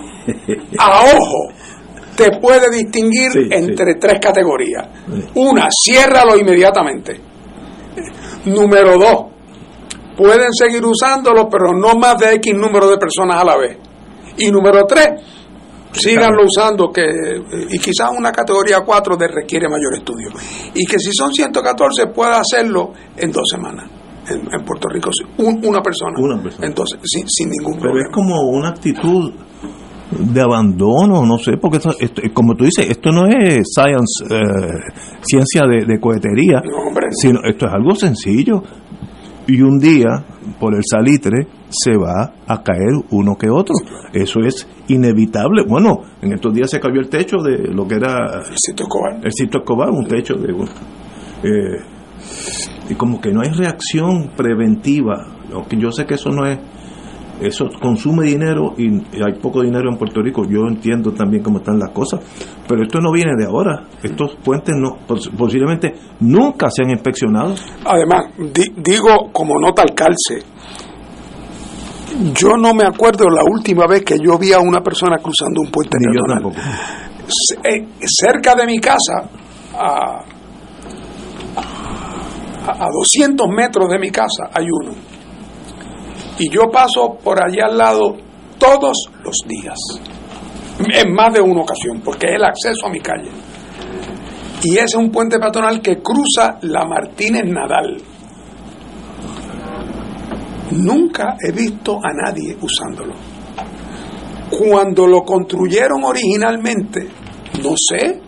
a ojo, te puede distinguir sí, entre sí. tres categorías. Sí. Una, ciérralo inmediatamente. Número dos, pueden seguir usándolo, pero no más de X número de personas a la vez. Y número tres, síganlo usando, que y quizás una categoría cuatro de requiere mayor estudio. Y que si son ciento catorce, pueda hacerlo en dos semanas. En, en Puerto Rico, un, una persona. Una persona. Entonces, sin, sin ningún Pero problema. es como una actitud de abandono, no sé, porque esto, esto, como tú dices, esto no es science, eh, ciencia de, de cohetería, no, hombre, sino esto es algo sencillo. Y un día, por el salitre, se va a caer uno que otro. Eso es inevitable. Bueno, en estos días se cayó el techo de lo que era el Cito Escobar. El Cito Escobar, un techo de... Eh, y como que no hay reacción preventiva. Aunque yo sé que eso no es... Eso consume dinero y hay poco dinero en Puerto Rico. Yo entiendo también cómo están las cosas. Pero esto no viene de ahora. Estos puentes no posiblemente nunca se han inspeccionado. Además, di, digo como nota al calce, yo no me acuerdo la última vez que yo vi a una persona cruzando un puente Ni peatonal. Yo tampoco. C- cerca de mi casa, a, a, a doscientos metros de mi casa, hay uno. Y yo paso por allá al lado todos los días, en más de una ocasión, porque es el acceso a mi calle. Y ese es un puente peatonal que cruza la Martínez Nadal. Nunca he visto a nadie usándolo. Cuando lo construyeron originalmente, no sé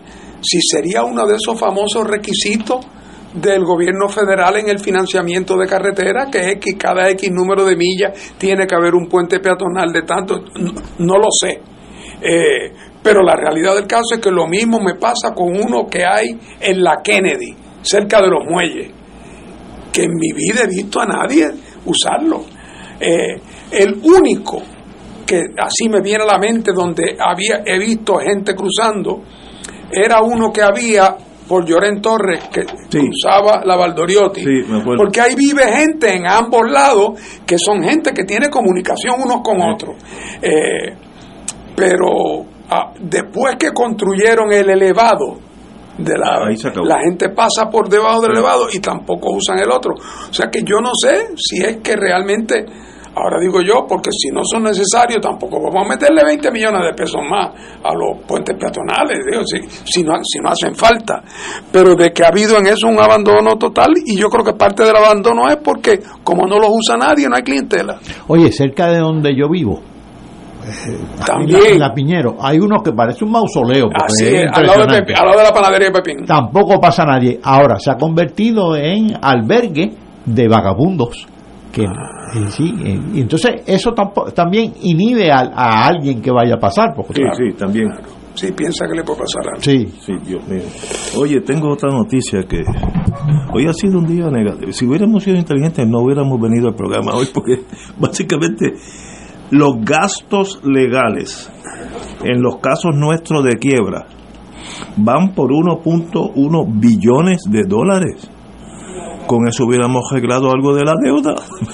si sería uno de esos famosos requisitos del gobierno federal en el financiamiento de carreteras, que es que cada X número de millas tiene que haber un puente peatonal de tanto, no, no lo sé. Eh, pero la realidad del caso es que lo mismo me pasa con uno que hay en la Kennedy, cerca de los muelles, que en mi vida he visto a nadie usarlo. Eh, el único que así me viene a la mente donde había he visto gente cruzando era uno que había por Llorén Torres, que sí. cruzaba la Valdoriotti, sí, porque ahí vive gente en ambos lados que son gente que tiene comunicación unos con sí. otros. Eh, pero ah, después que construyeron el elevado de la, la gente pasa por debajo del sí. elevado y tampoco usan el otro. O sea que yo no sé si es que realmente, ahora digo yo, porque si no son necesarios tampoco vamos a meterle veinte millones de pesos más a los puentes peatonales, digo, si, si, no, si no hacen falta. Pero de que ha habido en eso un abandono total, y yo creo que parte del abandono es porque como no los usa nadie, no hay clientela. Oye, cerca de donde yo vivo, eh, también en la, la Piñero, hay uno que parece un mausoleo. Así es, al lado, de Pepi, al lado de la panadería de Pepín. Tampoco pasa nadie. Ahora se ha convertido en albergue de vagabundos. Que, eh, sí, eh, y entonces eso tampoco, también inhibe a, a alguien que vaya a pasar. Porque, sí, claro, sí, también. Claro. Sí, piensa que le puede pasar algo. Sí. Sí, Dios mío. Oye, tengo otra noticia que hoy ha sido un día negativo. Si hubiéramos sido inteligentes no hubiéramos venido al programa hoy, porque básicamente los gastos legales en los casos nuestros de quiebra van por uno punto uno billones de dólares. Con eso hubiéramos arreglado algo de la deuda.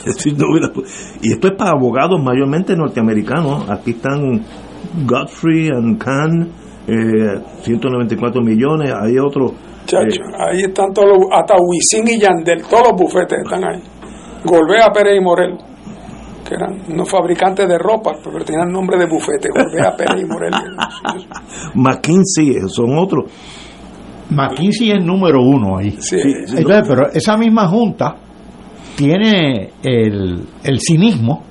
Y esto es para abogados mayormente norteamericanos. Aquí están Godfrey and Kahn, eh, ciento noventa y cuatro millones. Hay otros. Chacho, eh, ahí están todos los, hasta Wisin y Yandel, todos los bufetes están ahí. Golbea, Pérez y Morel, que eran unos fabricantes de ropa, pero tenían nombre de bufete. Golbea, Pérez y Morel. McKinsey, son otros. McKinsey es número uno ahí. Sí, sí, entonces, pero esa misma junta tiene el, el cinismo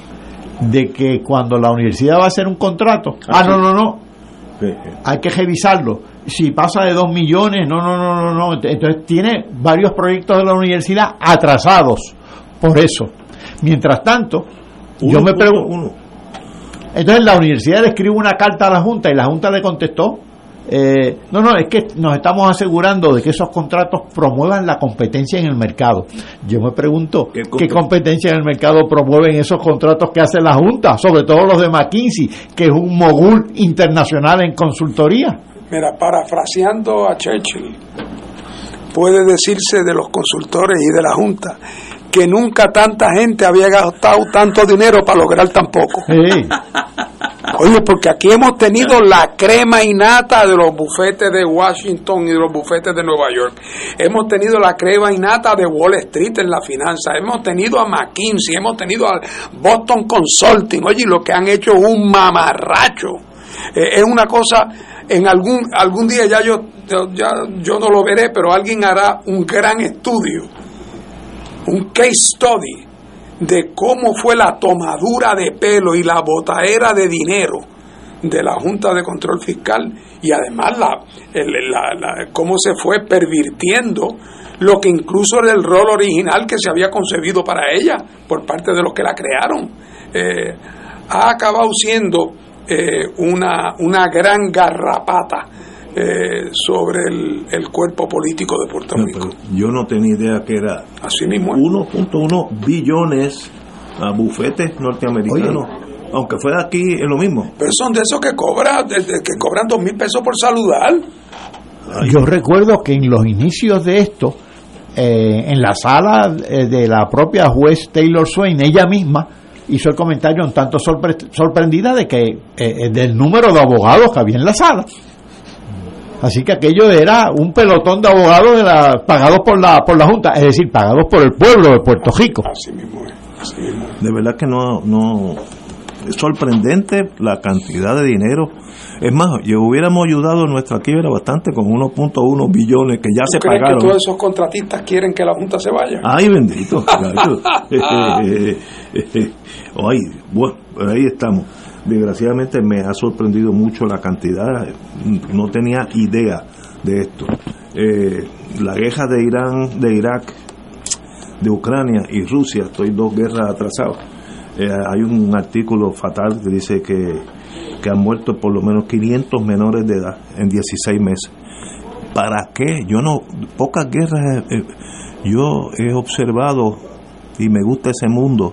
de que cuando la universidad va a hacer un contrato, ah, ah sí. no, no, no, sí, sí. hay que revisarlo. Si pasa de dos millones, no, no, no, no, no. Entonces tiene varios proyectos de la universidad atrasados por eso. Mientras tanto, uno, yo me pregunto, entonces la universidad le escribe una carta a la junta y la junta le contestó. Eh, no, no, es que nos estamos asegurando de que esos contratos promuevan la competencia en el mercado. Yo me pregunto, ¿qué, ¿qué competencia en el mercado promueven esos contratos que hace la Junta? Sobre todo los de McKinsey, que es un mogul internacional en consultoría. Mira, parafraseando a Churchill, puede decirse de los consultores y de la Junta que nunca tanta gente había gastado tanto dinero para lograr tan poco. Sí. Oye, porque aquí hemos tenido la crema innata de los bufetes de Washington y de los bufetes de Nueva York. Hemos tenido la crema innata de Wall Street en la finanza. Hemos tenido a McKinsey, hemos tenido a Boston Consulting. Oye, lo que han hecho es un mamarracho. Eh, es una cosa, en algún algún día ya yo, ya yo no lo veré, pero alguien hará un gran estudio, un case study de cómo fue la tomadura de pelo y la botaera de dinero de la Junta de Control Fiscal, y además la, el, la, la cómo se fue pervirtiendo lo que incluso era el rol original que se había concebido para ella por parte de los que la crearon. Eh, ha acabado siendo eh, una, una gran garrapata Eh, sobre el, el cuerpo político de Puerto Rico. No, yo no tenía idea que era así mismo uno punto uno billones a bufetes norteamericanos. Oye, aunque fuera aquí es lo mismo. Pero son de esos que cobran de, de, que cobran dos mil pesos por saludar. Ay. Yo recuerdo que en los inicios de esto, eh, en la sala eh, de la propia juez Taylor Swain, ella misma hizo el comentario un tanto sorpre- sorprendida de que eh, del número de abogados que había en la sala. Así que aquello era un pelotón de abogados de la, pagados por la por la Junta, es decir, pagados por el pueblo de Puerto Rico. Así mismo es, así mismo. De verdad que no, no es sorprendente la cantidad de dinero. Es más, yo hubiéramos ayudado a nuestra quiebra bastante con uno punto uno billones que ya se ¿Crees pagaron. Que todos esos contratistas quieren que la Junta se vaya? Ay, bendito. Ay, bueno, ahí estamos. Desgraciadamente me ha sorprendido mucho la cantidad, no tenía idea de esto. Eh, la guerra de Irán, de Irak, de Ucrania y Rusia, estoy dos guerras atrasados. Eh, hay un artículo fatal que dice que, que han muerto por lo menos quinientos menores de edad en dieciséis meses. ¿Para qué? Yo no, pocas guerras eh, yo he observado y me gusta ese mundo.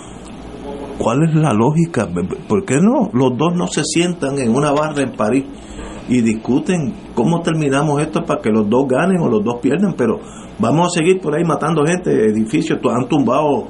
¿Cuál es la lógica? ¿Por qué no? Los dos no se sientan en una barra en París y discuten cómo terminamos esto para que los dos ganen o los dos pierdan, pero vamos a seguir por ahí matando gente, edificios, han tumbado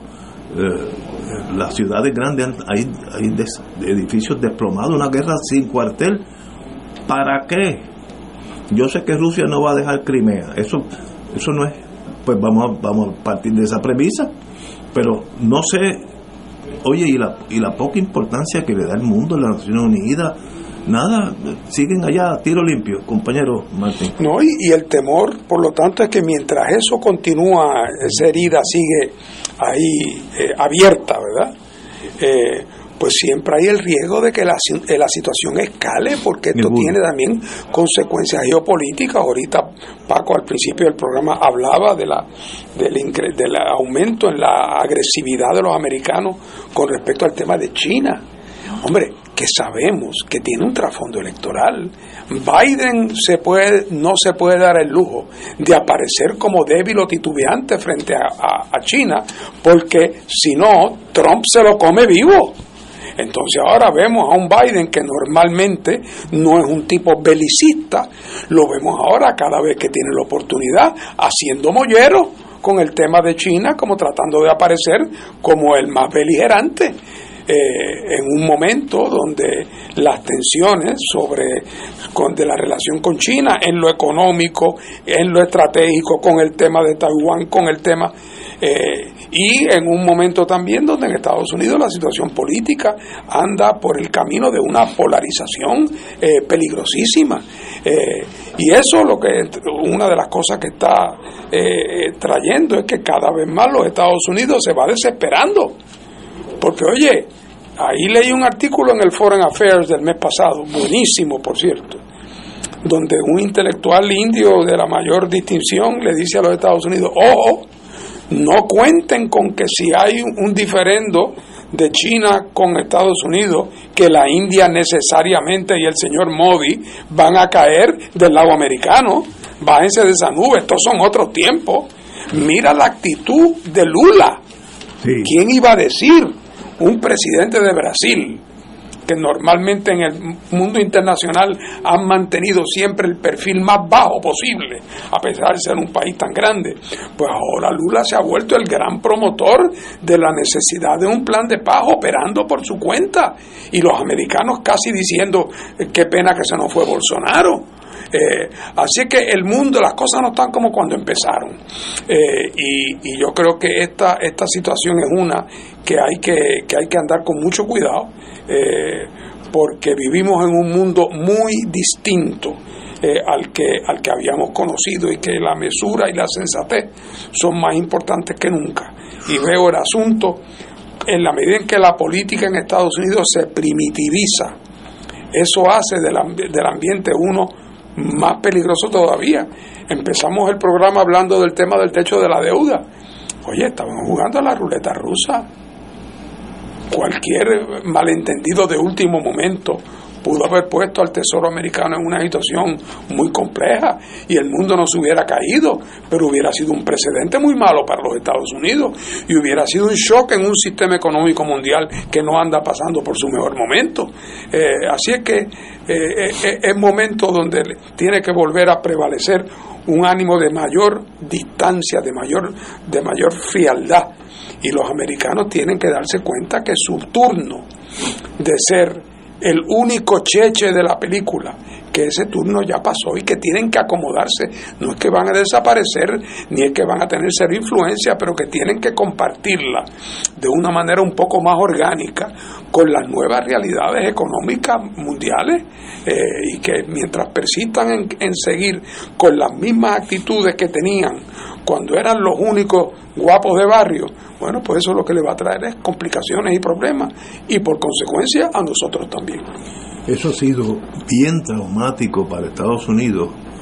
eh, las ciudades grandes, hay, hay des, edificios desplomados, una guerra sin cuartel. ¿Para qué? Yo sé que Rusia no va a dejar Crimea, eso eso no es, pues vamos a, vamos a partir de esa premisa, pero no sé, oye, y la, y la poca importancia que le da el mundo, las Naciones Unidas, nada, siguen allá a tiro limpio, compañero Martín. No, y, y el temor, por lo tanto, es que mientras eso continúa, esa herida sigue ahí eh, abierta, ¿verdad? Eh, pues siempre hay el riesgo de que la, la situación escale, porque esto tiene también consecuencias geopolíticas. Ahorita Paco al principio del programa hablaba de la del, del aumento en la agresividad de los americanos con respecto al tema de China. Hombre, que sabemos que tiene un trasfondo electoral. Biden se puede, no se puede dar el lujo de aparecer como débil o titubeante frente a, a, a China, porque si no, Trump se lo come vivo. Entonces ahora vemos a un Biden que normalmente no es un tipo belicista, lo vemos ahora cada vez que tiene la oportunidad haciendo mollero con el tema de China, como tratando de aparecer como el más beligerante. Eh, en un momento donde las tensiones sobre con, de la relación con China en lo económico, en lo estratégico, con el tema de Taiwán, con el tema eh, y en un momento también donde en Estados Unidos la situación política anda por el camino de una polarización eh, peligrosísima, eh, y eso lo que una de las cosas que está eh, trayendo es que cada vez más los Estados Unidos se va desesperando. Porque, oye, ahí leí un artículo en el Foreign Affairs del mes pasado, buenísimo, por cierto, donde un intelectual indio de la mayor distinción le dice a los Estados Unidos, ojo, no cuenten con que si hay un diferendo de China con Estados Unidos, que la India necesariamente y el señor Modi van a caer del lado americano. Bájense de esa nube, estos son otros tiempos. Mira la actitud de Lula. Sí. ¿Quién iba a decir? Un presidente de Brasil, que normalmente en el mundo internacional han mantenido siempre el perfil más bajo posible, a pesar de ser un país tan grande, pues ahora Lula se ha vuelto el gran promotor de la necesidad de un plan de paz operando por su cuenta, y los americanos casi diciendo qué pena que se nos fue Bolsonaro. Eh, así que el mundo, las cosas no están como cuando empezaron, eh, y, y yo creo que esta esta situación es una que hay que, que hay que andar con mucho cuidado, eh, porque vivimos en un mundo muy distinto eh, al que al que habíamos conocido, y que la mesura y la sensatez son más importantes que nunca. Y veo el asunto en la medida en que la política en Estados Unidos se primitiviza, eso hace del, del ambiente uno más peligroso todavía. Empezamos el programa hablando del tema del techo de la deuda. Oye, estaban jugando a la ruleta rusa. Cualquier malentendido de último momento pudo haber puesto al Tesoro americano en una situación muy compleja y el mundo no se hubiera caído, pero hubiera sido un precedente muy malo para los Estados Unidos y hubiera sido un shock en un sistema económico mundial que no anda pasando por su mejor momento. Eh, así es que eh, eh, es momento donde tiene que volver a prevalecer un ánimo de mayor distancia, de mayor, de mayor frialdad, y los americanos tienen que darse cuenta que su turno de ser el único cheche de la película, que ese turno ya pasó y que tienen que acomodarse. No es que van a desaparecer ni es que van a tener cero influencia, pero que tienen que compartirla de una manera un poco más orgánica con las nuevas realidades económicas mundiales, eh, y que mientras persistan en, en seguir con las mismas actitudes que tenían cuando eran los únicos guapos de barrio, bueno, pues eso lo que le va a traer es complicaciones y problemas, y por consecuencia a nosotros también. Eso ha sido bien traumático para Estados Unidos,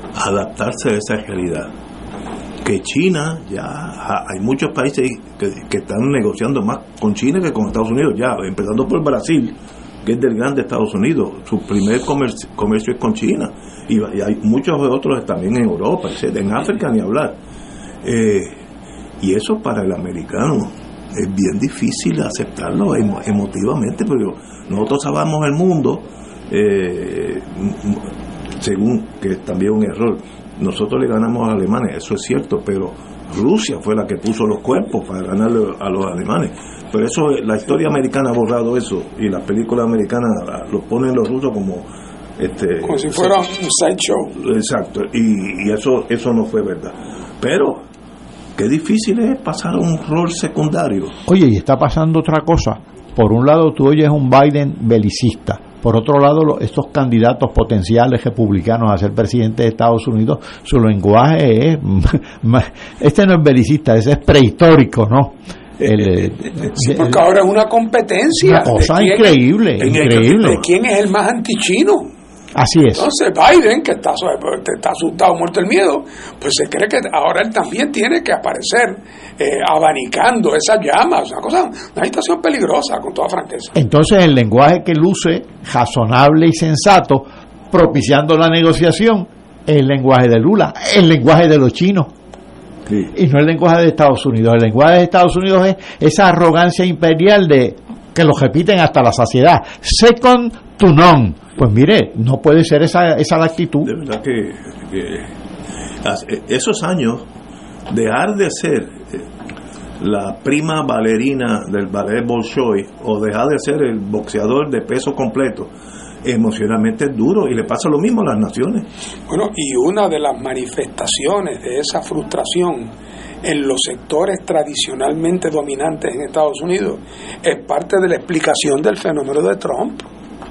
adaptarse a esa realidad. Que China, ya hay muchos países que, que están negociando más con China que con Estados Unidos, ya empezando por Brasil, que es del grande Estados Unidos, su primer comercio, comercio es con China, y, y hay muchos otros también en Europa, etcétera, en África ni hablar. Eh, y eso para el americano es bien difícil aceptarlo emo, emotivamente, pero nosotros salvamos el mundo, eh, según que es también un error. Nosotros le ganamos a los alemanes, eso es cierto, pero Rusia fue la que puso los cuerpos para ganarle a los alemanes. Pero eso, la historia americana ha borrado eso, y las películas americanas los ponen los rusos como este como si fuera un sideshow. Exacto, y, y eso eso no fue verdad. Pero qué difícil es pasar a un rol secundario. Oye, y está pasando otra cosa. Por un lado tú oyes un Biden belicista, por otro lado estos candidatos potenciales republicanos a ser presidente de Estados Unidos, su lenguaje es este no es belicista, ese es prehistórico, ¿no? El, sí, porque el, ahora es una competencia, una cosa increíble, es, increíble. De quién es el más antichino. Así es. Entonces Biden, que está, está asustado, muerto el miedo, pues se cree que ahora él también tiene que aparecer eh, abanicando esas llamas, una cosa, una situación peligrosa, con toda franqueza. Entonces el lenguaje que luce razonable y sensato, propiciando la negociación, es el lenguaje de Lula, el lenguaje de los chinos. Sí. Y no el lenguaje de Estados Unidos. El lenguaje de Estados Unidos es esa arrogancia imperial de que lo repiten hasta la saciedad. Second to none. Pues mire, no puede ser esa esa la actitud. De verdad que, que esos años, dejar de ser la prima bailarina del ballet Bolshoi o dejar de ser el boxeador de peso completo, emocionalmente es duro, y le pasa lo mismo a las naciones. Bueno, y una de las manifestaciones de esa frustración en los sectores tradicionalmente dominantes en Estados Unidos es parte de la explicación del fenómeno de Trump.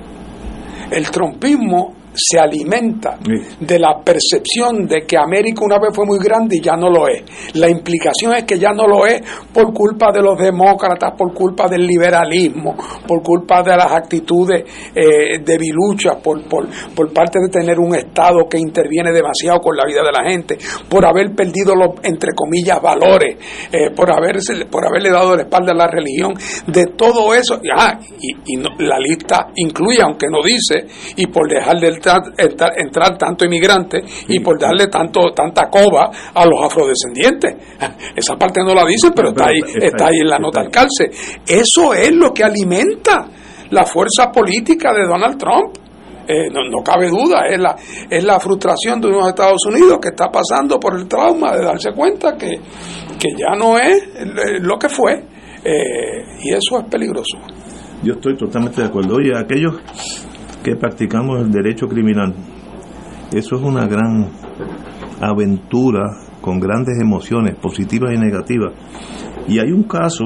El trumpismo se alimenta de la percepción de que América una vez fue muy grande y ya no lo es. La implicación es que ya no lo es por culpa de los demócratas, por culpa del liberalismo, por culpa de las actitudes eh, debiluchas, por, por, por parte de tener un Estado que interviene demasiado con la vida de la gente, por haber perdido los, entre comillas, valores, eh, por, haberse, por haberle dado la espalda a la religión. De todo eso, ah, y, y no, la lista incluye, aunque no dice, y por dejar de Entrar, entrar tanto inmigrante y por darle tanto tanta coba a los afrodescendientes. Esa parte no la dicen, pero está ahí, está ahí en la nota al calce. Eso es lo que alimenta la fuerza política de Donald Trump. Eh, no, no cabe duda, es la, es la frustración de unos Estados Unidos que está pasando por el trauma de darse cuenta que, que ya no es lo que fue, eh, y eso es peligroso. Yo estoy totalmente de acuerdo. Oye, aquellos que practicamos el derecho criminal, eso es una gran aventura con grandes emociones positivas y negativas, y hay un caso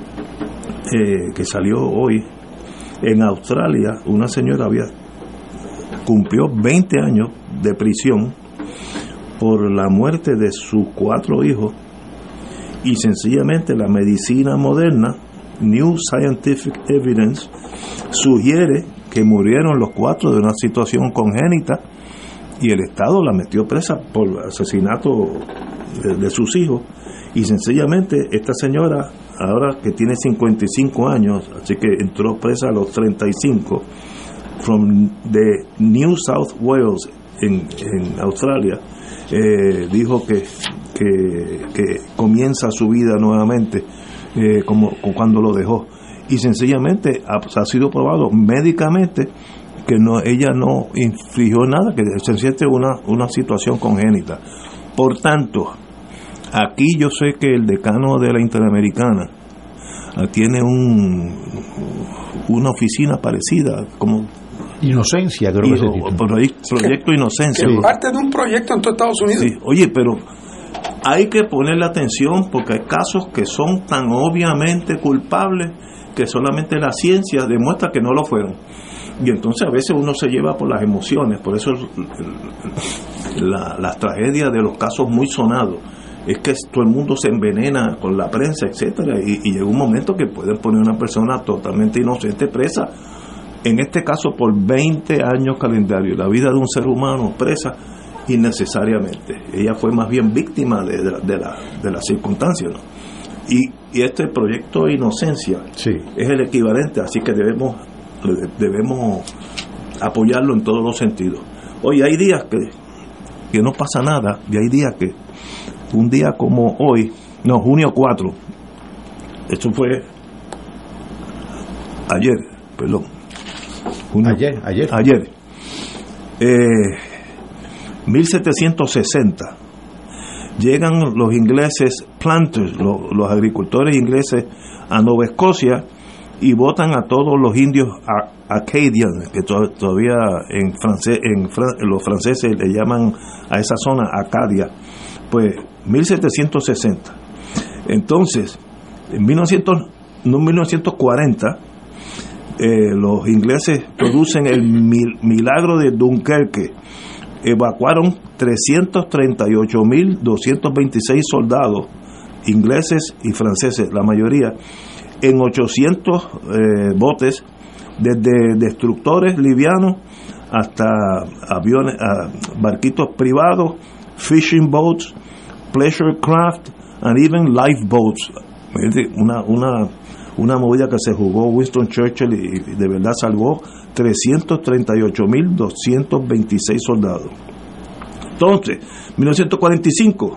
eh, que salió hoy en Australia. Una señora había cumplió veinte años de prisión por la muerte de sus cuatro hijos, y sencillamente la medicina moderna, New Scientific Evidence, sugiere que murieron los cuatro de una situación congénita, y el Estado la metió presa por asesinato de, de sus hijos. Y sencillamente esta señora, ahora que tiene cincuenta y cinco años, así que entró presa a los treinta y cinco, from the New South Wales en, en Australia, eh, dijo que, que, que comienza su vida nuevamente eh, como cuando lo dejó. Y sencillamente ha, ha sido probado médicamente que no, ella no infligió nada, que se siente una, una situación congénita. Por tanto, aquí yo sé que el decano de la Interamericana tiene un una oficina parecida, como Inocencia, creo que se titula. Proyecto, proyecto Inocencia. Es parte de un proyecto en todo Estados Unidos. Sí. Oye, pero hay que ponerle atención, porque hay casos que son tan obviamente culpables que solamente la ciencia demuestra que no lo fueron. Y entonces a veces uno se lleva por las emociones. Por eso la, la tragedia de los casos muy sonados es que todo el mundo se envenena con la prensa, etcétera, y, y llega un momento que pueden poner a una persona totalmente inocente presa, en este caso por veinte años calendario, la vida de un ser humano presa, innecesariamente. Ella fue más bien víctima de, de, de la de las circunstancias, ¿no? Y, y este proyecto de Inocencia sí. es el equivalente, así que debemos debemos apoyarlo en todos los sentidos. Hoy hay días que, que no pasa nada, y hay días que, un día como hoy, no, junio cuatro, esto fue ayer, perdón. Junio, ayer, ayer. Ayer. Eh, mil setecientos sesenta. Llegan los ingleses, planters, los, los agricultores ingleses a Nueva Escocia y votan a todos los indios acadians, que to, todavía en francés, en, fran, los franceses le llaman a esa zona Acadia. Pues mil setecientos sesenta. Entonces, en mil novecientos cuarenta, eh, los ingleses producen el mil, milagro de Dunkerque. Evacuaron trescientos treinta y ocho mil doscientos veintiséis soldados ingleses y franceses, la mayoría, en ochocientos eh, botes, desde destructores livianos hasta aviones, uh, barquitos privados, fishing boats, pleasure craft, and even lifeboats. Una, una, una movida que se jugó Winston Churchill y de verdad salvó trescientos treinta y ocho mil doscientos veintiséis soldados. Entonces, mil novecientos cuarenta y cinco,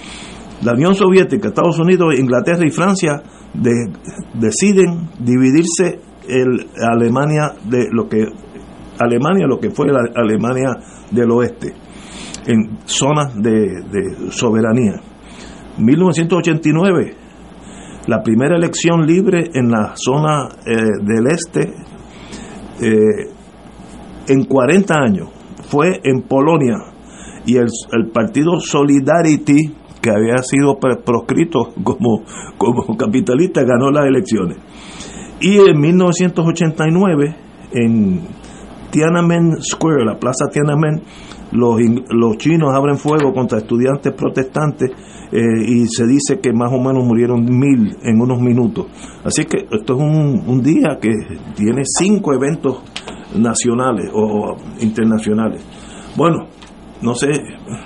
la Unión Soviética, Estados Unidos, Inglaterra y Francia de, deciden dividirse el Alemania de lo que Alemania lo que fue la Alemania del Oeste en zonas de, de soberanía. mil novecientos ochenta y nueve, la primera elección libre en la zona eh, del este eh, en cuarenta años fue en Polonia, y el, el partido Solidarity, que había sido proscrito como, como capitalista, ganó las elecciones. Y en mil novecientos ochenta y nueve, en Tiananmen Square, la plaza Tiananmen, los, los chinos abren fuego contra estudiantes protestantes, eh, y se dice que más o menos murieron mil en unos minutos. Así que esto es un, un día que tiene cinco eventos nacionales o internacionales. Bueno, no sé,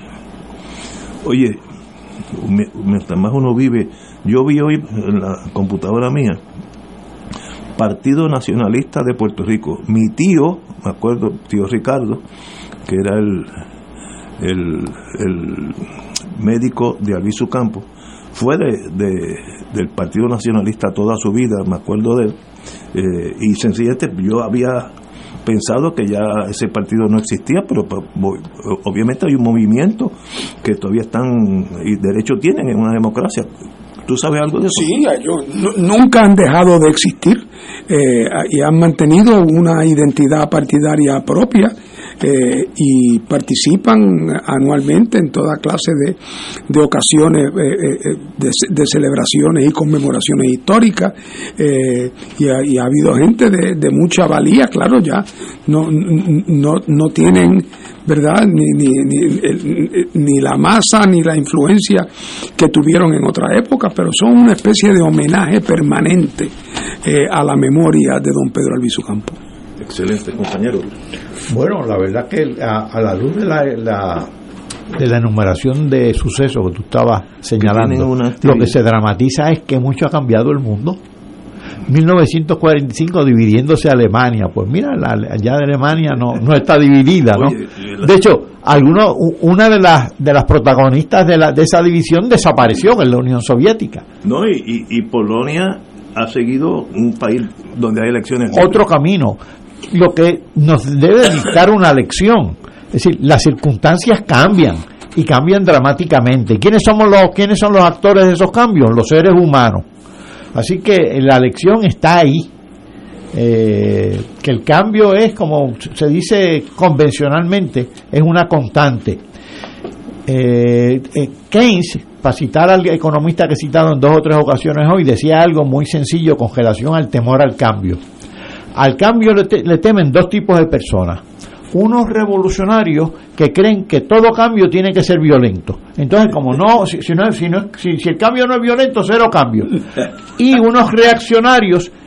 oye, mientras más uno vive, yo vi hoy en la computadora mía, Partido Nacionalista de Puerto Rico. Mi tío, me acuerdo, tío Ricardo, que era el, el, el médico de Albizu Campos, fue de, de, del Partido Nacionalista toda su vida, me acuerdo de él, eh, y sencillamente yo había pensado que ya ese partido no existía, pero obviamente hay un movimiento que todavía están y derecho tienen en una democracia. ¿Tú sabes algo de eso? Sí, ellos nunca han dejado de existir, eh, y han mantenido una identidad partidaria propia, eh, y participan anualmente en toda clase de, de ocasiones, eh, de, de celebraciones y conmemoraciones históricas, eh, y, ha, y ha habido gente de, de mucha valía, claro, ya no no no tienen, ¿verdad?, ni, ni, ni, ni la masa ni la influencia que tuvieron en otra época, pero son una especie de homenaje permanente eh, a la memoria de don Pedro Albizu Campos. Excelente, compañero. Bueno, la verdad que a, a la luz de la, la de la enumeración de sucesos que tú estabas señalando, lo que se dramatiza es que mucho ha cambiado el mundo. mil novecientos cuarenta y cinco dividiéndose Alemania, pues mira, la, allá de Alemania no no está dividida, ¿no? De hecho, alguno, una de las de las protagonistas de la de esa división desapareció en la Unión Soviética. No, y, y, y Polonia ha seguido un país donde hay elecciones. Otro camino, lo que nos debe dictar una lección. Es decir, las circunstancias cambian y cambian dramáticamente. ¿Quiénes somos los quiénes son los actores de esos cambios? Los seres humanos. Así que la lección está ahí, eh, que el cambio es, como se dice convencionalmente, es una constante. Eh, eh, Keynes, para citar al economista que he citado en dos o tres ocasiones hoy, decía algo muy sencillo con relación al temor al cambio. Al cambio le, te, le temen dos tipos de personas. Unos revolucionarios que creen que todo cambio tiene que ser violento. Entonces, como no, si, si, no, si, no, si, si el cambio no es violento, cero cambio. Y unos reaccionarios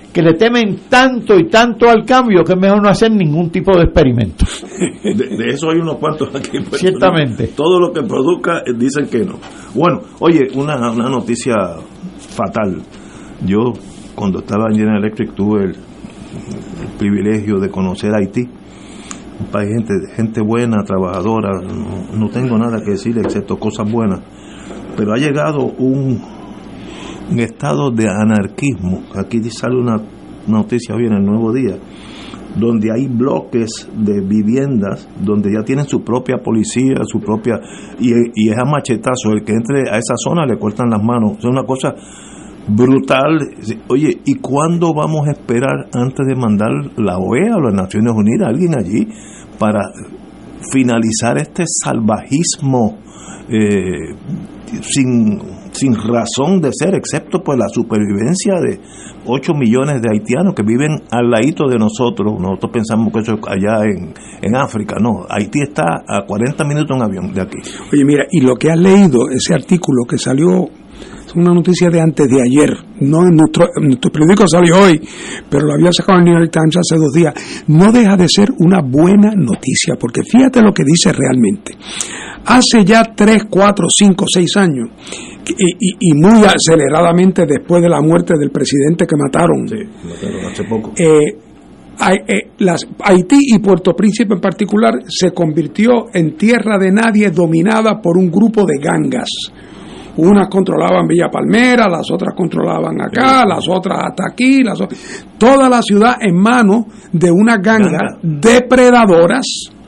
que le temen tanto y tanto al cambio que es mejor no hacer ningún tipo de experimento. De, de eso hay unos cuantos aquí. Ciertamente. Todo lo que produzca dicen que no. Bueno, oye, una, una noticia fatal. Yo, cuando estaba en General Electric, tuve el, el privilegio de conocer Haití. Un país, gente, gente buena, trabajadora. No, no tengo nada que decir excepto cosas buenas. Pero ha llegado un... un estado de anarquismo. Aquí sale una noticia hoy en el Nuevo Día, donde hay bloques de viviendas donde ya tienen su propia policía, su propia, y, y es a machetazo, el que entre a esa zona le cortan las manos. Es una cosa brutal. Oye, ¿y cuándo vamos a esperar antes de mandar la O E A o las Naciones Unidas, alguien allí, para finalizar este salvajismo eh, sin sin razón de ser, excepto por la supervivencia de ocho millones de haitianos que viven al ladito de nosotros? Nosotros pensamos que eso es allá en, en África. No, Haití está a cuarenta minutos en avión de aquí. Oye, mira, y lo que has leído, ese artículo que salió, es una noticia de antes de ayer, no en nuestro, en nuestro periódico salió hoy, pero lo había sacado en el New York Times hace dos días, no deja de ser una buena noticia, porque fíjate lo que dice realmente. Hace ya tres, cuatro, cinco, seis años, y, y, y muy aceleradamente después de la muerte del presidente que mataron, sí, mataron hace poco. Eh, eh, las, Haití y Puerto Príncipe en particular se convirtió en tierra de nadie, dominada por un grupo de gangas. Unas controlaban Villa Palmera, las otras controlaban acá, las otras hasta aquí, las otras, toda la ciudad en manos de unas gangas depredadoras,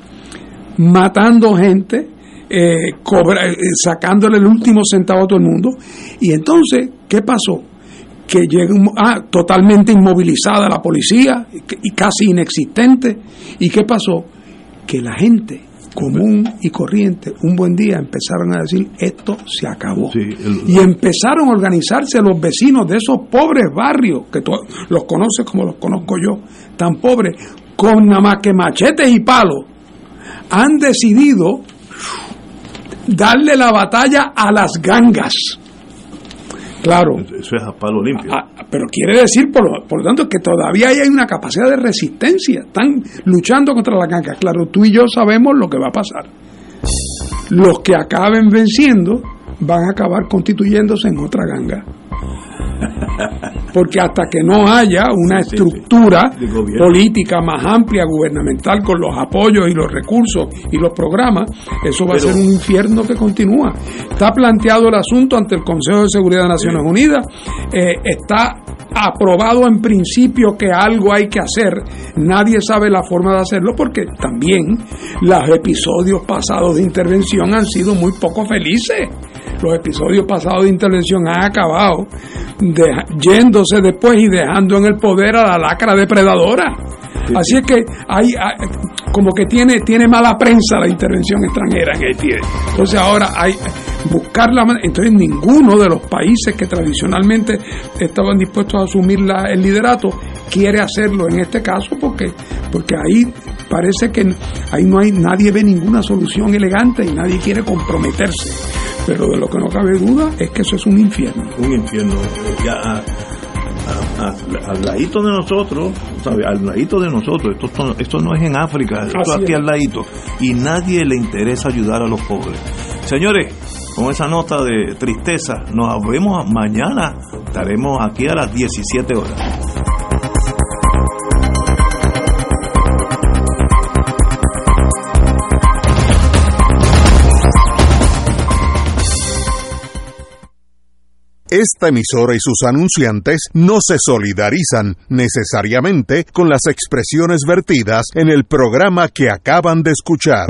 matando gente, eh, cobra, eh, sacándole el último centavo a todo el mundo. Y entonces, ¿qué pasó? Que llega un, ah, totalmente inmovilizada la policía y casi inexistente. ¿Y qué pasó? Que la gente común y corriente un buen día empezaron a decir esto se acabó, sí, el, y empezaron a organizarse los vecinos de esos pobres barrios que tú los conoces como los conozco yo, tan pobres, con nada más que machetes y palos han decidido darle la batalla a las gangas. Claro, eso es a palo limpio. A, pero quiere decir, por lo, por lo tanto, que todavía hay una capacidad de resistencia. Están luchando contra la ganga. Claro, tú y yo sabemos lo que va a pasar. Los que acaben venciendo van a acabar constituyéndose en otra ganga. Porque hasta que no haya una estructura sí, sí, política más amplia, gubernamental, con los apoyos y los recursos y los programas, eso va Pero, a ser un infierno que continúa. Está planteado el asunto ante el Consejo de Seguridad de Naciones sí. Unidas, eh, está aprobado en principio que algo hay que hacer, nadie sabe la forma de hacerlo, porque también los episodios pasados de intervención han sido muy poco felices. Los episodios pasados de intervención han acabado de, yéndose después y dejando en el poder a la lacra depredadora. Sí, Así sí. es que hay, hay como que tiene tiene mala prensa la intervención extranjera en Haití. Entonces ahora hay buscar la manera. Entonces ninguno de los países que tradicionalmente estaban dispuestos a asumir la, el liderato quiere hacerlo en este caso, porque porque ahí parece que ahí no hay, nadie ve ninguna solución elegante y nadie quiere comprometerse. Pero de lo que no cabe duda es que eso es un infierno. Un infierno. Ya a, a, a, al ladito de nosotros, ¿sabe? Al ladito de nosotros. Esto, esto no es en África, esto es aquí al ladito. Y nadie le interesa ayudar a los pobres. Señores, con esa nota de tristeza, nos vemos mañana. Estaremos aquí a las diecisiete horas. Esta emisora y sus anunciantes no se solidarizan necesariamente con las expresiones vertidas en el programa que acaban de escuchar.